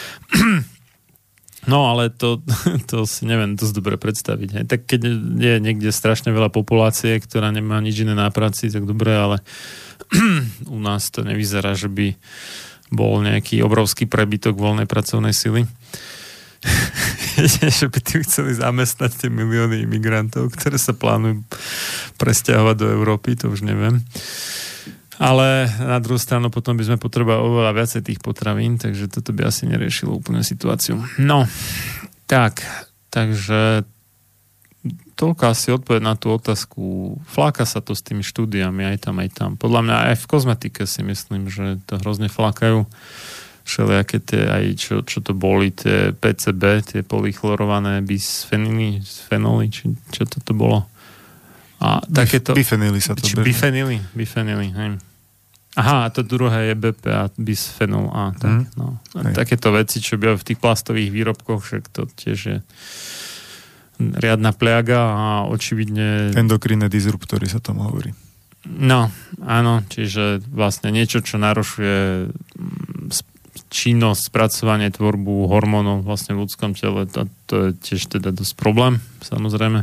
No, ale to, to si neviem dosť dobre predstaviť. Hej. Tak keď je niekde strašne veľa populácie, ktorá nemá nič iné na práci, tak dobre, ale u nás to nevyzerá, že by bol nejaký obrovský prebytok voľnej pracovnej sily. Že by tí chceli zamestnať tie milióny imigrantov, ktoré sa plánujú presťahovať do Európy, to už neviem. Ale na druhú stranu potom by sme potrebovali oveľa viacej tých potravín, takže toto by asi neriešilo úplne situáciu. No, tak, takže toľko asi odpoveď na tú otázku. Fláka sa to s tými štúdiami aj tam, aj tam. Podľa mňa aj v kozmetike si myslím, že to hrozne flákajú. Všelijaké tie, aj čo, čo to boli, tie pé cé bé, tie polychlorované bisfenily, fenoly, či čo toto bolo. A takéto... Bifenily sa to beží. Bifenily, bifenily, hej. Aha, a to druhé je bé pé á, bisfenol A. Tak, mm. no. A takéto veci, čo bývajú v tých plastových výrobkoch, však to tiež je riadna pliaga a očividne... Endokrinné disruptory sa tomu hovorí. No, áno, čiže vlastne niečo, čo narušuje činnosť, spracovanie, tvorbu hormónov vlastne v ľudskom tele, to, to je tiež teda dosť problém, samozrejme.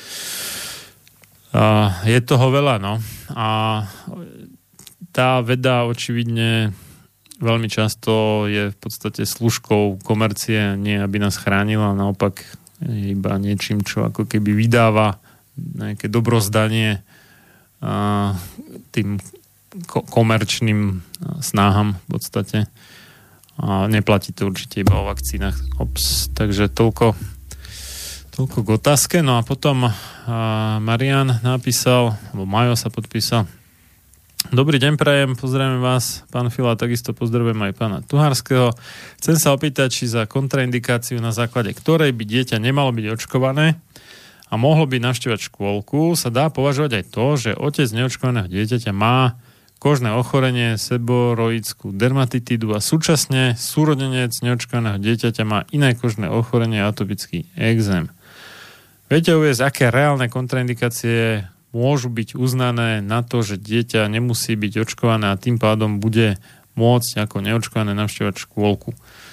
Uh, je toho veľa, no. A tá veda očividne veľmi často je v podstate služkou komercie, nie aby nás chránila, naopak je iba niečím, čo ako keby vydáva nejaké dobrozdanie uh, tým ko- komerčným snahám v podstate. A neplatí to určite iba o vakcínach. Ops, takže toľko Toľko k otázke. No a potom uh, Marian napísal, alebo Majo sa podpísal. Dobrý deň, prajem, pozdravím vás, pán Fila, takisto pozdravujem aj pána Tuhárskeho. Chcem sa opýtať, či za kontraindikáciu, na základe ktorej by dieťa nemalo byť očkované a mohlo by navštevovať škôlku, sa dá považovať aj to, že otec neočkovaného dieťaťa má kožné ochorenie, seboroickú dermatitidu a súčasne súrodenec neočkovaného dieťaťa má iné kožné ochorenie, atopický ekzém. Viete uviesť, aké reálne kontraindikácie môžu byť uznané na to, že dieťa nemusí byť očkované a tým pádom bude môcť ako neočkované navštevovať škôlku?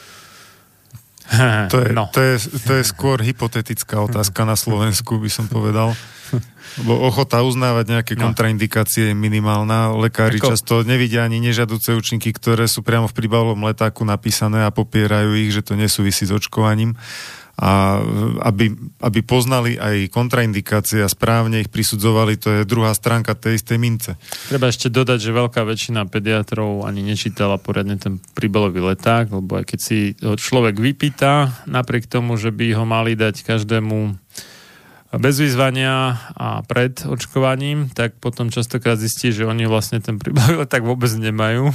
To je, no. to, je, to je skôr hypotetická otázka na Slovensku, by som povedal. Lebo ochota uznávať nejaké no. kontraindikácie je minimálna. Lekári Ako... často nevidia ani nežiaduce účinky, ktoré sú priamo v príbalovom letáku napísané a popierajú ich, že to nesúvisí s očkovaním. A aby, aby poznali aj kontraindikácie a správne ich prisudzovali, to je druhá stránka tej istej mince. Treba ešte dodať, že veľká väčšina pediatrov ani nečítala poriadne ten príbalový leták, lebo aj keď si ho človek vypýta, napriek tomu, že by ho mali dať každému bez vyzvania a pred očkovaním, tak potom častokrát zistí, že oni vlastne ten príbalový leták vôbec nemajú.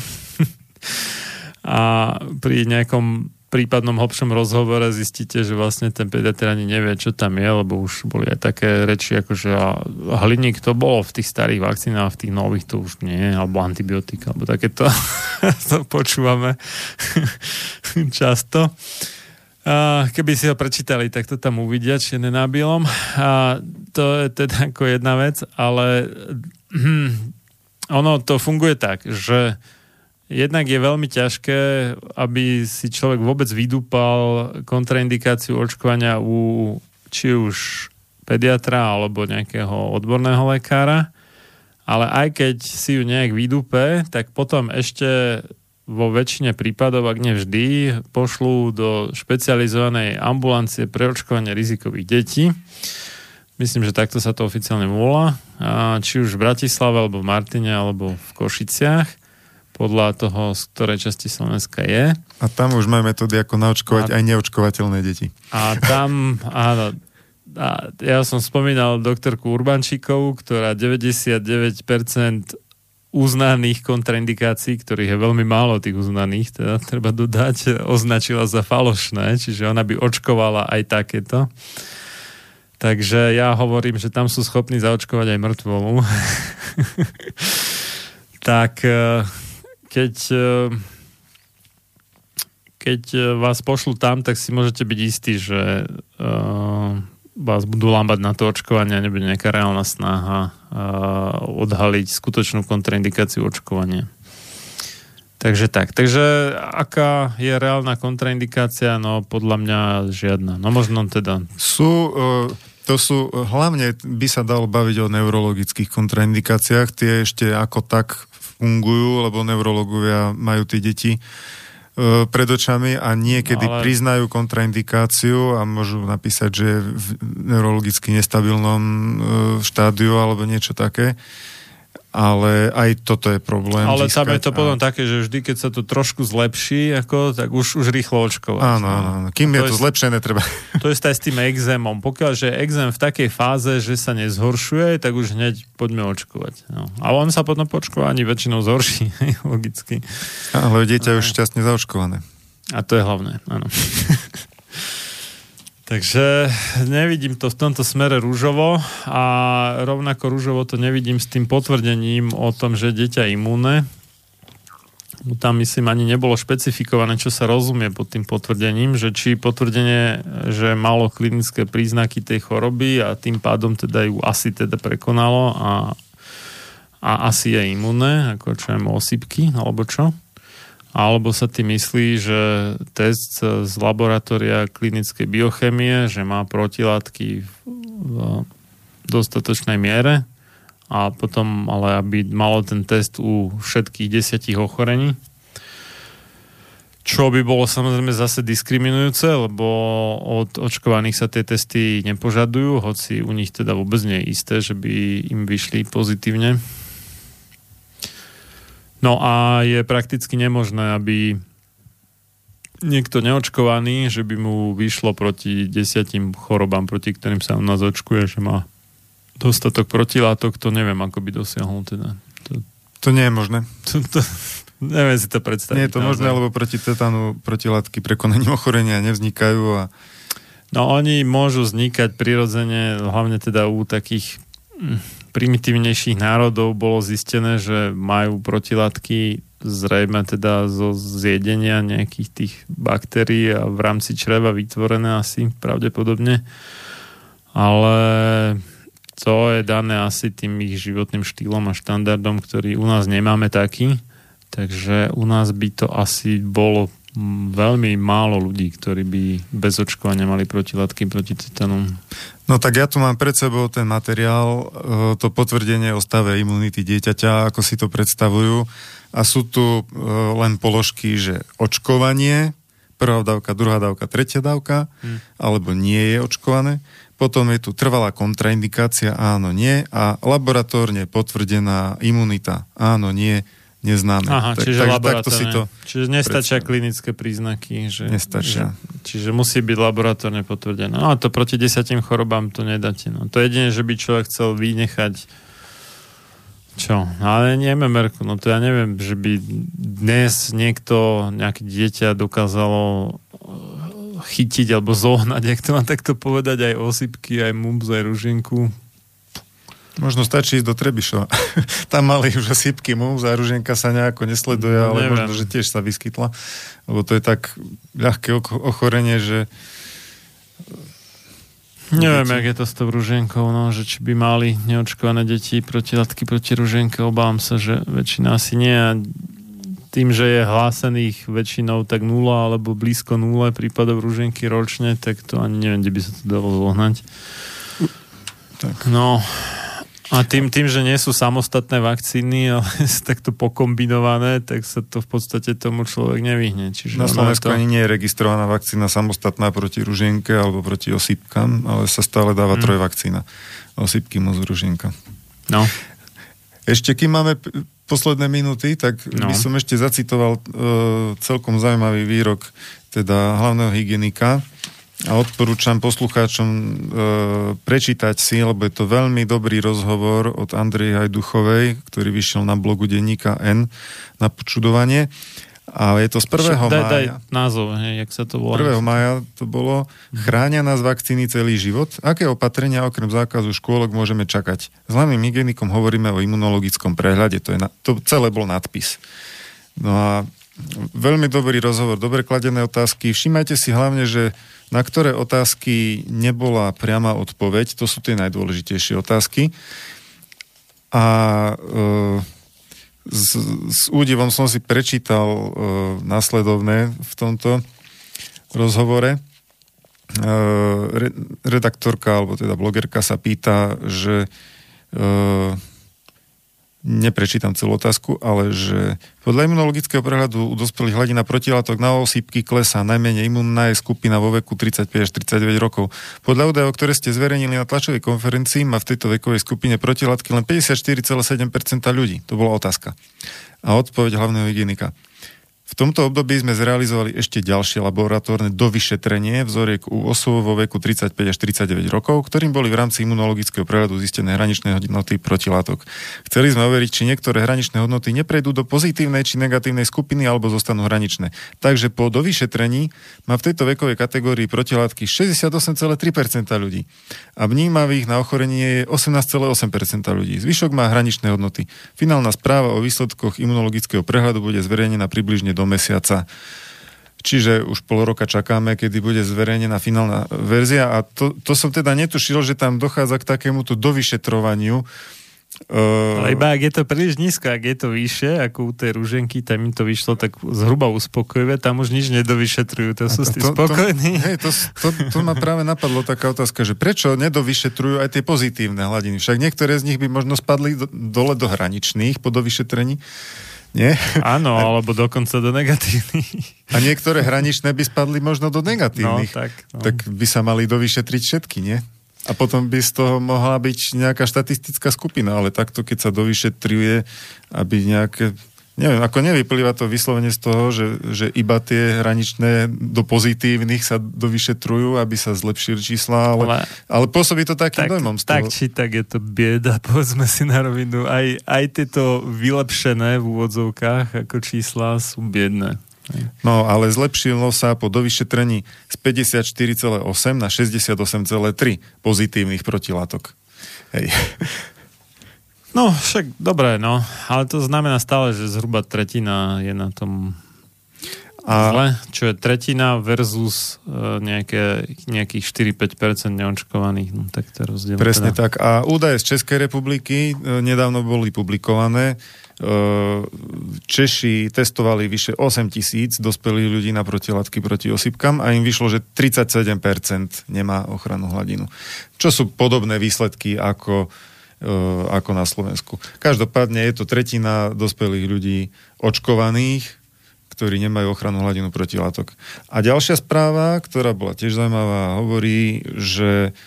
A pri nejakom prípadnom hlbšom rozhovore zistíte, že vlastne ten pediatr ani nevie, čo tam je, lebo už boli aj také reči, akože hliník to bolo v tých starých vakcínach, v tých nových to už nie, alebo antibiotika, alebo takéto to počúvame často. A keby si ho prečítali, tak to tam uvidia, či je na bielom. A to je teda ako jedna vec, ale hm, ono to funguje tak, že jednak je veľmi ťažké, aby si človek vôbec vydúpal kontraindikáciu očkovania u či už pediatra alebo nejakého odborného lekára, ale aj keď si ju nejak vydúpe, tak potom ešte vo väčšine prípadov, ak nevždy, pošlú do špecializovanej ambulancie pre očkovanie rizikových detí. Myslím, že takto sa to oficiálne volá. Či už v Bratislave, alebo v Martine, alebo v Košiciach. Podľa toho, z ktorej časti Slovenska je. A tam už máme metódy, ako naočkovať a... aj neočkovateľné deti. A tam, áno, a ja som spomínal doktorku Urbančíkovú, ktorá deväťdesiatdeväť percent uznaných kontraindikácií, ktorých je veľmi málo tých uznaných, teda treba dodať, označila za falošné, čiže ona by očkovala aj takéto. Takže ja hovorím, že tam sú schopní zaočkovať aj mŕtvolu. Tak keď keď vás pošlú tam, tak si môžete byť istí, že vás budú lámbať na to očkovanie a nebude nejaká reálna snaha odhaliť skutočnú kontraindikáciu očkovania. Takže tak. Takže aká je reálna kontraindikácia? No podľa mňa žiadna. No možno teda... Sú, to sú, hlavne by sa dalo baviť o neurologických kontraindikáciách. Tie ešte ako tak fungujú, lebo neurologovia majú tie deti pred očami a niekedy no, ale... priznajú kontraindikáciu a môžu napísať, že je v neurologicky nestabilnom štádiu alebo niečo také. Ale aj toto je problém. Ale získať, tam je to potom a... také, že vždy, keď sa to trošku zlepší, ako, tak už, už rýchlo očkovať. Áno, áno. Kým je to, je zlepšené, treba... To je aj s tým exémom. Pokiaľ, že exém v takej fáze, že sa nezhoršuje, tak už hneď poďme očkovať. No. A on sa potom po očkovaní väčšinou zhorší, logicky. Ale dieťa je už šťastne zaočkované. A to je hlavné, áno. Takže nevidím to v tomto smere rúžovo a rovnako rúžovo to nevidím s tým potvrdením o tom, že dieťa je imúnne. Tam myslím ani nebolo špecifikované, čo sa rozumie pod tým potvrdením, že či potvrdenie, že malo klinické príznaky tej choroby a tým pádom teda ju asi teda prekonalo a, a asi je imúnne, ako čo je osýpky alebo čo. Alebo sa ty myslí, že test z laboratória klinickej biochemie, že má protilátky v dostatočnej miere a potom ale aby malo ten test u všetkých desiatich ochorení. Čo by bolo samozrejme zase diskriminujúce, lebo od očkovaných sa tie testy nepožadujú, hoci u nich teda vôbec nie je isté, že by im vyšli pozitívne. No a je prakticky nemožné, aby niekto neočkovaný, že by mu vyšlo proti desiatim chorobám, proti ktorým sa u nás očkuje, že má dostatok protilátok, to neviem, ako by dosiahol teda. To, to nie je možné. To, to, neviem si to predstaviť. Nie je to možné, lebo proti tetánu protilátky prekonaním ochorenia nevznikajú a... No oni môžu vznikať prirodzene, hlavne teda u takých... primitívnejších národov bolo zistené, že majú protilátky zrejme teda zo zjedenia nejakých tých baktérií a v rámci čreva vytvorené asi pravdepodobne. Ale to je dané asi tým ich životným štýlom a štandardom, ktorý u nás nemáme taký. Takže u nás by to asi bolo veľmi málo ľudí, ktorí by bez očkovania mali protilátky proti tetanu. No tak ja tu mám pred sebou ten materiál, to potvrdenie o stave imunity dieťaťa, ako si to predstavujú. A sú tu len položky, že očkovanie, prvá dávka, druhá dávka, tretia dávka, hmm. alebo nie je očkované. Potom je tu trvalá kontraindikácia, áno, nie. A laboratórne potvrdená imunita, áno, nie, neznáme. Aha, tak, čiže takto si to čiže nestačia klinické príznaky. Že, nestačia. Že, čiže musí byť laboratórne potvrdené. No a to proti desiatim chorobám to nedáte. No. To jedine, že by človek chcel vynechať čo? Ale nie em em erku. No to ja neviem, že by dnes niekto, nejaké dieťa dokázalo chytiť alebo zohnať, jak to mám takto povedať, aj osýpky, aj mumps, aj ružinku. Možno stačí ísť do Trebišova. Tam mali už osýpky, mumps a ruženka sa nejako nesleduje, no, ale neviem. Možno, že tiež sa vyskytla. Lebo to je tak ľahké ochorenie, že... Neviem, jak je to s tou ruženkou, no, že či by mali neočkované deti protilátky proti ruženke. Obávam sa, že väčšina asi nie. A tým, že je hlásených väčšinou tak nula alebo blízko nule prípadov ruženky ročne, tak to ani neviem, kde by sa to dalo zohnať. Tak. No... A tým, tým, že nie sú samostatné vakcíny, ale sú takto pokombinované, tak sa to v podstate tomu človek nevyhne. Čiže na Slovensku to... ani nie je registrovaná vakcína samostatná proti ružienke alebo proti osýpkam, ale sa stále dáva hmm. trojvakcína. Osýpky, mumps, ružienka. No. Ešte, kým máme p- posledné minúty, tak no. by som ešte zacitoval uh, celkom zaujímavý výrok teda hlavného hygienika a odporúčam poslucháčom e, prečítať si, lebo je to veľmi dobrý rozhovor od Andreje Hajduchovej, ktorý vyšiel na blogu denníka N na počudovanie. A je to z prvého daj, mája. Daj názov, hej, jak sa to volá. prvého mája to bolo. Chránia nás vakcíny celý život. Aké opatrenia okrem zákazu škôlok môžeme čakať? S hlavným hygienikom hovoríme o imunologickom prehľade. To, je na, to celé bol nadpis. No a veľmi dobrý rozhovor, dobre kladené otázky. Všimajte si hlavne, že na ktoré otázky nebola priama odpoveď. To sú tie najdôležitejšie otázky. A e, s, s údivom som si prečítal e, následovné v tomto rozhovore. E, re, redaktorka, alebo teda blogerka sa pýta, že e, neprečítam celú otázku, ale že podľa imunologického prehľadu u dospelých hladina protilátok na osýpky klesá. Najmenej imunná je skupina vo veku tridsaťpäť až tridsaťdeväť rokov. Podľa údajov, ktoré ste zverejnili na tlačovej konferencii, má v tejto vekovej skupine protilátky len päťdesiatštyri celá sedem percenta ľudí. To bola otázka. A odpoveď hlavného hygienika. V tomto období sme zrealizovali ešte ďalšie laboratórne dovyšetrenie vzoriek u osôb vo veku tridsaťpäť až tridsaťdeväť rokov, ktorým boli v rámci imunologického prehľadu zistené hraničné hodnoty protilátok. Chceli sme overiť, či niektoré hraničné hodnoty neprejdú do pozitívnej či negatívnej skupiny alebo zostanú hraničné. Takže po dovyšetrení má v tejto vekovej kategórii protilátky šesťdesiatosem celá tri percenta ľudí a vnímavých na ochorenie je osemnásť celá osem percenta ľudí. Zvyšok má hraničné hodnoty. Finálna správa o výsledkoch imunologického prehľadu bude zverejnená približne do mesiaca. Čiže už pol roka čakáme, kedy bude zverejnená finálna verzia a to, to som teda netušil, že tam dochádza k takémuto dovyšetrovaniu. Uh... Ale iba ak je to príliš nízko, ak je to vyššie, ako u tej ruženky, tam im to vyšlo tak zhruba uspokojivé, tam už nič nedovyšetrujú, to sú tí spokojní. To, hej, to, to, to ma práve napadlo taká otázka, že prečo nedovyšetrujú aj tie pozitívne hladiny? Však niektoré z nich by možno spadli do, dole do hraničných po dovyšetrení. Nie? Áno, a, alebo dokonca do negatívnych. A niektoré hraničné by spadli možno do negatívnych. No, tak, no. Tak by sa mali dovyšetriť všetky, nie? A potom by z toho mohla byť nejaká štatistická skupina, ale takto, keď sa dovyšetruje, aby nejaké... Neviem, ako nevyplýva to vyslovene z toho, že, že iba tie hraničné do pozitívnych sa dovyšetrujú, aby sa zlepšili čísla, ale, ale, ale pôsobí to takým tak, dojmom z toho. Tak či tak je to bieda, povedzme si na rovinu. Aj, aj tieto vylepšené v úvodzovkách ako čísla sú biedné. No, ale zlepšilo sa po dovyšetrení z päťdesiatštyri celá osem na šesťdesiatosem celá tri pozitívnych protilátok. Hej. No, však dobré, no. Ale to znamená stále, že zhruba tretina je na tom a... zle. Čo je tretina versus uh, nejaké, nejakých štyri až päť percent neočkovaných. No, tak to je rozdiel. Presne teda. tak. A údaje z Českej republiky uh, nedávno boli publikované. Uh, Češi testovali vyše osem tisíc dospelých ľudí na protilátky proti osýpkam a im vyšlo, že tridsaťsedem percent nemá ochrannú hladinu. Čo sú podobné výsledky ako ako na Slovensku. Každopádne je to tretina dospelých ľudí očkovaných, ktorí nemajú ochrannú hladinu protilátok. A ďalšia správa, ktorá bola tiež zaujímavá, hovorí, že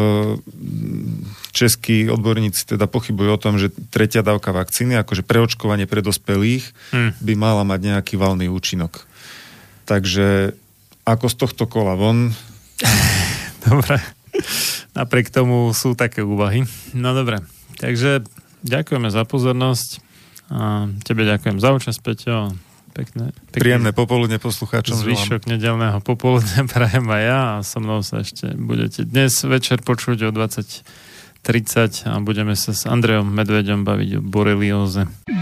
českí odborníci teda pochybujú o tom, že tretia dávka vakcíny, akože preočkovanie pre dospelých, hmm. by mala mať nejaký valný účinok. Takže ako z tohto kola von? Dobre. Napriek tomu sú také úvahy. No dobre, takže ďakujeme za pozornosť a tebe ďakujem za účasť, Peťo. Pekné, pekné. Príjemné popoludne poslucháčom. Zvyšok nedeľného popoludne prajem aj ja a so mnou sa ešte budete dnes večer počuť o dvadsať tridsať a budeme sa s Andrejom Medveďom baviť o borelióze.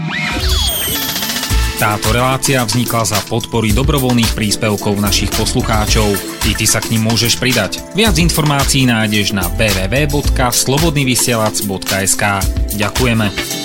Táto relácia vznikla za podpory dobrovoľných príspevkov našich poslucháčov. I ty sa k nim môžeš pridať. Viac informácií nájdeš na w w w bodka slobodnyvysielac bodka es ka. Ďakujeme.